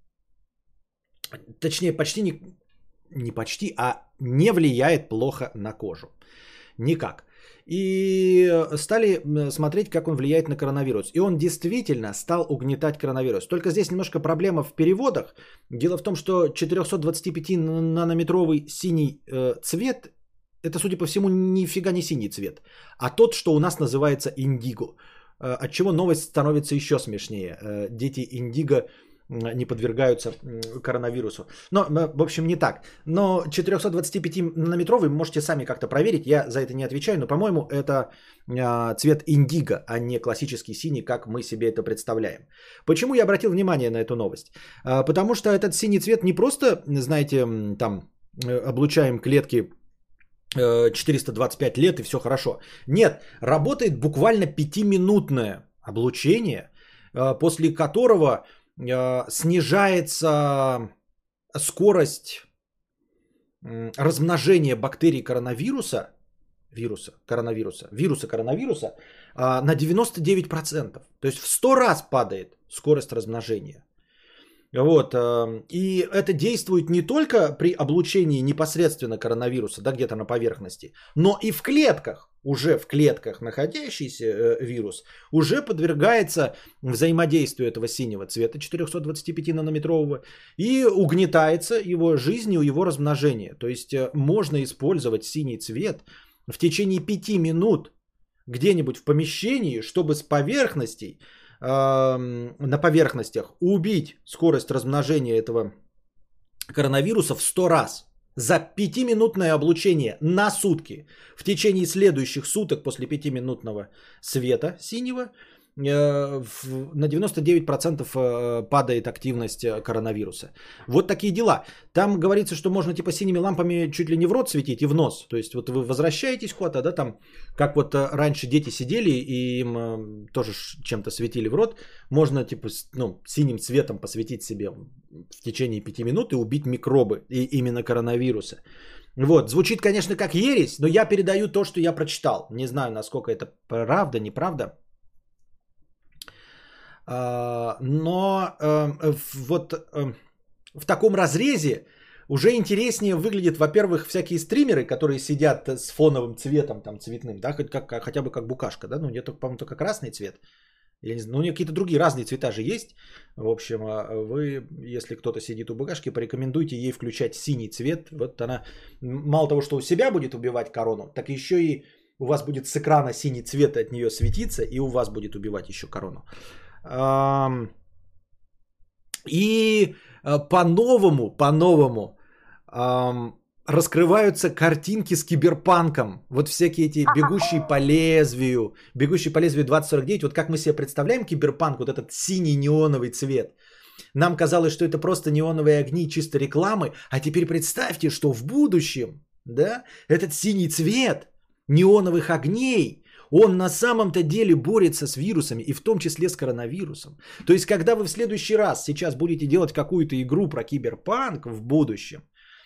точнее почти не почти, а не влияет плохо на кожу. Никак. И стали смотреть, как он влияет на коронавирус. И он действительно стал угнетать коронавирус. Только здесь немножко проблема в переводах. Дело в том, что 425 нанометровый синий цвет, это, судя по всему, нифига не синий цвет, а тот, что у нас называется индиго. от чего новость становится еще смешнее. Дети Индиго не подвергаются коронавирусу. Но, в общем, не так. Но 425-нанометровый можете сами как-то проверить. Я за это не отвечаю, но, по-моему, это цвет индиго, а не классический синий, как мы себе это представляем. Почему я обратил внимание на эту новость? Потому что этот синий цвет не просто, знаете, там облучаем клетки 425 лет и все хорошо. Нет, работает буквально 5-минутное облучение, после которого снижается скорость размножения бактерий коронавируса на 99%. То есть в 100 раз падает скорость размножения. Вот. И это действует не только при облучении непосредственно коронавируса, да, где-то на поверхности, но и в клетках. Уже в клетках находящийся вирус уже подвергается взаимодействию этого синего цвета 425-нанометрового и угнетается его жизнью, его размножение. То есть можно использовать синий цвет в течение 5 минут где-нибудь в помещении, чтобы с поверхностей, на поверхностях убить скорость размножения этого коронавируса в 100 раз. За 5-минутное облучение на сутки. В течение следующих суток после 5-минутного света синего на 99% падает активность коронавируса. Вот такие дела. Там говорится, что можно типа синими лампами чуть ли не в рот светить и в нос. То есть вот вы возвращаетесь куда-то, да, там, как вот раньше дети сидели и им тоже чем-то светили в рот. Можно типа синим цветом посветить себе в течение 5 минут и убить микробы, и именно коронавируса. Вот, звучит, конечно, как ересь, но я передаю то, что я прочитал. Не знаю, насколько это правда, неправда. Но вот в таком разрезе уже интереснее выглядит, во-первых, всякие стримеры, которые сидят с фоновым цветом там цветным, да, хотя бы как букашка, да, ну, не только, по-моему, только красный цвет. Или, не знаю, ну, какие-то другие разные цвета же есть. В общем, вы, если кто-то сидит у букашки, порекомендуйте ей включать синий цвет. Вот она мало того, что у себя будет убивать корону, так еще и у вас будет с экрана синий цвет от нее светиться, и у вас будет убивать еще корону. И по-новому раскрываются картинки с киберпанком. Вот всякие эти бегущие по лезвию 2049. Вот как мы себе представляем киберпанк, вот этот синий неоновый цвет. Нам казалось, что это просто неоновые огни, чисто рекламы. А теперь представьте, что в будущем, да, этот синий цвет неоновых огней, он на самом-то деле борется с вирусами, и в том числе с коронавирусом. То есть, когда вы в следующий раз сейчас будете делать какую-то игру про киберпанк в будущем,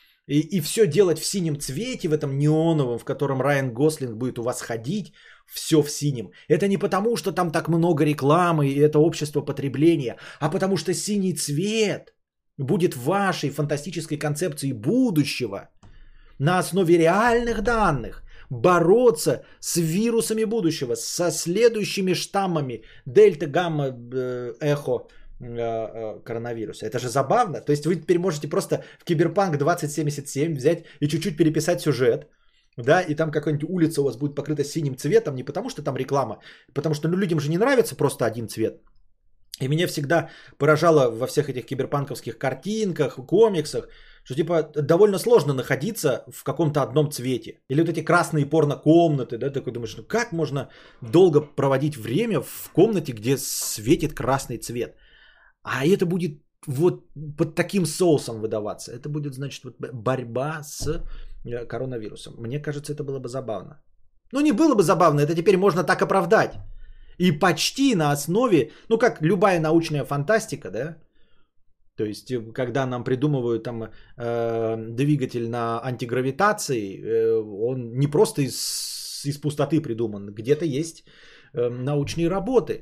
и все делать в синем цвете, в этом неоновом, в котором Райан Гослинг будет у вас ходить, все в синем. Это не потому, что там так много рекламы, и это общество потребления, а потому что синий цвет будет вашей фантастической концепцией будущего на основе реальных данных бороться с вирусами будущего, со следующими штаммами дельта, гамма, эхо коронавируса. Это же забавно. То есть вы теперь можете просто в Киберпанк 2077 взять и чуть-чуть переписать сюжет, да, и там какая-нибудь улица у вас будет покрыта синим цветом, не потому что там реклама, потому что людям же не нравится просто один цвет. И меня всегда поражало во всех этих киберпанковских картинках, комиксах, что типа довольно сложно находиться в каком-то одном цвете. Или вот эти красные порно-комнаты, да, такой думаешь, ну как можно долго проводить время в комнате, где светит красный цвет? А это будет вот под таким соусом выдаваться. Это будет, значит, вот борьба с коронавирусом. Мне кажется, это было бы забавно. Ну не было бы забавно, это теперь можно так оправдать. И почти на основе, ну как любая научная фантастика, да, то есть когда нам придумывают там двигатель на антигравитации, он не просто из пустоты придуман, где-то есть научные работы,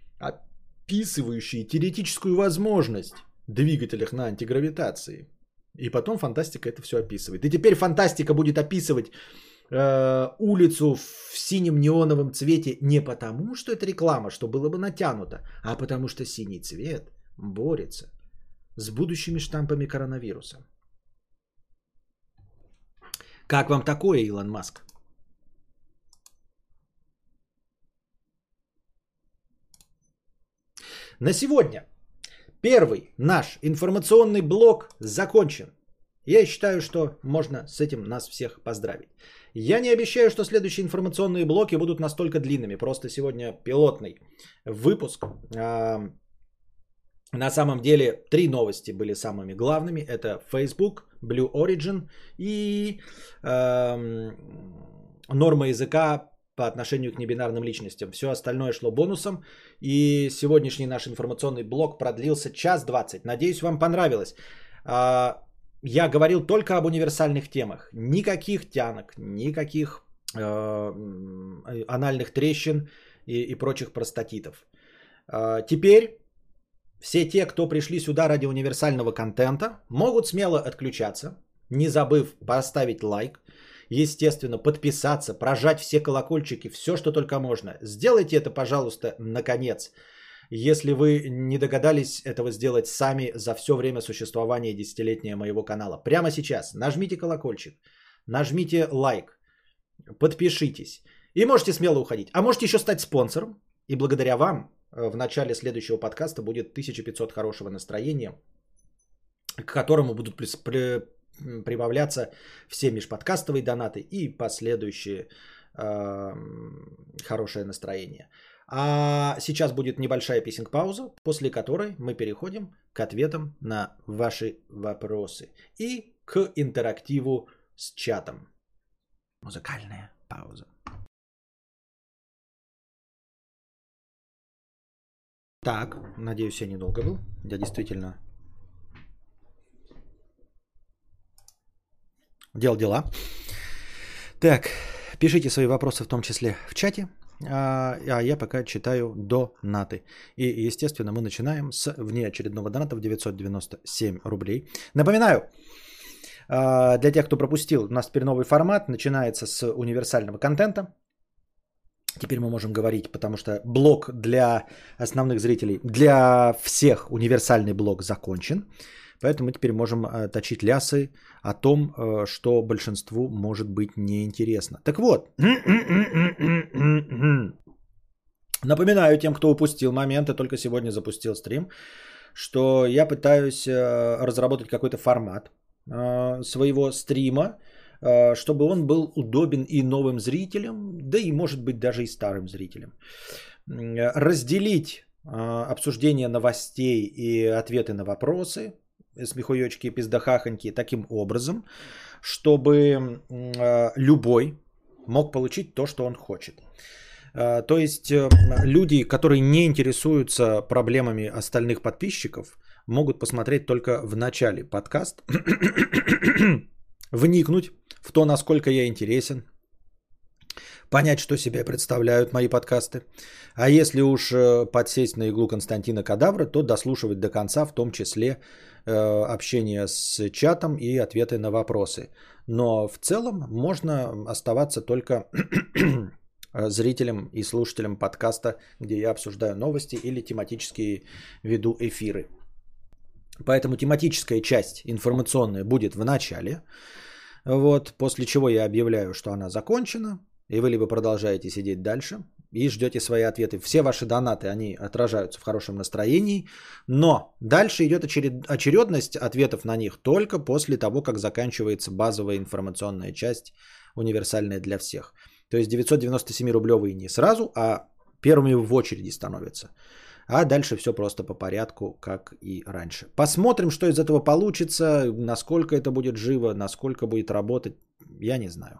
описывающие теоретическую возможность двигателях на антигравитации. И потом фантастика это все описывает. И теперь фантастика будет описывать улицу в синем неоновом цвете не потому, что это реклама, что было бы натянуто, а потому что синий цвет борется с будущими штампами коронавируса. Как вам такое, Илон Маск? На сегодня первый наш информационный блок закончен. Я считаю, что можно с этим нас всех поздравить. Я не обещаю, что следующие информационные блоки будут настолько длинными. Просто сегодня пилотный выпуск. На самом деле 3 новости были самыми главными. Это Facebook, Blue Origin и норма языка по отношению к небинарным личностям. Все остальное шло бонусом. И сегодняшний наш информационный блок продлился 1:20. Надеюсь, вам понравилось. Я говорил только об универсальных темах. Никаких тянок, никаких анальных трещин и прочих простатитов. Теперь все те, кто пришли сюда ради универсального контента, могут смело отключаться, не забыв поставить лайк, естественно, подписаться, прожать все колокольчики, все, что только можно. Сделайте это, пожалуйста, наконец. Если вы не догадались этого сделать сами за все время существования десятилетия моего канала. Прямо сейчас нажмите колокольчик, нажмите лайк, подпишитесь и можете смело уходить. А можете еще стать спонсором, и благодаря вам в начале следующего подкаста будет 1500 хорошего настроения, к которому будут прибавляться все межподкастовые донаты и последующие хорошее настроение. А сейчас будет небольшая писинг-пауза, после которой мы переходим к ответам на ваши вопросы и к интерактиву с чатом. Музыкальная пауза. Так, надеюсь, я недолго был. Я действительно делал дела. Так, пишите свои вопросы, в том числе в чате. А я пока читаю донаты. И, естественно, мы начинаем с внеочередного доната в 997 рублей. Напоминаю, для тех, кто пропустил, у нас теперь новый формат. Начинается с универсального контента. Теперь мы можем говорить, потому что блок для основных зрителей, для всех универсальный блок закончен. Поэтому мы теперь можем точить лясы о том, что большинству может быть неинтересно. Так вот, напоминаю тем, кто упустил момент и только сегодня запустил стрим, что я пытаюсь разработать какой-то формат своего стрима, чтобы он был удобен и новым зрителям, да и может быть даже и старым зрителям. Разделить обсуждение новостей и ответы на вопросы, смехуёчки и пиздахахоньки таким образом, чтобы любой мог получить то, что он хочет. То есть люди, которые не интересуются проблемами остальных подписчиков, могут посмотреть только в начале подкаст, вникнуть в то, насколько я интересен, понять, что себя представляют мои подкасты. А если уж подсесть на иглу Константина Кадавра, то дослушивать до конца, в том числе общение с чатом и ответы на вопросы. Но в целом можно оставаться только зрителям и слушателям подкаста, где я обсуждаю новости или тематические веду эфиры. Поэтому тематическая часть информационная будет в начале. Вот, после чего я объявляю, что она закончена. И вы либо продолжаете сидеть дальше и ждете свои ответы. Все ваши донаты, они отражаются в хорошем настроении. Но дальше идет очередность ответов на них только после того, как заканчивается базовая информационная часть, универсальная для всех. То есть 997-рублевые не сразу, а первыми в очереди становятся. А дальше все просто по порядку, как и раньше. Посмотрим, что из этого получится, насколько это будет живо, насколько будет работать, я не знаю.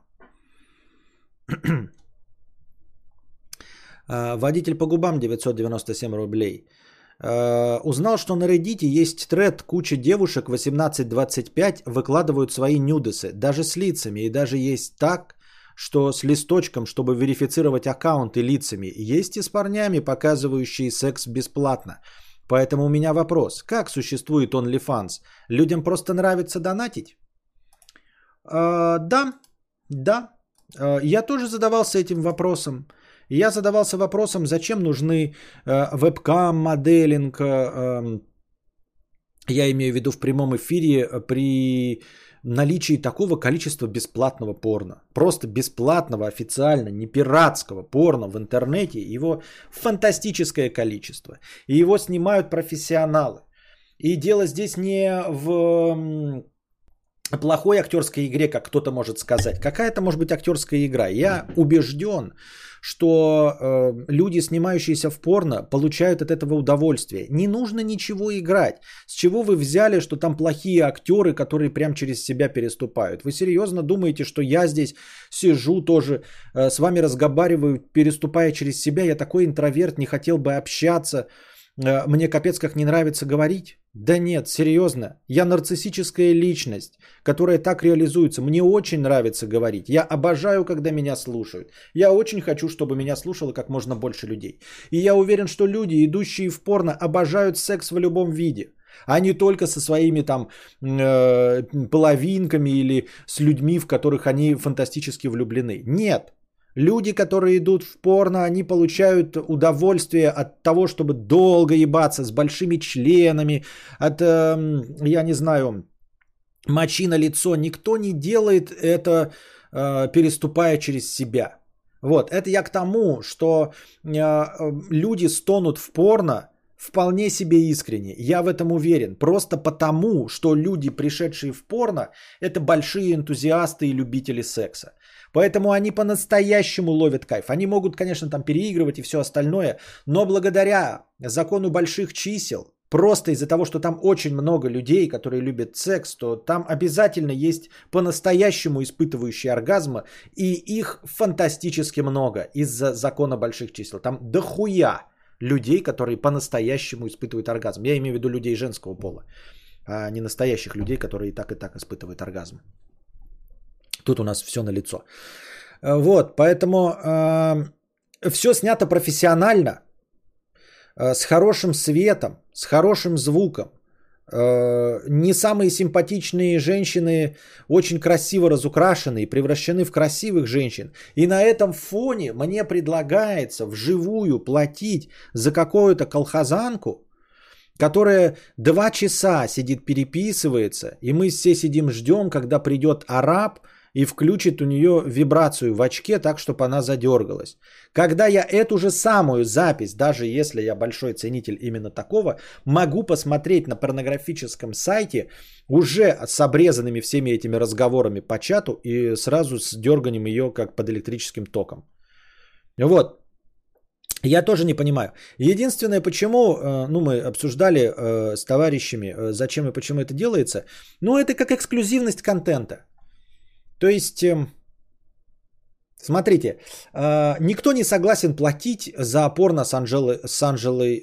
Водитель по губам 997 рублей. Узнал, что на Reddit есть тред, куча девушек 18-25 выкладывают свои нюдесы, даже с лицами, и даже есть так, что с листочком, чтобы верифицировать аккаунты лицами. Есть и с парнями, показывающие секс бесплатно. Поэтому у меня вопрос. Как существует OnlyFans? Людям просто нравится донатить? Да. Я тоже задавался этим вопросом. Я задавался вопросом, зачем нужны вебкам, моделинг. Я имею в виду в прямом эфире при наличии такого количества бесплатного порно. Просто бесплатного, официально, не пиратского порно в интернете. Его фантастическое количество. И его снимают профессионалы. И дело здесь не в плохой актерской игре, как кто-то может сказать. Какая-то может быть актерская игра. Я убежден, что люди, снимающиеся в порно, получают от этого удовольствие. Не нужно ничего играть. С чего вы взяли, что там плохие актеры, которые прям через себя переступают? Вы серьезно думаете, что я здесь сижу тоже, с вами разговариваю, переступая через себя? Я такой интроверт, не хотел бы общаться. Мне капец как не нравится говорить. Да нет, серьезно. Я нарциссическая личность, которая так реализуется. Мне очень нравится говорить. Я обожаю, когда меня слушают. Я очень хочу, чтобы меня слушало как можно больше людей. И я уверен, что люди, идущие в порно, обожают секс в любом виде. А не только со своими там половинками или с людьми, в которых они фантастически влюблены. Нет. Люди, которые идут в порно, они получают удовольствие от того, чтобы долго ебаться с большими членами, от, я не знаю, мочи на лицо. Никто не делает это, переступая через себя. Вот, это я к тому, что люди стонут в порно вполне себе искренне. Я в этом уверен. Просто потому, что люди, пришедшие в порно, это большие энтузиасты и любители секса. Поэтому они по-настоящему ловят кайф. Они могут, конечно, там переигрывать и все остальное, но благодаря закону больших чисел, просто из-за того, что там очень много людей, которые любят секс, то там обязательно есть по-настоящему испытывающие оргазмы, и их фантастически много из-за закона больших чисел. Там дохуя людей, которые по-настоящему испытывают оргазм. Я имею в виду людей женского пола, а не настоящих людей, которые и так испытывают оргазм. Тут у нас все налицо. Вот, поэтому все снято профессионально, с хорошим светом, с хорошим звуком. Не самые симпатичные женщины очень красиво разукрашены и превращены в красивых женщин. И на этом фоне мне предлагается вживую платить за какую-то колхозанку, которая 2 часа сидит, переписывается, и мы все сидим, ждем, когда придет араб и включит у нее вибрацию в очке так, чтобы она задергалась. Когда я эту же самую запись, даже если я большой ценитель именно такого, могу посмотреть на порнографическом сайте уже с обрезанными всеми этими разговорами по чату и сразу с дерганием ее как под электрическим током. Вот. Я тоже не понимаю. Единственное, почему, мы обсуждали с товарищами, зачем и почему это делается, это как эксклюзивность контента. То есть, смотрите, никто не согласен платить за порно с Анжелой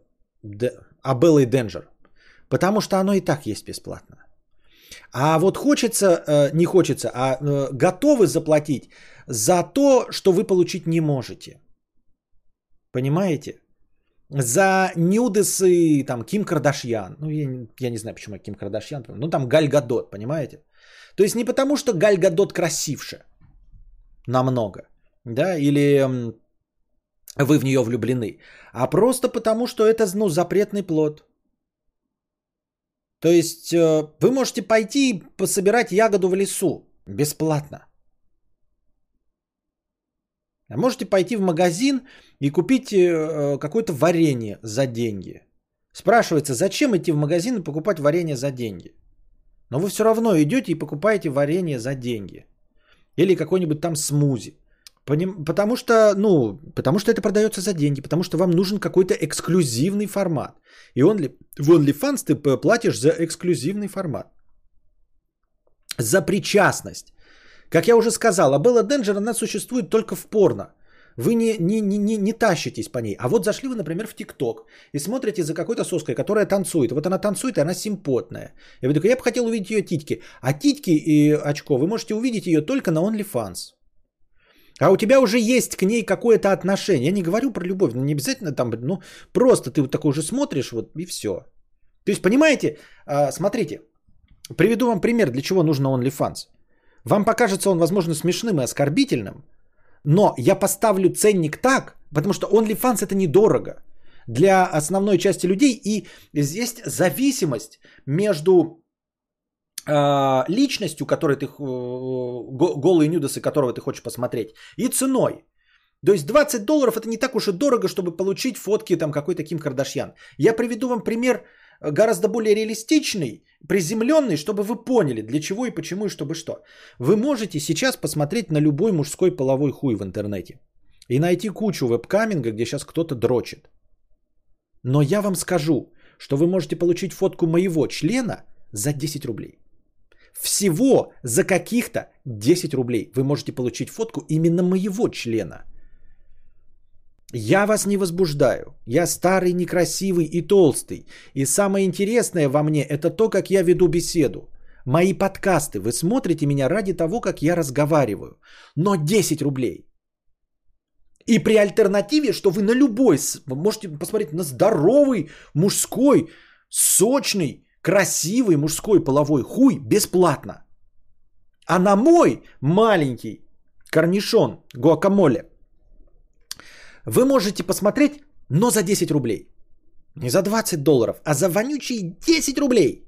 Абеллой Денджер, потому что оно и так есть бесплатно. А вот хочется, не хочется, а готовы заплатить за то, что вы получить не можете. Понимаете? За нюдесы, там, Ким Кардашьян. Я не знаю, почему Ким Кардашьян. Там Галь Гадот, понимаете? То есть не потому, что Галь Гадот красивше намного, да, или вы в нее влюблены, а просто потому, что это, запретный плод. То есть вы можете пойти и пособирать ягоду в лесу бесплатно. А можете пойти в магазин и купить какое-то варенье за деньги. Спрашивается, зачем идти в магазин и покупать варенье за деньги? Но вы все равно идете и покупаете варенье за деньги. Или какой-нибудь там смузи. Потому что это продается за деньги. Потому что вам нужен какой-то эксклюзивный формат. И в OnlyFans ты платишь за эксклюзивный формат. За причастность. Как я уже сказал, Абелла Денджер, она существует только в порно. Вы не тащитесь по ней. А вот зашли вы, например, в ТикТок и смотрите за какой-то соской, которая танцует. Вот она танцует, и она симпотная. И вы такой, я бы хотел увидеть ее титьки. А титьки и очко вы можете увидеть ее только на OnlyFans. А у тебя уже есть к ней какое-то отношение. Я не говорю про любовь, не обязательно там, просто ты вот такой уже смотришь, вот и все. То есть, понимаете, смотрите, приведу вам пример, для чего нужно OnlyFans. Вам покажется он, возможно, смешным и оскорбительным, но я поставлю ценник так, потому что OnlyFans это недорого для основной части людей. И здесь зависимость между личностью, которой ты, голые нюдосы которого ты хочешь посмотреть, и ценой. То есть $20 это не так уж и дорого, чтобы получить фотки там какой-то Ким Кардашьян. Я приведу вам пример гораздо более реалистичный, приземленный, чтобы вы поняли, для чего и почему и чтобы что. Вы можете сейчас посмотреть на любой мужской половой хуй в интернете и найти кучу вебкаминга, где сейчас кто-то дрочит. Но я вам скажу, что вы можете получить фотку моего члена за 10 рублей. Всего за каких-то 10 рублей вы можете получить фотку именно моего члена. Я вас не возбуждаю. Я старый, некрасивый и толстый. И самое интересное во мне это то, как я веду беседу. Мои подкасты. Вы смотрите меня ради того, как я разговариваю. Но 10 рублей. И при альтернативе, что вы на любой, вы можете посмотреть на здоровый, мужской, сочный, красивый мужской половой хуй бесплатно. А на мой маленький корнишон, гуакамоле, вы можете посмотреть, но за 10 рублей. Не за $20, а за вонючие 10 рублей.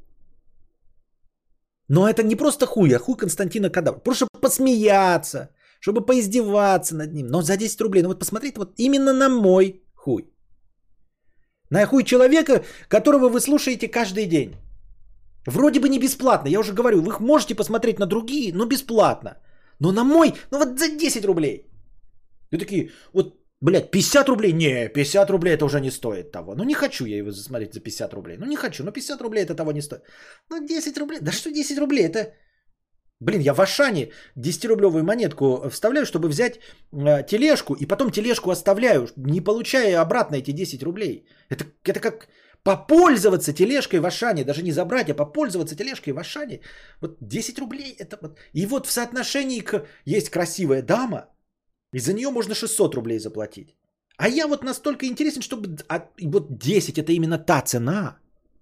Но это не просто хуй, а хуй Константина Кадавра. Просто чтобы посмеяться, чтобы поиздеваться над ним. Но за 10 рублей. Ну вот посмотрите вот именно на мой хуй. На хуй человека, которого вы слушаете каждый день. Вроде бы не бесплатно. Я уже говорю, вы можете посмотреть на другие, но бесплатно. Но на мой, ну вот за 10 рублей. Вы такие, вот, блядь, 50 рублей? Не, 50 рублей это уже не стоит того. Ну не хочу я его засмотреть за 50 рублей. Ну не хочу, но 50 рублей это того не стоит. Ну 10 рублей, да что 10 рублей? Это, блин, я в Ашане 10-рублевую монетку вставляю, чтобы взять тележку, и потом тележку оставляю, не получая обратно эти 10 рублей. Это как попользоваться тележкой в Ашане, даже не забрать, а попользоваться тележкой в Ашане. Вот 10 рублей это вот. И вот в соотношении к есть красивая дама, и за нее можно 600 рублей заплатить. А я вот настолько интересен, чтобы вот 10 это именно та цена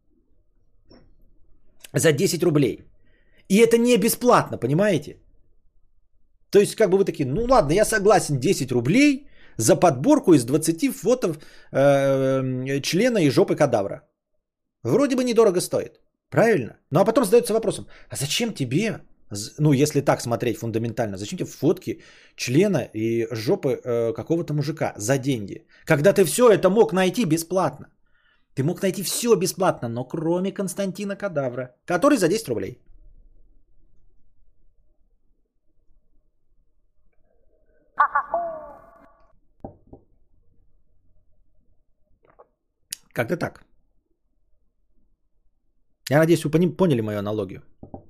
за 10 рублей. И это не бесплатно, понимаете? То есть как бы вы такие, ну ладно, я согласен, 10 рублей за подборку из 20 фото члена и жопы кадавра. Вроде бы недорого стоит, правильно? Ну а потом задается вопросом, а зачем тебе, ну если так смотреть фундаментально, зачем тебе фотки члена и жопы какого-то мужика за деньги? Когда ты все это мог найти бесплатно. Ты мог найти все бесплатно, но кроме Константина Кадавра, который за 10 рублей. Как-то так. Я надеюсь, вы поняли мою аналогию.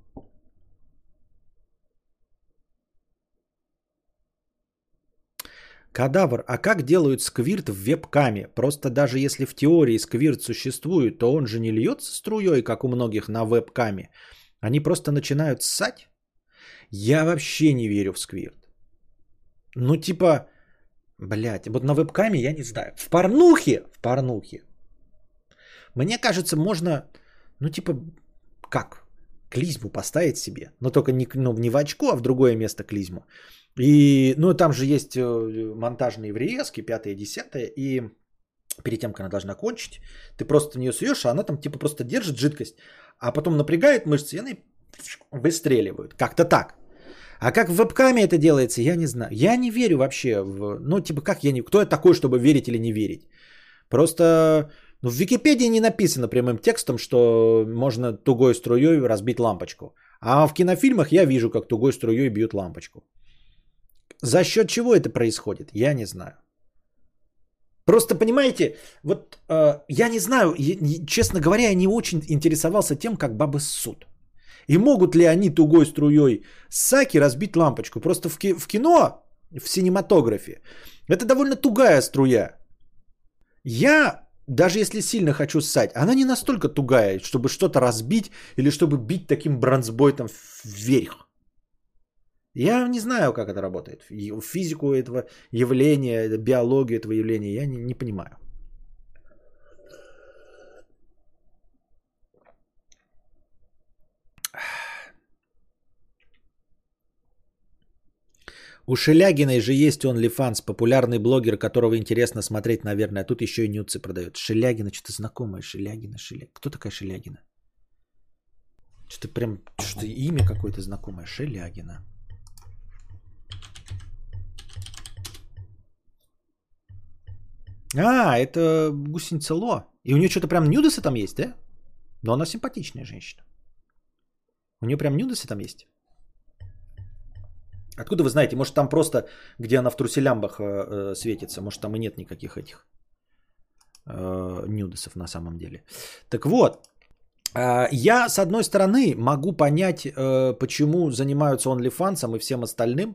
Кадавр, а как делают сквирт в вебкаме? Просто даже если в теории сквирт существует, то он же не льется струей, как у многих на вебкаме. Они просто начинают ссать? Я вообще не верю в сквирт. Ну типа, блядь, вот на вебкаме я не знаю. В порнухе. Мне кажется, можно, ну типа, как? Клизму поставить себе. Но только не в очко, а в другое место клизму. И, ну, там же есть монтажные врезки, 5-е, 10-е, и перед тем, как она должна кончить, ты просто в нее суешь, а она там типа просто держит жидкость, а потом напрягает мышцы, и они выстреливают. Как-то так. А как в вебкаме это делается, я не знаю. Я не верю вообще в... Ну, типа, как я не... Кто я такой, чтобы верить или не верить? Просто... Ну, в Википедии не написано прямым текстом, что можно тугой струей разбить лампочку. А в кинофильмах я вижу, как тугой струей бьют лампочку. За счет чего это происходит, я не знаю. Просто, понимаете, вот я не знаю, честно говоря, я не очень интересовался тем, как бабы ссут. И могут ли они тугой струей саки разбить лампочку. Просто в кино, в синематографе, это довольно тугая струя. Я, даже если сильно хочу ссать, она не настолько тугая, чтобы что-то разбить или чтобы бить таким бронзбойтом вверх. Я не знаю, как это работает. Физику этого явления, биологию этого явления я не понимаю. У Шелягиной же есть OnlyFans, популярный блогер, которого интересно смотреть, наверное. А тут еще и нюцы продает. Шелягина, что-то знакомое. Шелягина. Кто такая Шелягина? Что-то прям, что имя какое-то знакомое. Шелягина. А, это гусеница Ло. И у нее что-то прям нюдесы там есть, да? Но она симпатичная женщина. У нее прям нюдесы там есть. Откуда вы знаете? Может там просто, где она в труселямбах светится, может там и нет никаких этих нюдесов на самом деле. Так вот, я с одной стороны могу понять, почему занимаются OnlyFans и всем остальным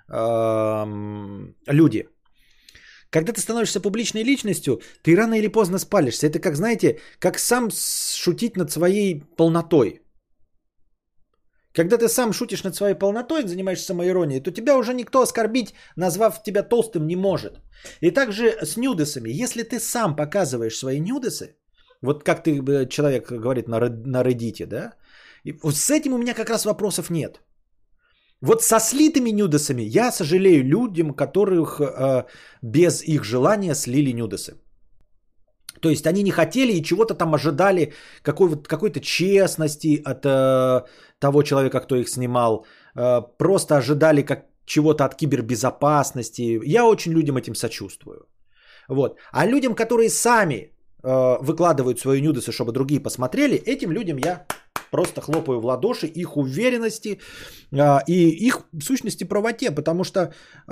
люди. Когда ты становишься публичной личностью, ты рано или поздно спалишься. Это как, знаете, как сам шутить над своей полнотой. Когда ты сам шутишь над своей полнотой, занимаешься самоиронией, то тебя уже никто оскорбить, назвав тебя толстым, не может. И также с нюдесами. Если ты сам показываешь свои нюдесы, вот как ты, человек говорит на Reddit, да, и вот с этим у меня как раз вопросов нет. Вот со слитыми нюдесами я сожалею людям, которых без их желания слили нюдесы. То есть они не хотели и чего-то там ожидали, какой-то честности от того человека, кто их снимал. Просто ожидали чего-то от кибербезопасности. Я очень людям этим сочувствую. Вот. А людям, которые сами выкладывают свои нюдесы, чтобы другие посмотрели, этим людям я просто хлопаю в ладоши их уверенности и их, в сущности, правоте. Потому что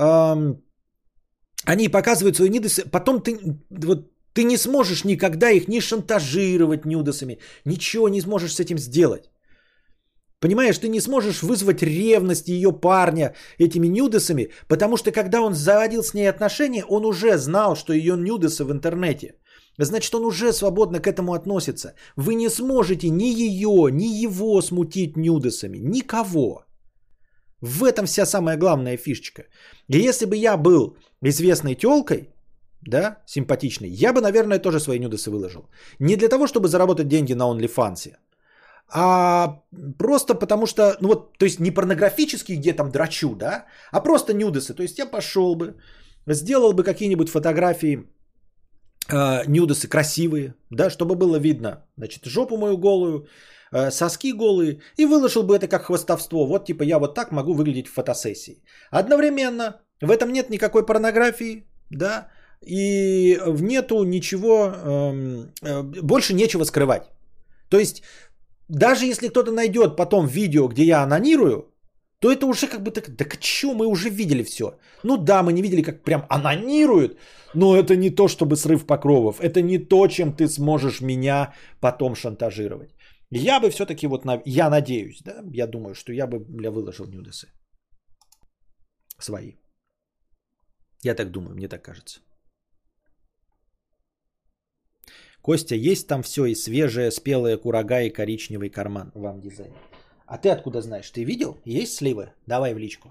они показывают свои нюдесы, потом ты не сможешь никогда их ни шантажировать нюдесами, ничего не сможешь с этим сделать. Понимаешь, ты не сможешь вызвать ревность ее парня этими нюдесами, потому что когда он заводил с ней отношения, он уже знал, что ее нюдесы в интернете. Значит, он уже свободно к этому относится. Вы не сможете ни ее, ни его смутить нюдесами. Никого. В этом вся самая главная фишечка. И если бы я был известной тёлкой, да, симпатичный, я бы, наверное, тоже свои нюдесы выложил. Не для того, чтобы заработать деньги на OnlyFans, а просто потому что, ну вот, то есть не порнографический, где там драчу, да, а просто нюдесы. То есть я пошел бы, сделал бы какие-нибудь фотографии, нюдесы красивые, да, чтобы было видно, значит, жопу мою голую, соски голые, и выложил бы это как хвастовство. Вот типа я вот так могу выглядеть в фотосессии. Одновременно в этом нет никакой порнографии, да, и нету ничего, больше нечего скрывать. То есть, даже если кто-то найдет потом видео, где я анонирую, то это уже как бы так, да чё, мы уже видели все. Ну да, мы не видели, как прям анонируют, но это не то, чтобы срыв покровов, это не то, чем ты сможешь меня потом шантажировать. Я бы все-таки вот, я надеюсь, да, я думаю, что я бы, выложил нюдесы свои. Я так думаю, мне так кажется. Костя, есть там все, и свежее, спелое курага, и коричневый карман. Вам дизайн. А ты откуда знаешь? Ты видел? Есть сливы? Давай в личку.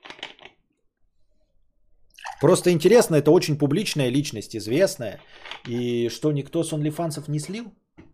Просто интересно, это очень публичная личность, известная. И что, никто с OnlyFans'ов не слил?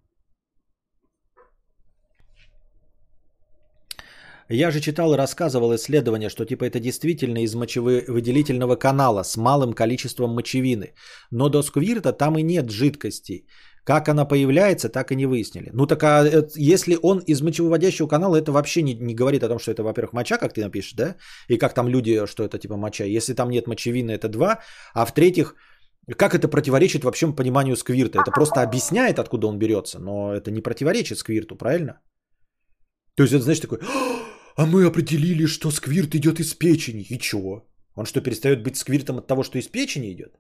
Я же читал и рассказывал исследование, что типа это действительно из мочевыделительного канала с малым количеством мочевины. Но до сквирта там и нет жидкости. Как она появляется, так и не выяснили. Ну так а если он из мочевыводящего канала, это вообще не говорит о том, что это, во-первых, моча, как ты напишешь, да? И как там люди, что это типа моча. Если там нет мочевины, это 2. А в-третьих, как это противоречит вообще пониманию сквирта? Это просто объясняет, откуда он берется, но это не противоречит сквирту, правильно? То есть это, знаешь, такой, а мы определили, что сквирт идет из печени. И чего? Он что, перестает быть сквиртом от того, что из печени идет?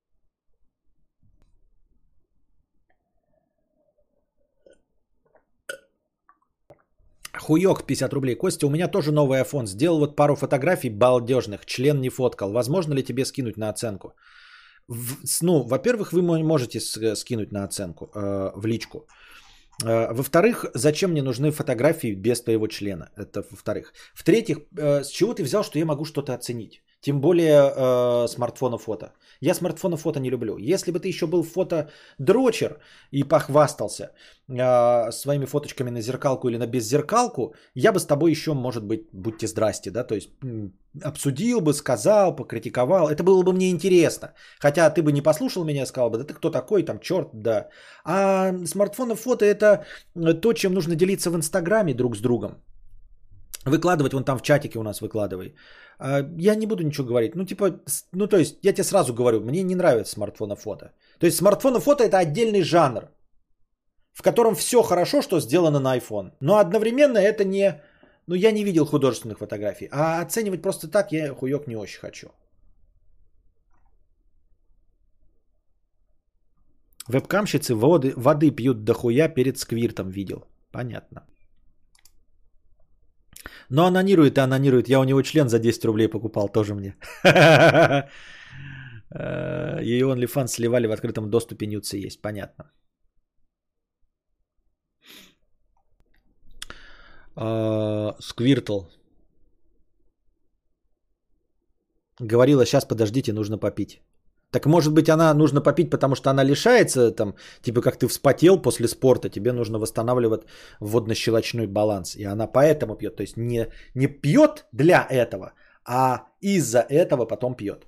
Хуёк 50 рублей. Костя, у меня тоже новый iPhone. Сделал вот пару фотографий балдежных. Член не фоткал. Возможно ли тебе скинуть на оценку? Ну, во-первых, вы можете скинуть на оценку в личку. Во-вторых, зачем мне нужны фотографии без твоего члена? Это во-вторых. В-третьих, с чего ты взял, что я могу что-то оценить? Тем более смартфона фото. Я смартфона фото не люблю. Если бы ты еще был фотодрочер и похвастался своими фоточками на зеркалку или на беззеркалку, я бы с тобой еще, может быть, будьте здрасте, да, то есть обсудил бы, сказал, покритиковал. Это было бы мне интересно. Хотя ты бы не послушал меня, сказал бы, да ты кто такой, там, черт, да. А смартфон фото это то, чем нужно делиться в Инстаграме друг с другом. Выкладывать, вон там в чатике у нас выкладывай. Я не буду ничего говорить. Ну, типа, ну, то есть, я тебе сразу говорю, мне не нравится смартфона фото. То есть, смартфона фото это отдельный жанр, в котором все хорошо, что сделано на iPhone. Но одновременно это не... Ну, я не видел художественных фотографий. А оценивать просто так я хуёк не очень хочу. Вебкамщицы воды пьют дохуя перед сквиртом, видел. Понятно. Но анонирует и анонирует. Я у него член за 10 рублей покупал, тоже мне. Ее OnlyFans сливали в открытом доступе, нюцы есть. Понятно. Сквиртл. Говорила, сейчас подождите, нужно попить. Так может быть она нужно попить, потому что она лишается, там, типа как ты вспотел после спорта, тебе нужно восстанавливать водно-щелочной баланс. И она поэтому пьет. То есть не пьет для этого, а из-за этого потом пьет.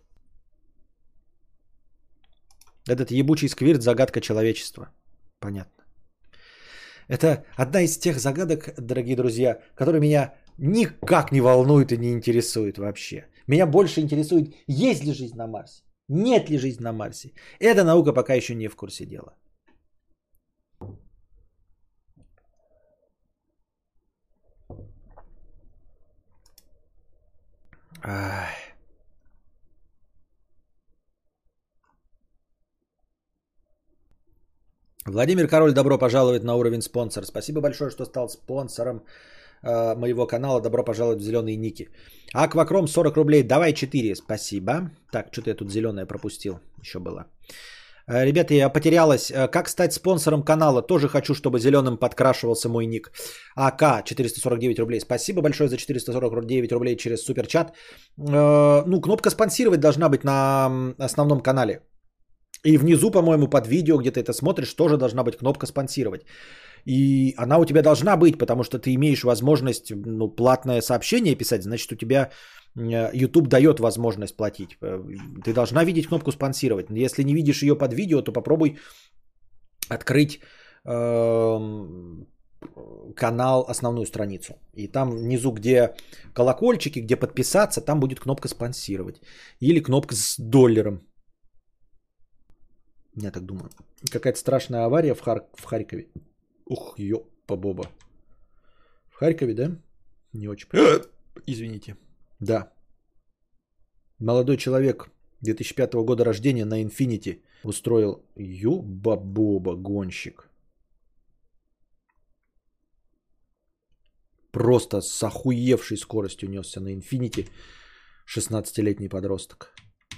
Этот ебучий сквирт – загадка человечества. Понятно. Это одна из тех загадок, дорогие друзья, которые меня никак не волнуют и не интересуют вообще. Меня больше интересует, есть ли жизнь на Марсе, нет ли жизни на Марсе. Эта наука пока еще не в курсе дела. Ай. Владимир Король, добро пожаловать на уровень спонсора. Спасибо большое, что стал спонсором моего канала. Добро пожаловать в зеленые ники. Аквакром 40 рублей. Давай 4. Спасибо. Так, что-то я тут зеленое пропустил. Еще было. Ребята, я потерялась. Как стать спонсором канала? Тоже хочу, чтобы зеленым подкрашивался мой ник. АК 449 рублей. Спасибо большое за 449 рублей через суперчат. Ну, кнопка спонсировать должна быть на основном канале. И внизу, по-моему, под видео, где ты это смотришь, тоже должна быть кнопка спонсировать. И она у тебя должна быть, потому что ты имеешь возможность, ну, платное сообщение писать, значит, у тебя YouTube дает возможность платить. Ты должна видеть кнопку спонсировать. Если не видишь ее под видео, то попробуй открыть канал, основную страницу. И там внизу, где колокольчики, где подписаться, там будет кнопка спонсировать. Или кнопка с долларом. Я так думаю. Какая-то страшная авария в Харькове. Ух, ёпа-боба. В Харькове, да? Не очень. Извините. Да. Молодой человек 2005 года рождения на Infinity устроил ёба-боба гонщик. Просто с охуевшей скоростью несся на Infinity 16-летний подросток.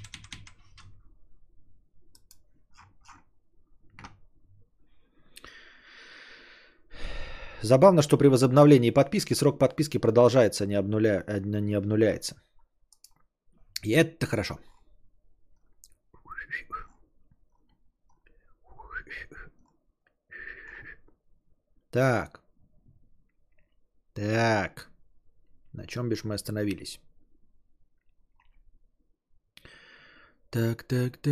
Забавно, что при возобновлении подписки срок подписки продолжается, не обнуляется. И это хорошо. Так. Так. На чем бишь мы остановились? Так.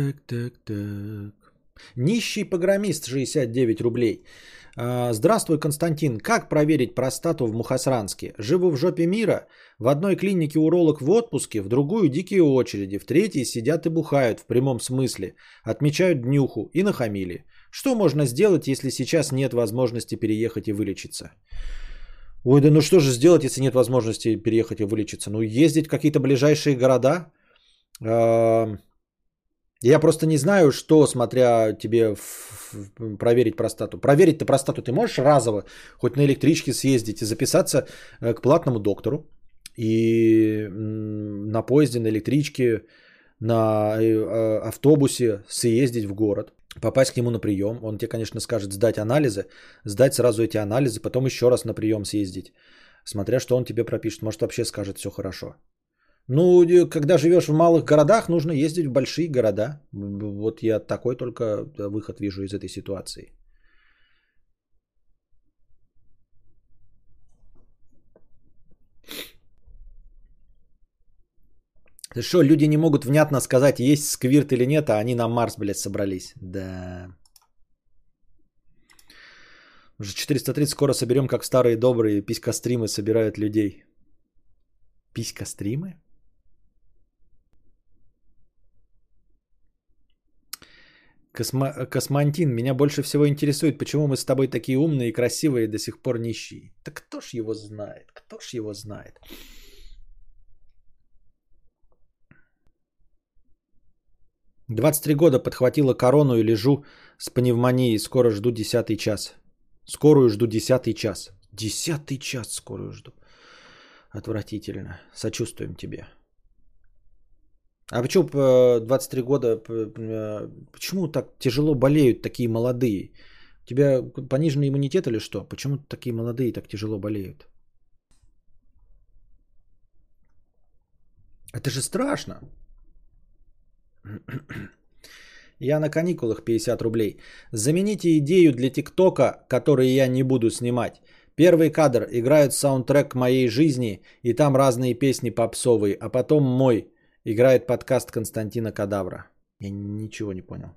Нищий программист 69 рублей. Здравствуй, Константин. Как проверить простату в Мухосранске? Живу в жопе мира. В одной клинике уролог в отпуске, в другую дикие очереди, в третьей сидят и бухают в прямом смысле. Отмечают днюху и нахамили. Что можно сделать, если сейчас нет возможности переехать и вылечиться? Ой, да ну что же сделать, если нет возможности переехать и вылечиться? Ну ездить в какие-то ближайшие города? Я просто не знаю, что, смотря тебе проверить простату. Проверить-то простату ты можешь разово, хоть на электричке съездить и записаться к платному доктору. И на поезде, на электричке, на автобусе съездить в город. Попасть к нему на прием. Он тебе, конечно, скажет сдать анализы. Сдать сразу эти анализы, потом еще раз на прием съездить. Смотря, что он тебе пропишет. Может, вообще скажет все хорошо. Ну, когда живешь в малых городах, нужно ездить в большие города. Вот я такой только выход вижу из этой ситуации. Ты что, люди не могут внятно сказать, есть сквирт или нет, а они на Марс, блядь, собрались. Да. Уже 430 скоро соберем, как старые добрые писька-стримы собирают людей. Писька-стримы? Космантин, меня больше всего интересует, почему мы с тобой такие умные и красивые и до сих пор нищие. Да кто ж его знает? Кто ж его знает? — 23 года подхватила корону и лежу с пневмонией. Скоро жду 10 час. Скорую жду 10 час. 10 час скорую жду. Отвратительно. Сочувствуем тебе. А почему 23 года, почему так тяжело болеют такие молодые? У тебя пониженный иммунитет или что? Почему такие молодые так тяжело болеют? Это же страшно. Я на каникулах 50 рублей. Замените идею для ТикТока, который я не буду снимать. Первый кадр играет саундтрек моей жизни, и там разные песни попсовые, а потом мой играет подкаст Константина Кадавра. Я ничего не понял.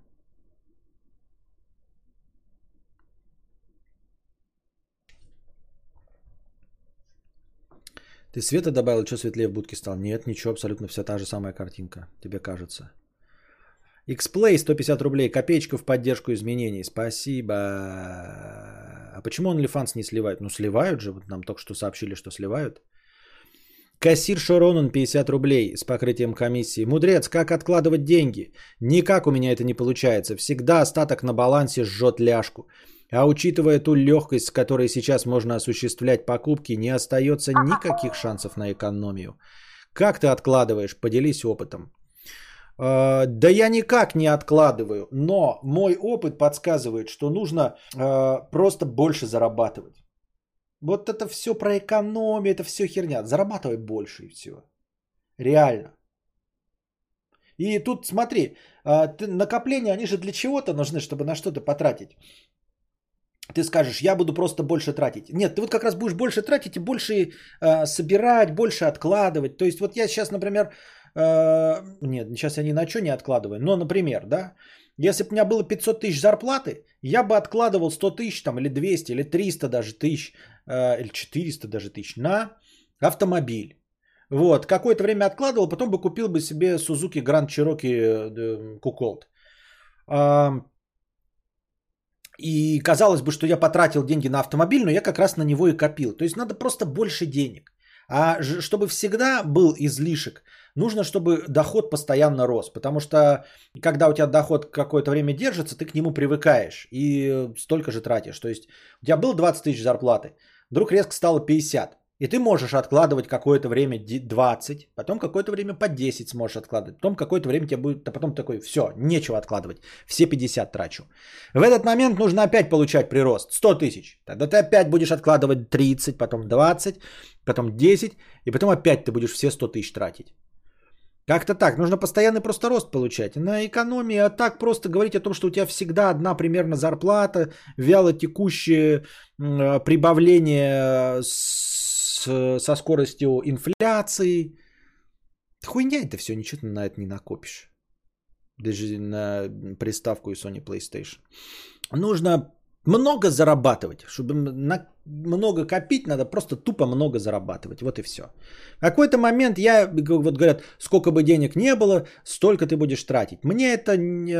Ты света добавил, что светлее в будке стал? Нет, ничего, абсолютно вся та же самая картинка. Тебе кажется. Xplay 150 рублей. Копеечка в поддержку изменений. Спасибо. А почему OnlyFans не сливают? Ну, сливают же. Вот нам только что сообщили, что сливают. Кассир Шоронан 50 рублей с покрытием комиссии. Мудрец, как откладывать деньги? Никак у меня это не получается. Всегда остаток на балансе жжет ляжку. А учитывая ту легкость, с которой сейчас можно осуществлять покупки, не остается никаких шансов на экономию. Как ты откладываешь? Поделись опытом. Да я никак не откладываю, но мой опыт подсказывает, что нужно просто больше зарабатывать. Вот это все про экономию, это все херня. Зарабатывай больше и все. Реально. И тут смотри, накопления, они же для чего-то нужны, чтобы на что-то потратить. Ты скажешь, я буду просто больше тратить. Нет, ты вот как раз будешь больше тратить и больше собирать, больше откладывать. То есть вот я сейчас, например, нет, сейчас я ни на что не откладываю. Но, например, да, если бы у меня было 500 тысяч зарплаты, я бы откладывал 100 тысяч там, или 200, или 300 даже тысяч, или 400 даже тысяч на автомобиль. Вот, какое-то время откладывал, потом бы купил бы себе Suzuki Grand Cherokee Cuckold. И казалось бы, что я потратил деньги на автомобиль, но я как раз на него и копил. То есть надо просто больше денег. А чтобы всегда был излишек, нужно, чтобы доход постоянно рос. Потому что когда у тебя доход какое-то время держится, ты к нему привыкаешь и столько же тратишь. То есть у тебя было 20 тысяч зарплаты, вдруг резко стало 50. И ты можешь откладывать какое-то время 20, потом какое-то время по 10 сможешь откладывать. Потом какое-то время тебе будет, а потом такой, все, нечего откладывать, все 50 трачу. В этот момент нужно опять получать прирост, 100 тысяч. Тогда ты опять будешь откладывать 30, потом 20, потом 10, и потом опять ты будешь все 100 тысяч тратить. Как-то так, нужно постоянный просто рост получать. На экономии, а так просто говорить о том, что у тебя всегда одна примерно зарплата, вяло текущее прибавление со скоростью инфляции. Хуйня это все, ничего на это не накопишь. Даже на приставку и Sony PlayStation. Нужно много зарабатывать. Чтобы много копить, надо просто тупо много зарабатывать. Вот и все. В какой-то момент вот говорят, сколько бы денег не было, столько ты будешь тратить. Мне это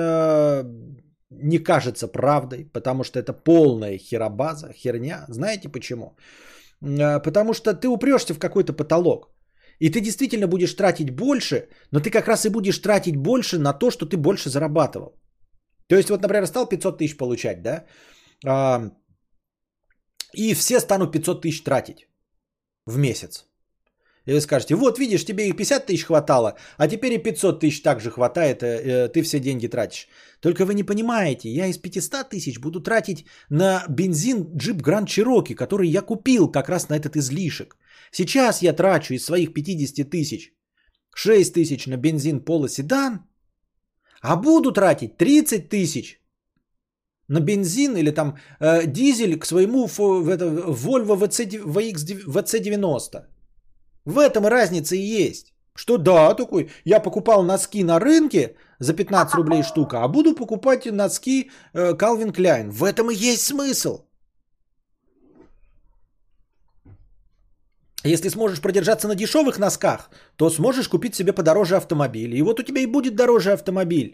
не кажется правдой, потому что это полная херобаза, херня. Знаете почему? Потому что ты упрешься в какой-то потолок. И ты действительно будешь тратить больше, но ты как раз и будешь тратить больше на то, что ты больше зарабатывал. То есть вот, например, стал 500 тысяч получать, да? И все станут 500 тысяч тратить в месяц. И вы скажете, вот видишь, тебе и 50 тысяч хватало, а теперь и 500 тысяч также хватает, ты все деньги тратишь. Только вы не понимаете, я из 500 тысяч буду тратить на бензин Jeep Grand Cherokee, который я купил как раз на этот излишек. Сейчас я трачу из своих 50 тысяч 6 тысяч на бензин полоседан, а буду тратить 30 тысяч на бензин или там дизель к своему Volvo VC90. В этом разница и есть. Что да, такой, я покупал носки на рынке за 15 рублей штука, а буду покупать носки Calvin Klein. В этом и есть смысл. Если сможешь продержаться на дешевых носках, то сможешь купить себе подороже автомобиль. И вот у тебя и будет дороже автомобиль.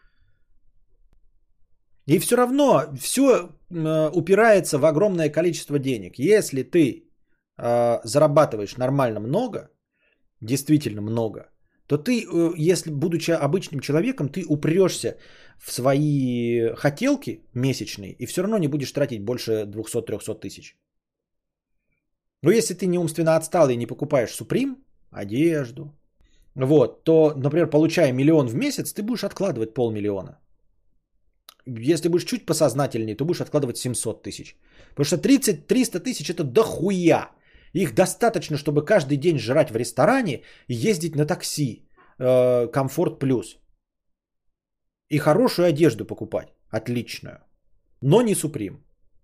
И все равно все упирается в огромное количество денег. Если ты зарабатываешь нормально много, действительно много, то ты, если будучи обычным человеком, ты упрешься в свои хотелки месячные и все равно не будешь тратить больше 200-300 тысяч. Но если ты не умственно отсталый и не покупаешь Supreme, одежду, вот, то, например, получая 1 миллион в месяц, ты будешь откладывать 500 000. Если будешь чуть посознательнее, то будешь откладывать 700 тысяч. Потому что 300 тысяч это дохуя. Их достаточно, чтобы каждый день жрать в ресторане и ездить на такси. Комфорт плюс. И хорошую одежду покупать. Отличную. Но не Supreme.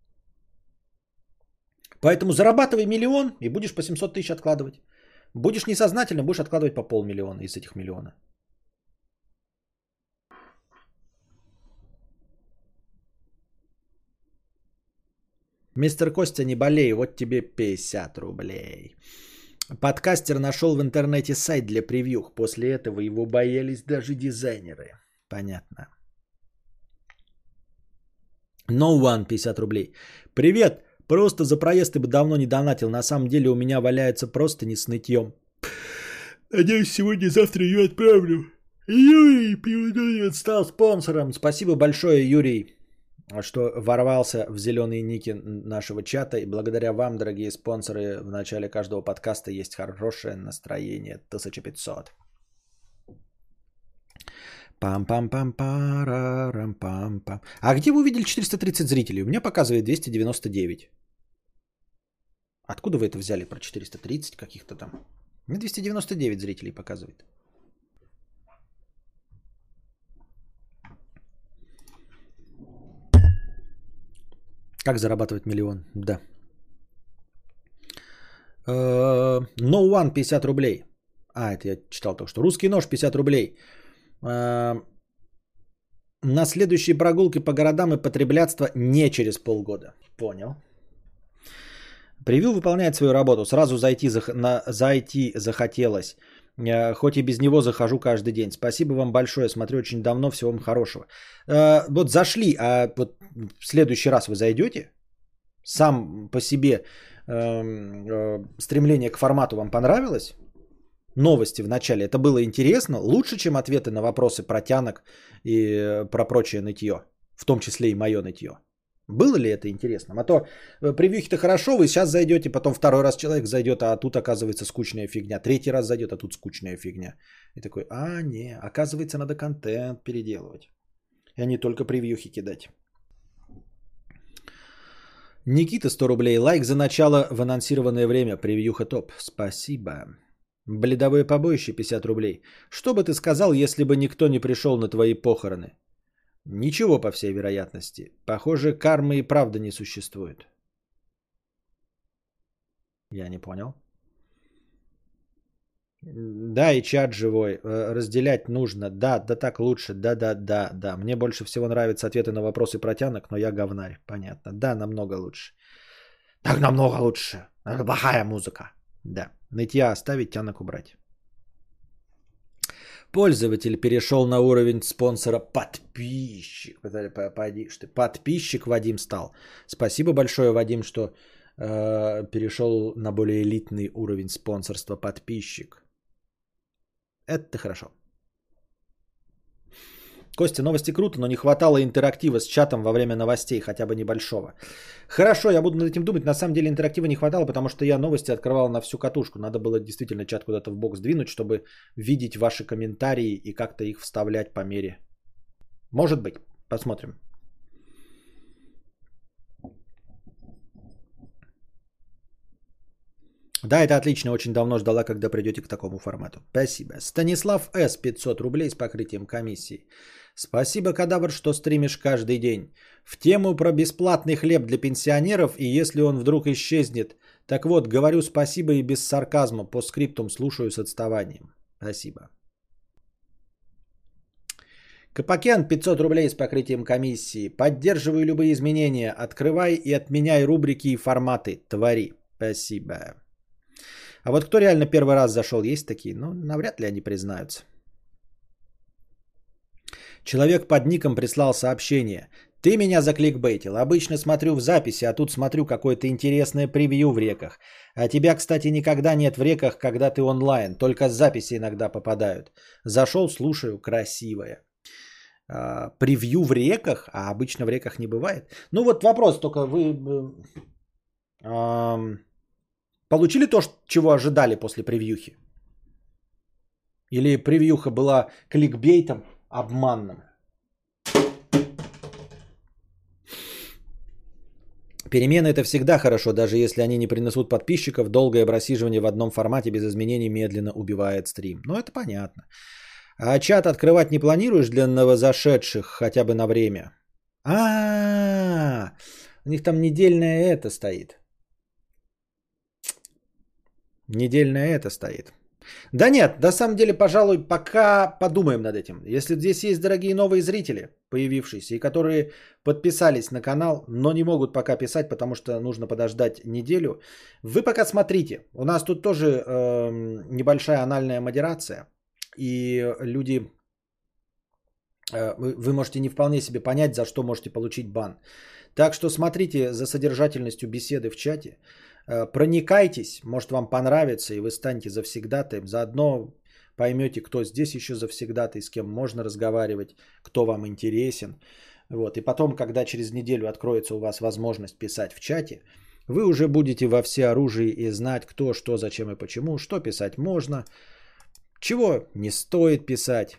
Поэтому зарабатывай 1 миллион и будешь по 700 тысяч откладывать. Будешь несознательно, будешь откладывать по 500 000 из этих миллиона. Мистер Костя, не болей, вот тебе 50 рублей. Подкастер нашел в интернете сайт для превьюх. После этого его боялись даже дизайнеры. Понятно. No One 50 рублей. Привет, просто за проезд ты бы давно не донатил. На самом деле у меня валяется просто не с нытьем. Надеюсь, сегодня-завтра ее отправлю. Юрий стал спонсором. Спасибо большое, Юрий, что ворвался в зеленые ники нашего чата. И благодаря вам, дорогие спонсоры, в начале каждого подкаста есть хорошее настроение. 1500. Пам-пам-пам-парам-пам-пам. А где вы увидели 430 зрителей? У меня показывает 299. Откуда вы это взяли про 430 каких-то там? Мне 299 зрителей показывает. Как зарабатывать миллион? Да. No One 50 рублей. Это я читал только что. Русский нож 50 рублей. На следующие прогулки по городам и потреблятство не через полгода. Понял. Превью выполняет свою работу. Сразу зайти захотелось. Хоть и без него захожу каждый день. Спасибо вам большое. Смотрю очень давно. Всего вам хорошего. Вот зашли, а вот в следующий раз вы зайдете? Сам по себе стремление к формату вам понравилось? Новости в начале. Это было интересно? Лучше, чем ответы на вопросы про тянок и про прочее нытье. В том числе и мое нытье. Было ли это интересно? А то превьюхи-то хорошо, вы сейчас зайдете, потом второй раз человек зайдет, а тут оказывается скучная фигня. Третий раз зайдет, а тут скучная фигня. И такой, не, оказывается надо контент переделывать. А не только превьюхи кидать. Никита 100 рублей. Лайк за начало в анонсированное время. Превьюха топ. Спасибо. Бледовое побоище 50 рублей. Что бы ты сказал, если бы никто не пришел на твои похороны? Ничего, по всей вероятности. Похоже, кармы и правда не существует. Я не понял. Да, и чат живой. Разделять нужно. Да, так лучше. Да. Мне больше всего нравятся ответы на вопросы про тянок, но я говнарь. Понятно. Да, намного лучше. Так намного лучше. Это плохая музыка. Да. Нытья оставить, тянок убрать. Пользователь перешел на уровень спонсора подписчик. Подписчик Вадим стал. Спасибо большое, Вадим, что перешел на более элитный уровень спонсорства подписчик. Это хорошо. Костя, новости круто, но не хватало интерактива с чатом во время новостей, хотя бы небольшого. Хорошо, я буду над этим думать. На самом деле интерактива не хватало, потому что я новости открывал на всю катушку. Надо было действительно чат куда-то в бок сдвинуть, чтобы видеть ваши комментарии и как-то их вставлять по мере. Может быть, посмотрим. Да, это отлично, очень давно ждала, когда придете к такому формату. Спасибо. Станислав С. 500 рублей с покрытием комиссии. Спасибо, Кадавр, что стримишь каждый день. В тему про бесплатный хлеб для пенсионеров, и если он вдруг исчезнет. Так вот, говорю спасибо и без сарказма, по скриптум слушаю с отставанием. Спасибо. Капакен 500 рублей с покрытием комиссии. Поддерживаю любые изменения. Открывай и отменяй рубрики и форматы. Твори. Спасибо. А вот кто реально первый раз зашел, есть такие? Ну, навряд ли они признаются. Человек под ником прислал сообщение. Ты меня закликбейтил. Обычно смотрю в записи, а тут смотрю какое-то интересное превью в реках. А тебя, кстати, никогда нет в реках, когда ты онлайн. Только записи иногда попадают. Зашел, слушаю. Красивое. Превью в реках, а обычно в реках не бывает. Ну вот вопрос, только вы получили то, чего ожидали после превьюхи? Или превьюха была кликбейтом обманным? Перемены это всегда хорошо, даже если они не принесут подписчиков, долгое просиживание в одном формате без изменений медленно убивает стрим. Ну это понятно. А чат открывать не планируешь для новозашедших хотя бы на время? У них там недельное это стоит. Недельное это стоит. Да нет, на самом деле, пожалуй, пока подумаем над этим. Если здесь есть дорогие новые зрители, появившиеся, и которые подписались на канал, но не могут пока писать, потому что нужно подождать неделю, вы пока смотрите. У нас тут тоже небольшая анальная модерация. И люди, вы можете не вполне себе понять, за что можете получить бан. Так что смотрите за содержательностью беседы в чате. Проникайтесь, может вам понравится, и вы станете завсегдатаем. Заодно поймете, кто здесь еще завсегдатый, с кем можно разговаривать, кто вам интересен. Вот. И потом, когда через неделю откроется у вас возможность писать в чате, вы уже будете во всеоружии и знать, кто, что, зачем и почему, что писать можно, чего не стоит писать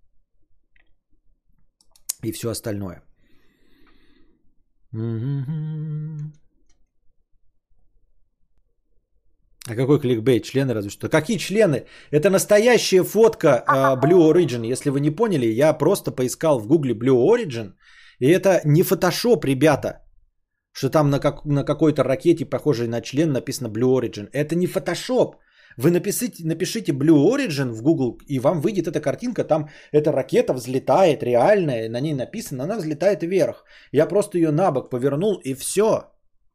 и все остальное. А какой кликбейт? Члены разве что? Какие члены? Это настоящая фотка Blue Origin. Если вы не поняли, я просто поискал в гугле Blue Origin. И это не фотошоп, ребята. Что там на какой-то ракете, похожей на член, написано Blue Origin. Это не фотошоп. Вы напишите Blue Origin в Google, и вам выйдет эта картинка. Там эта ракета взлетает, реальная, на ней написано, она взлетает вверх. Я просто ее на бок повернул, и все.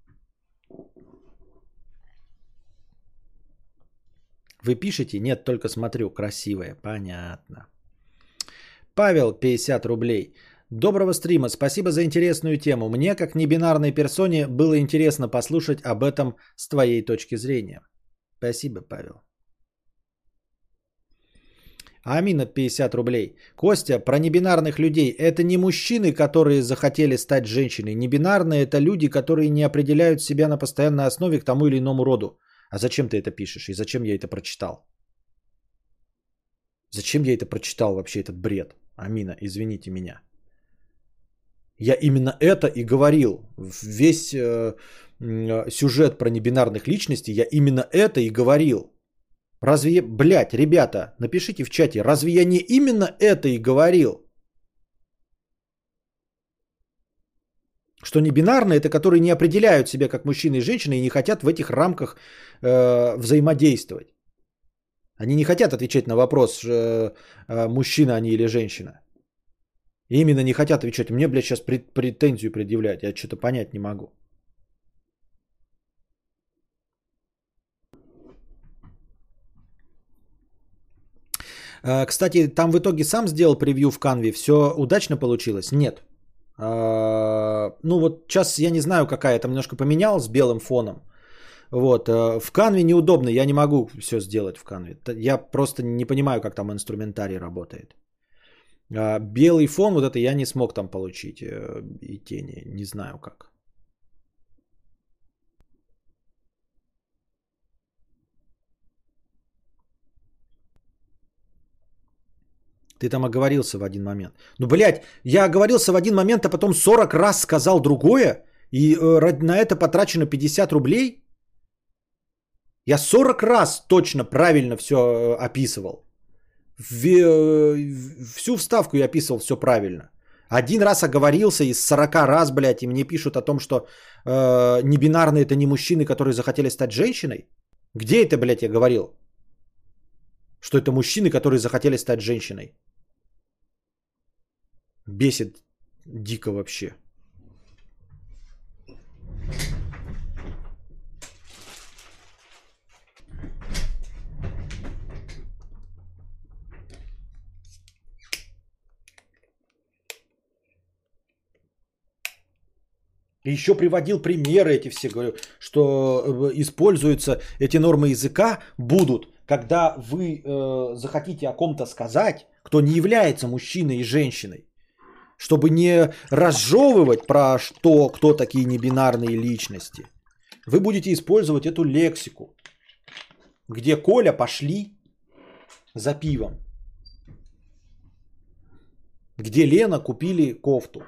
Вы пишете? Нет, только смотрю. Красивая. Понятно. Павел, 50 рублей. Доброго стрима. Спасибо за интересную тему. Мне, как небинарной персоне, было интересно послушать об этом с твоей точки зрения. Спасибо, Павел. Амина, 50 рублей. Костя, про небинарных людей. Это не мужчины, которые захотели стать женщиной. Небинарные – это люди, которые не определяют себя на постоянной основе к тому или иному роду. А зачем ты это пишешь? И зачем я это прочитал? Зачем я это прочитал вообще, этот бред? Амина, извините меня. Я именно это и говорил. Весь сюжет про небинарных личностей, я именно это и говорил. Разве, блядь, ребята, напишите в чате, разве я не именно это и говорил? Что небинарные, это которые не определяют себя как мужчины и женщины и не хотят в этих рамках взаимодействовать. Они не хотят отвечать на вопрос, мужчина они или женщина. И именно не хотят отвечать. Мне, блядь, сейчас претензию предъявлять. Я что-то понять не могу. Кстати, там в итоге сам сделал превью в Canva. Все удачно получилось? Нет. Ну вот сейчас я не знаю какая, там немножко поменял с белым фоном. Вот. В Canva неудобно, я не могу все сделать в Canva. Я просто не понимаю, как там инструментарий работает. Белый фон, вот это я не смог там получить. И тени, не знаю как. Ты там оговорился в один момент. Ну, блядь, я оговорился в один момент, а потом 40 раз сказал другое, и на это потрачено 50 рублей? Я 40 раз точно правильно все описывал. Всю вставку я описывал все правильно. Один раз оговорился из 40 раз, блядь, и мне пишут о том, что небинарные это не мужчины, которые захотели стать женщиной. Где это, блядь, я говорил? Что это мужчины, которые захотели стать женщиной. Бесит дико вообще. И еще приводил примеры эти все, говорю, что используются эти нормы языка будут, когда вы захотите о ком-то сказать, кто не является мужчиной и женщиной, чтобы не разжевывать про что, кто такие небинарные личности. Вы будете использовать эту лексику, где Коля пошли за пивом, где Лена купили кофту.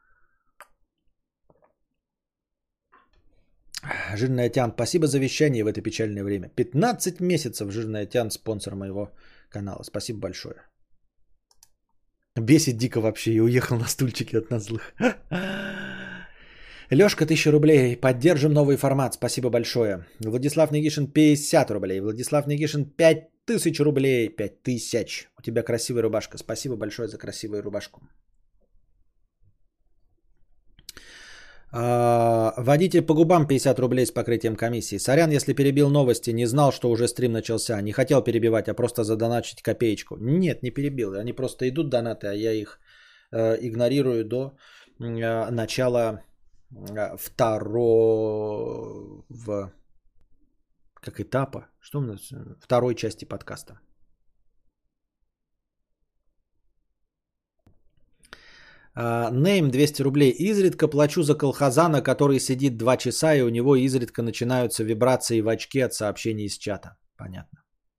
Жирная Тян, спасибо за вещание в это печальное время. 15 месяцев Жирная Тян, спонсор моего канала. Спасибо большое. Бесит дико вообще и уехал на стульчике от нас злых. Лёшка, 1000 рублей. Поддержим новый формат. Спасибо большое. Владислав Негишин, 50 рублей. Владислав Негишин, 5000 рублей. 5000. У тебя красивая рубашка. Спасибо большое за красивую рубашку. Водитель по губам 50 рублей с покрытием комиссии. Сорян, если перебил новости, не знал, что уже стрим начался. Не хотел перебивать, а просто задоначить копеечку. Нет, не перебил. Они просто идут донаты, а я их игнорирую до начала второго этапа. Что у нас? Второй части подкаста. Нейм 200 рублей. Изредка плачу за колхозана, который сидит 2 часа, и у него изредка начинаются вибрации в очке от сообщений из чата. Понятно.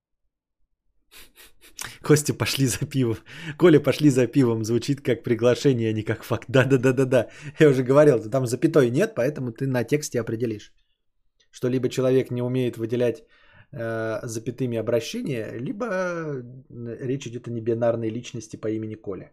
Костя, пошли за пивом. Коля, пошли за пивом. Звучит как приглашение, а не как факт. Да. Я уже говорил, там запятой нет, поэтому ты на тексте определишь. Что либо человек не умеет выделять запятыми обращения, либо речь идет о небинарной личности по имени Коля.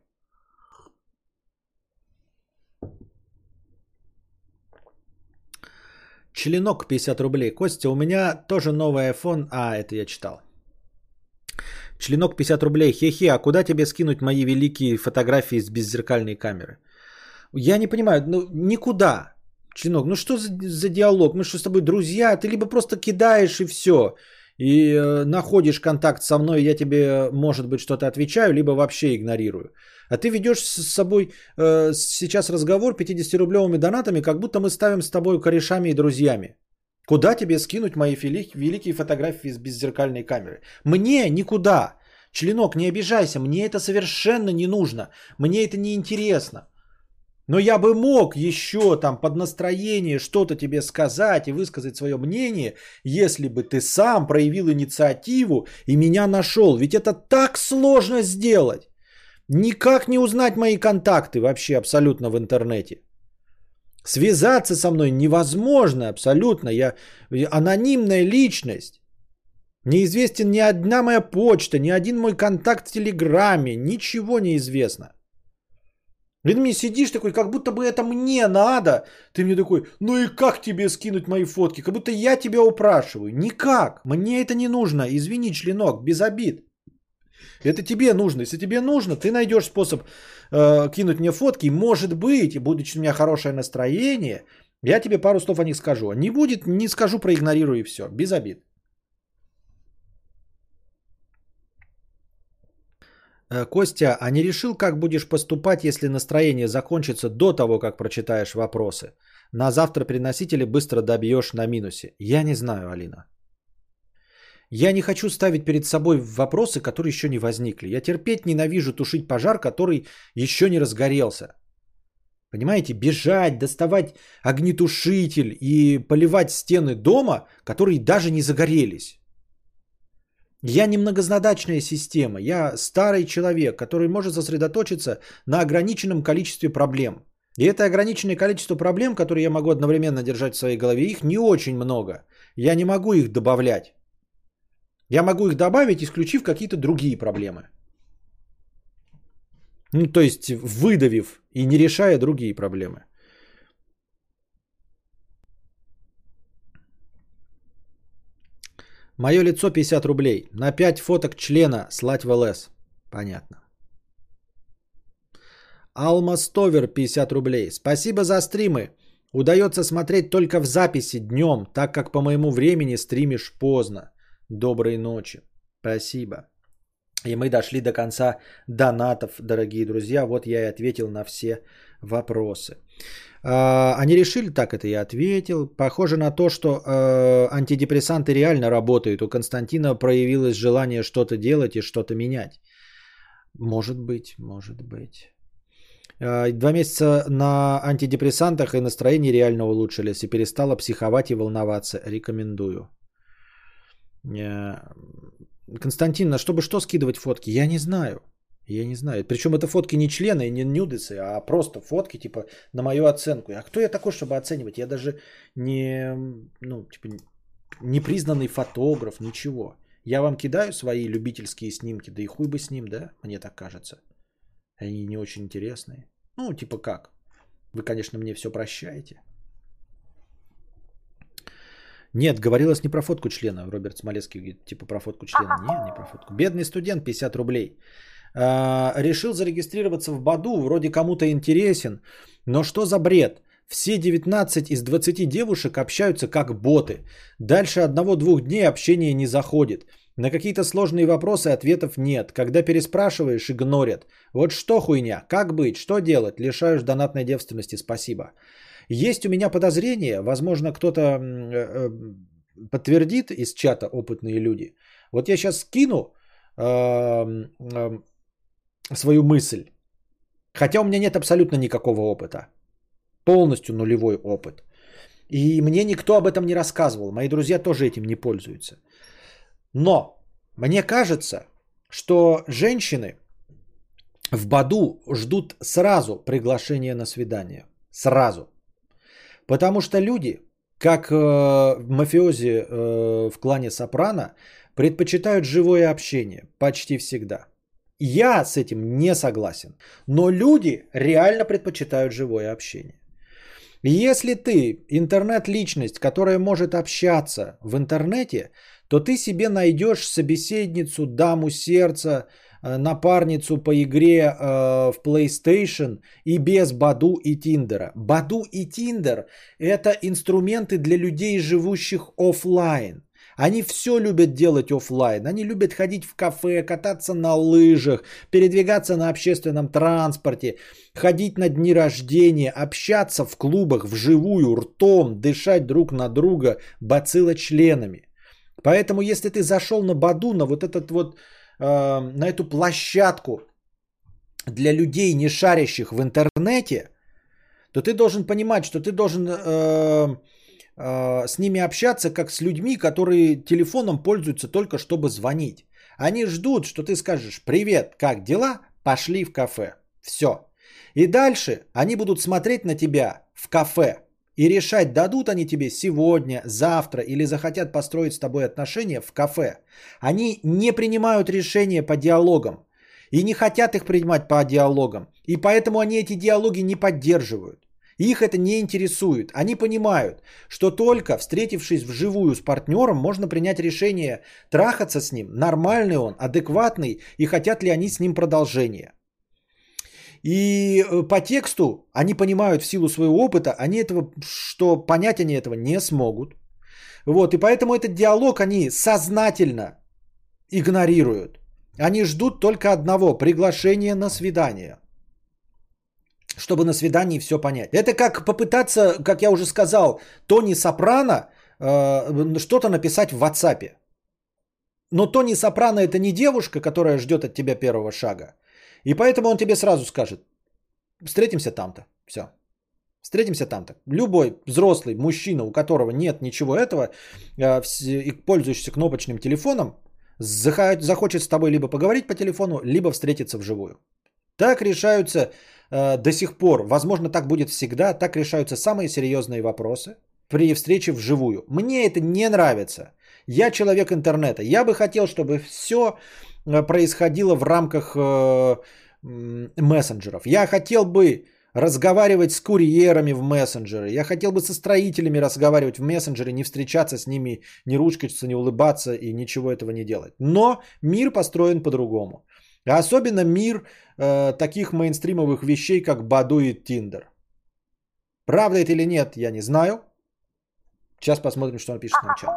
Членок 50 рублей. Костя, у меня тоже новый iPhone. Это я читал. Членок 50 рублей. Хе-хе, а куда тебе скинуть мои великие фотографии с беззеркальной камеры? Я не понимаю, никуда. Членок, что за диалог? Мы что, с тобой друзья? Ты либо просто кидаешь и все. И находишь контакт со мной, я тебе, может быть, что-то отвечаю, либо вообще игнорирую. А ты ведешь с собой сейчас разговор 50-рублевыми донатами, как будто мы ставим с тобой корешами и друзьями. Куда тебе скинуть мои великие фотографии с беззеркальной камеры? Мне никуда. Членок, не обижайся, мне это совершенно не нужно. Мне это не интересно. Но я бы мог еще там под настроение что-то тебе сказать и высказать свое мнение, если бы ты сам проявил инициативу и меня нашел. Ведь это так сложно сделать. Никак не узнать мои контакты вообще абсолютно в интернете. Связаться со мной невозможно абсолютно. Я анонимная личность. Неизвестен ни одна моя почта, ни один мой контакт в Телеграме. Ничего не известно. И ты мне сидишь такой, как будто бы это мне надо. Ты мне такой, и как тебе скинуть мои фотки? Как будто я тебя упрашиваю. Никак. Мне это не нужно. Извини, членок, без обид. Это тебе нужно. Если тебе нужно, ты найдешь способ кинуть мне фотки. Может быть, и будучи у меня хорошее настроение, я тебе пару слов о них скажу. А не будет, не скажу, проигнорирую и все. Без обид. Костя, а не решил, как будешь поступать, если настроение закончится до того, как прочитаешь вопросы? На завтра приносить или быстро добьешь на минусе? Я не знаю, Алина. Я не хочу ставить перед собой вопросы, которые еще не возникли. Я терпеть ненавижу тушить пожар, который еще не разгорелся. Понимаете, бежать, доставать огнетушитель и поливать стены дома, которые даже не загорелись. Я не многозадачная система, я старый человек, который может сосредоточиться на ограниченном количестве проблем. И это ограниченное количество проблем, которые я могу одновременно держать в своей голове, их не очень много. Я не могу их добавлять. Я могу их добавить, исключив какие-то другие проблемы. Ну, то есть выдавив и не решая другие проблемы. Мое лицо 50 рублей. На 5 фоток члена слать в ЛС. Понятно. Алмастовер 50 рублей. Спасибо за стримы. Удается смотреть только в записи днем, так как по моему времени стримишь поздно. Доброй ночи. Спасибо. И мы дошли до конца донатов, дорогие друзья. Вот я и ответил на все вопросы. Они решили, так это я ответил. Похоже на то, что антидепрессанты реально работают. У Константина проявилось желание что-то делать и что-то менять. Может быть, может быть. 2 месяца на антидепрессантах и настроение реально улучшились. И перестала психовать и волноваться. Рекомендую. Константин, чтобы что скидывать фотки? Я не знаю. Я не знаю. Причем это фотки не члена и не нюдесы, а просто фотки типа на мою оценку. А кто я такой, чтобы оценивать? Я даже не, ну, типа, не признанный фотограф, ничего. Я вам кидаю свои любительские снимки, да и хуй бы с ним, да? Мне так кажется. Они не очень интересные. Ну, типа как? Вы, конечно, мне все прощаете. Нет, говорилось не про фотку члена. Роберт Смолецкий говорит, типа про фотку члена. Нет, не про фотку. Бедный студент, 50 рублей. Решил зарегистрироваться в Баду, вроде кому-то интересен. Но что за бред? Все 19 из 20 девушек общаются как боты. Дальше 1-2 дней общение не заходит. На какие-то сложные вопросы ответов нет. Когда переспрашиваешь, игнорят. Вот что хуйня? Как быть? Что делать? Лишаешь донатной девственности. Спасибо. Есть у меня подозрение, возможно, кто-то подтвердит из чата опытные люди. Вот я сейчас скину свою мысль. Хотя у меня нет абсолютно никакого опыта. Полностью нулевой опыт. И мне никто об этом не рассказывал. Мои друзья тоже этим не пользуются. Но мне кажется, что женщины в Баду ждут сразу приглашения на свидание. Сразу. Потому что люди, как мафиози в клане Сопрано, предпочитают живое общение почти всегда. Я с этим не согласен. Но люди реально предпочитают живое общение. Если ты интернет-личность, которая может общаться в интернете, то ты себе найдешь собеседницу, даму сердца, напарницу по игре в PlayStation и без Баду и Тиндера. Баду и Тиндер – это инструменты для людей, живущих офлайн. Они все любят делать офлайн. Они любят ходить в кафе, кататься на лыжах, передвигаться на общественном транспорте, ходить на дни рождения, общаться в клубах вживую, ртом, дышать друг на друга бациллочленами. Поэтому если ты зашел на Баду, на вот этот вот, на эту площадку для людей, не шарящих в интернете, то ты должен понимать, что ты должен с ними общаться как с людьми, которые телефоном пользуются только чтобы звонить. Они ждут, что ты скажешь: привет, как дела? Пошли в кафе. Все. И дальше они будут смотреть на тебя в кафе и решать, дадут они тебе сегодня, завтра или захотят построить с тобой отношения в кафе. Они не принимают решения по диалогам и не хотят их принимать по диалогам. И поэтому они эти диалоги не поддерживают. Их это не интересует. Они понимают, что только встретившись вживую с партнером, можно принять решение трахаться с ним, нормальный он, адекватный и хотят ли они с ним продолжения. И по тексту они понимают в силу своего опыта, они этого, что понять они этого не смогут. Вот, и поэтому этот диалог они сознательно игнорируют. Они ждут только одного – приглашения на свидание. Чтобы на свидании все понять. Это как попытаться, как я уже сказал, Тони Сопрано что-то написать в WhatsApp. Но Тони Сопрано это не девушка, которая ждет от тебя первого шага. И поэтому он тебе сразу скажет: встретимся там-то. Все. Встретимся там-то. Любой взрослый мужчина, у которого нет ничего этого, и пользующийся кнопочным телефоном, захочет с тобой либо поговорить по телефону, либо встретиться вживую. Так решаются до сих пор, возможно, так будет всегда, так решаются самые серьезные вопросы при встрече вживую. Мне это не нравится. Я человек интернета. Я бы хотел, чтобы все происходило в рамках мессенджеров. Я хотел бы разговаривать с курьерами в мессенджеры. Я хотел бы со строителями разговаривать в мессенджере, не встречаться с ними, не ручкаться, не улыбаться и ничего этого не делать. Но мир построен по-другому. А особенно мир таких мейнстримовых вещей, как Баду и Тиндер. Правда это или нет, я не знаю. Сейчас посмотрим, что он пишет нам в чат.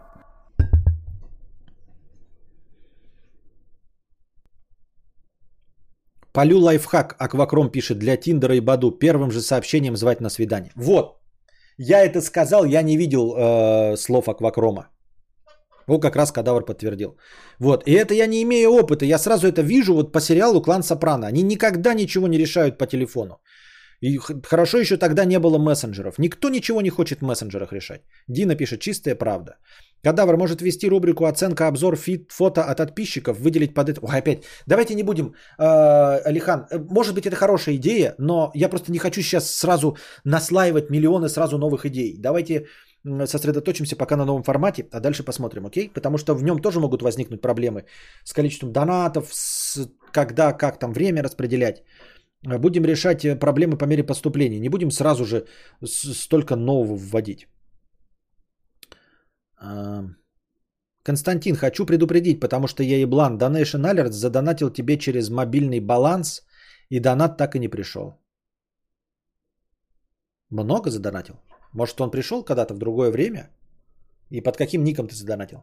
Полю лайфхак. Аквакром пишет для Тиндера и Баду. Первым же сообщением звать на свидание. Вот. Я это сказал, я не видел слов Аквакрома. Вот как раз Кадавр подтвердил. Вот. И это я не имею опыта. Я сразу это вижу вот по сериалу «Клан Сопрано». Они никогда ничего не решают по телефону. И хорошо еще тогда не было мессенджеров. Никто ничего не хочет в мессенджерах решать. Дина пишет, чистая правда. Кадавр может вести рубрику «Оценка, обзор, фото от подписчиков», выделить под это... Ой, опять. Давайте не будем, Алихан. Может быть, это хорошая идея, но я просто не хочу сейчас сразу наслаивать миллионы сразу новых идей. Давайте сосредоточимся пока на новом формате, а дальше посмотрим, окей? Потому что в нем тоже могут возникнуть проблемы с количеством донатов, с когда, как там время распределять. Будем решать проблемы по мере поступления. Не будем сразу же столько нового вводить. Константин, хочу предупредить, потому что я еблан. Donation Alert задонатил тебе через мобильный баланс, и донат так и не пришел. Много задонатил? Может, он пришел когда-то в другое время? И под каким ником ты задонатил?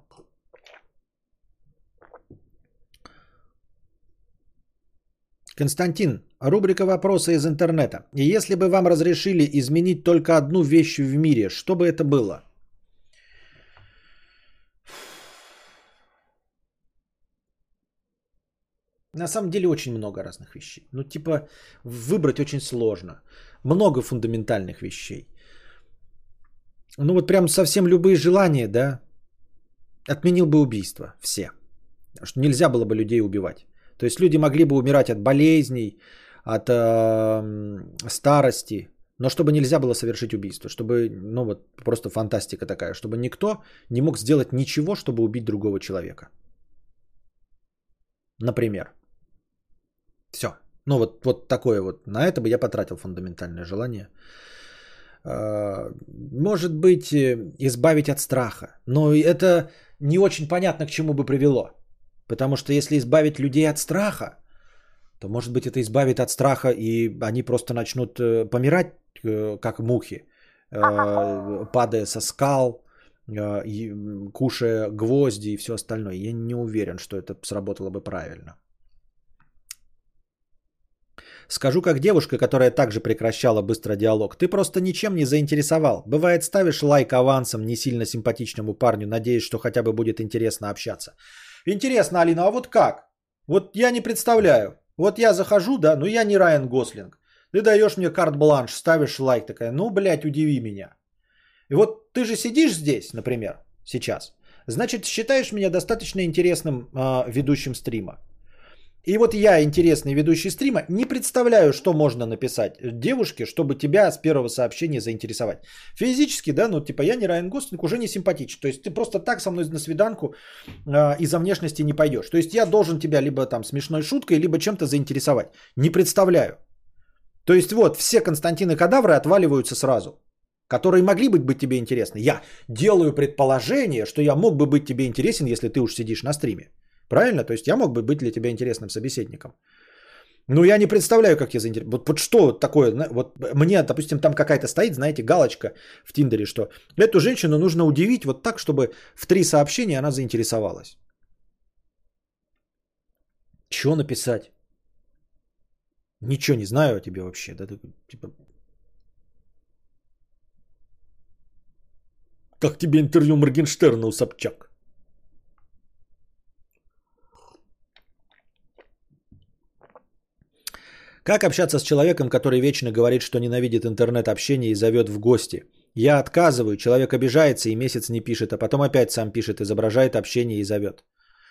Константин, рубрика «Вопросы из интернета». И если бы вам разрешили изменить только одну вещь в мире, что бы это было? На самом деле очень много разных вещей. Ну, типа, выбрать очень сложно. Много фундаментальных вещей. Ну, вот прям совсем любые желания, да? Отменил бы убийство. Все. Потому что нельзя было бы людей убивать. То есть люди могли бы умирать от болезней, от старости, но чтобы нельзя было совершить убийство, чтобы, ну вот просто фантастика такая, чтобы никто не мог сделать ничего, чтобы убить другого человека. Например. Все. Ну вот такое вот. На это бы я потратил фундаментальное желание. Может быть, избавить от страха. Но это не очень понятно, к чему бы привело. Потому что если избавить людей от страха, то, может быть, это избавит от страха, и они просто начнут помирать, как мухи, падая со скал, кушая гвозди и все остальное. Я не уверен, что это сработало бы правильно. Скажу как девушка, которая также прекращала быстро диалог. Ты просто ничем не заинтересовал. Бывает, ставишь лайк авансом не сильно симпатичному парню, надеясь, что хотя бы будет интересно общаться. Интересно, Алина, а вот как? Вот я не представляю. Вот я захожу, да, ну я не Райан Гослинг. Ты даешь мне карт-бланш, ставишь лайк, такая, ну, блядь, удиви меня. И вот ты же сидишь здесь, например, сейчас. Значит, считаешь меня достаточно интересным ведущим стрима. И вот я, интересный ведущий стрима, не представляю, что можно написать девушке, чтобы тебя с первого сообщения заинтересовать. Физически, да, ну типа я не Райан Гослинг, уже не симпатичен. То есть ты просто так со мной на свиданку из-за внешности не пойдешь. То есть я должен тебя либо там смешной шуткой, либо чем-то заинтересовать. Не представляю. То есть вот все Константины Кадавры отваливаются сразу, которые могли быть тебе интересны. Я делаю предположение, что я мог бы быть тебе интересен, если ты уж сидишь на стриме. Правильно? То есть я мог бы быть для тебя интересным собеседником. Но я не представляю, как я заинтересован. Вот что такое? Вот мне, допустим, там какая-то стоит, знаете, галочка в Тиндере, что эту женщину нужно удивить вот так, чтобы в 3 сообщения она заинтересовалась. Чего написать? Ничего не знаю о тебе вообще. Да, типа... Как тебе интервью Моргенштерна у Собчак? Как общаться с человеком, который вечно говорит, что ненавидит интернет-общение и зовет в гости? Я отказываю, человек обижается и месяц не пишет, а потом опять сам пишет, изображает общение и зовет.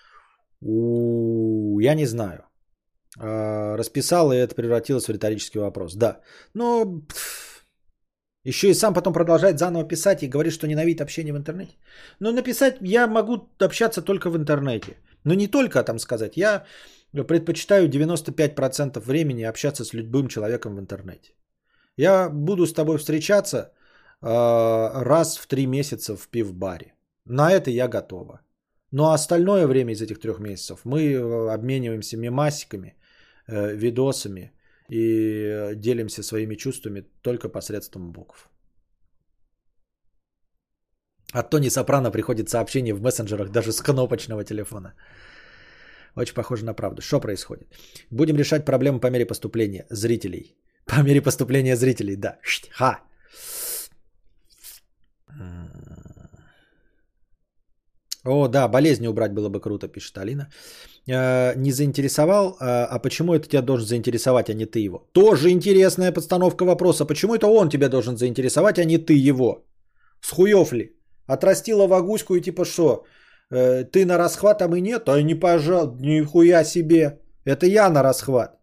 Я не знаю. Расписал, и это превратилось в риторический вопрос. Да, но Еще и сам потом продолжает заново писать и говорит, что ненавидит общение в интернете. Но написать я могу общаться только в интернете. Но не только там сказать. Я предпочитаю 95% времени общаться с любым человеком в интернете. Я буду с тобой встречаться раз в 3 месяца в пивбаре. На это я готова. Но остальное время из этих 3 месяцев мы обмениваемся мемасиками, видосами и делимся своими чувствами только посредством букв. От Тони Сопрано приходит сообщение в мессенджерах даже с кнопочного телефона. Очень похоже на правду. Что происходит? Будем решать проблемы по мере поступления зрителей. По мере поступления зрителей, да. Ха. О, да, болезни убрать было бы круто, пишет Алина. Не заинтересовал, а почему это тебя должен заинтересовать, а не ты его? Тоже интересная подстановка вопроса. Почему это он тебя должен заинтересовать, а не ты его? Схуев ли? Отрастила вагуську и типа что? Ты на расхват, а мы нет? А не пожал, нихуя себе. Это я на расхват.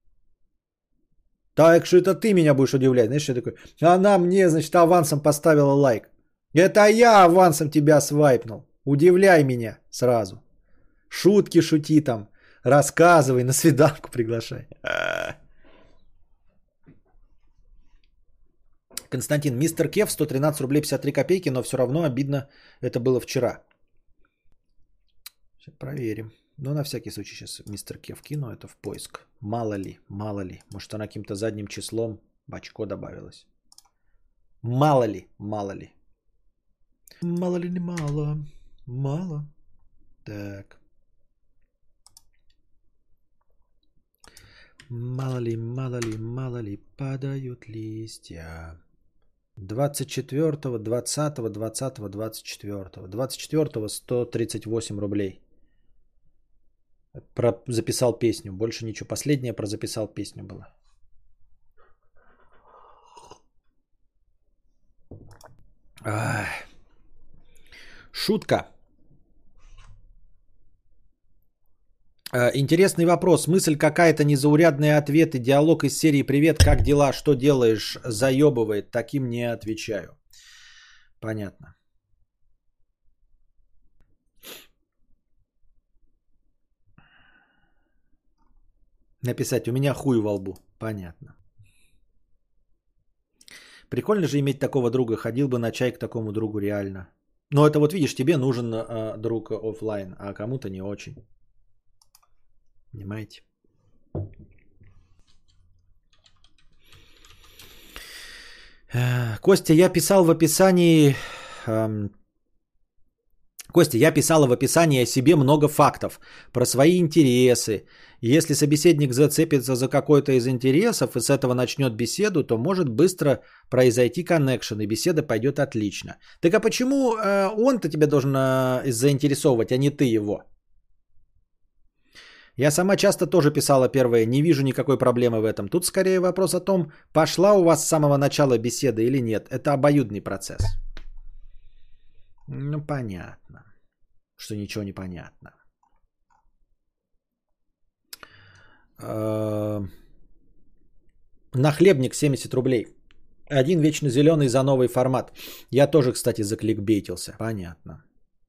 Так что это ты меня будешь удивлять. Знаешь, что такое? Она мне, значит, авансом поставила лайк. Это я авансом тебя свайпнул. Удивляй меня сразу. Шутки шути там. Рассказывай, на свиданку приглашай. Константин, мистер Кев, 113 рублей 53 копейки, но все равно обидно, это было вчера. Сейчас проверим. Но на всякий случай сейчас мистер Кев кину это в поиск. Мало ли. Может она каким-то задним числом в очко добавилась. Мало ли. Мало ли не мало. Мало. Так. Мало ли падают листья. 24-го, 20-го, 20-го, 24-го. 24-го 138 рублей. Записал песню. Больше ничего. Последняя про записал песню была. Шутка. Интересный вопрос. Мысль какая-то, незаурядные ответы, диалог из серии «Привет, как дела, что делаешь?» заебывает. Таким не отвечаю. Понятно. Написать: у меня хуй во лбу. Понятно. Прикольно же иметь такого друга. Ходил бы на чай к такому другу реально. Но это вот видишь, тебе нужен друг офлайн, а кому-то не очень. Понимаете? Костя, я писала в описании о себе много фактов про свои интересы. Если собеседник зацепится за какой-то из интересов и с этого начнет беседу, то может быстро произойти коннекшн, и беседа пойдет отлично. Так а почему он-то тебя должен заинтересовывать, а не ты его? Я сама часто тоже писала первое, не вижу никакой проблемы в этом. Тут скорее вопрос о том, пошла у вас с самого начала беседа или нет. Это обоюдный процесс. Ну, понятно, что ничего не понятно. Нахлебник 70 рублей. Один вечно зеленый за новый формат. Я тоже, кстати, закликбейтился. Понятно.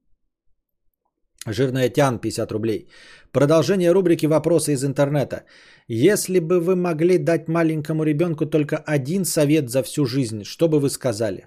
Жирная Тян 50 рублей. Продолжение рубрики «Вопросы из интернета». Если бы вы могли дать маленькому ребенку только один совет за всю жизнь, что бы вы сказали?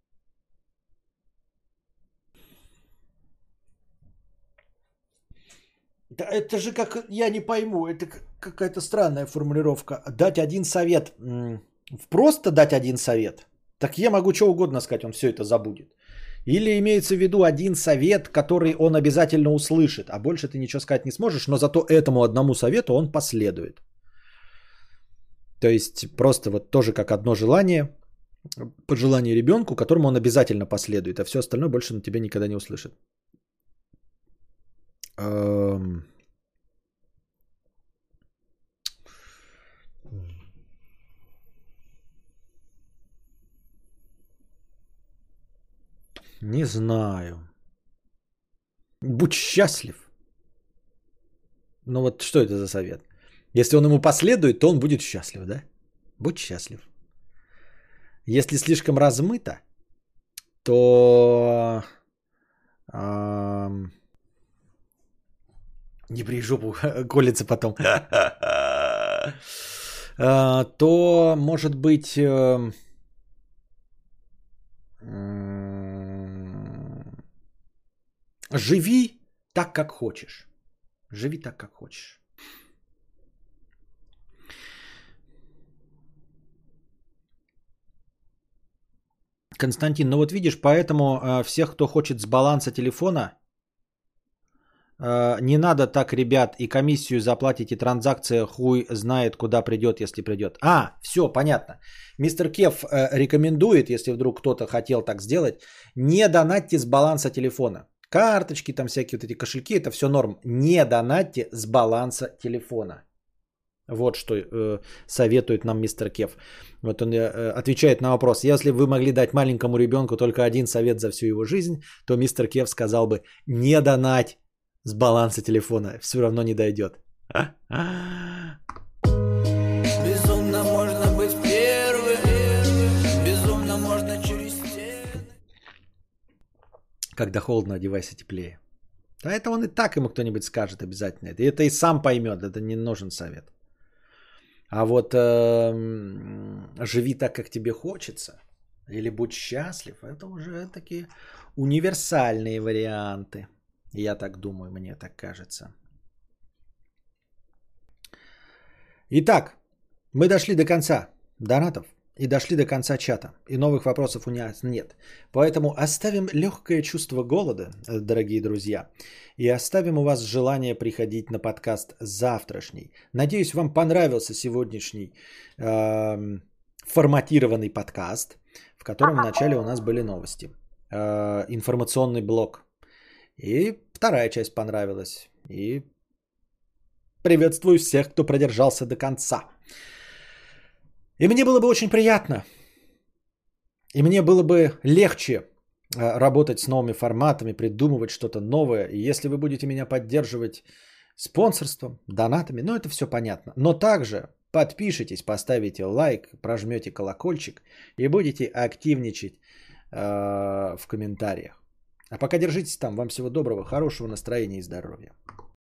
Да это же как, я не пойму, это какая-то странная формулировка. Дать один совет. Просто дать один совет. Так я могу что угодно сказать, он все это забудет. Или имеется в виду один совет, который он обязательно услышит, а больше ты ничего сказать не сможешь, но зато этому одному совету он последует. То есть просто вот тоже как одно желание, пожелание ребенку, которому он обязательно последует, а все остальное больше на тебя никогда не услышит. Не знаю. Будь счастлив. Ну вот что это за совет? Если он ему последует, то он будет счастлив, да? Будь счастлив. Если слишком размыто, то... Не бри жопу, колется потом. То, может быть... Живи так, как хочешь. Живи так, как хочешь. Константин, ну вот видишь, поэтому всех, кто хочет с баланса телефона, не надо так, ребят, и комиссию заплатите, транзакция хуй знает, куда придет, если придет. Все, понятно. Мистер Кев рекомендует, если вдруг кто-то хотел так сделать, не донатьте с баланса телефона. Карточки, там всякие вот эти кошельки, это все норм. Не донатьте с баланса телефона. Вот что советует нам мистер Кев. Вот он отвечает на вопрос. Если вы могли дать маленькому ребенку только один совет за всю его жизнь, то мистер Кев сказал бы, не донать с баланса телефона. Все равно не дойдет. Безумно можно быть первым. Безумно можно через стены. Когда холодно, одевайся теплее. А это он и так ему кто-нибудь скажет обязательно. Это и сам поймет. Это не нужен совет. А вот живи так, как тебе хочется. Или будь счастлив. Это уже такие универсальные варианты. Я так думаю, мне так кажется. Итак, мы дошли до конца донатов и дошли до конца чата. И новых вопросов у нас нет. Поэтому оставим легкое чувство голода, дорогие друзья. И оставим у вас желание приходить на подкаст завтрашний. Надеюсь, вам понравился сегодняшний форматированный подкаст, в котором вначале у нас были новости. Информационный блок. И вторая часть понравилась. И приветствую всех, кто продержался до конца. И мне было бы очень приятно. И мне было бы легче работать с новыми форматами, придумывать что-то новое. И если вы будете меня поддерживать спонсорством, донатами, ну это все понятно. Но также подпишитесь, поставите лайк, прожмете колокольчик и будете активничать в комментариях. А пока держитесь там. Вам всего доброго, хорошего настроения и здоровья.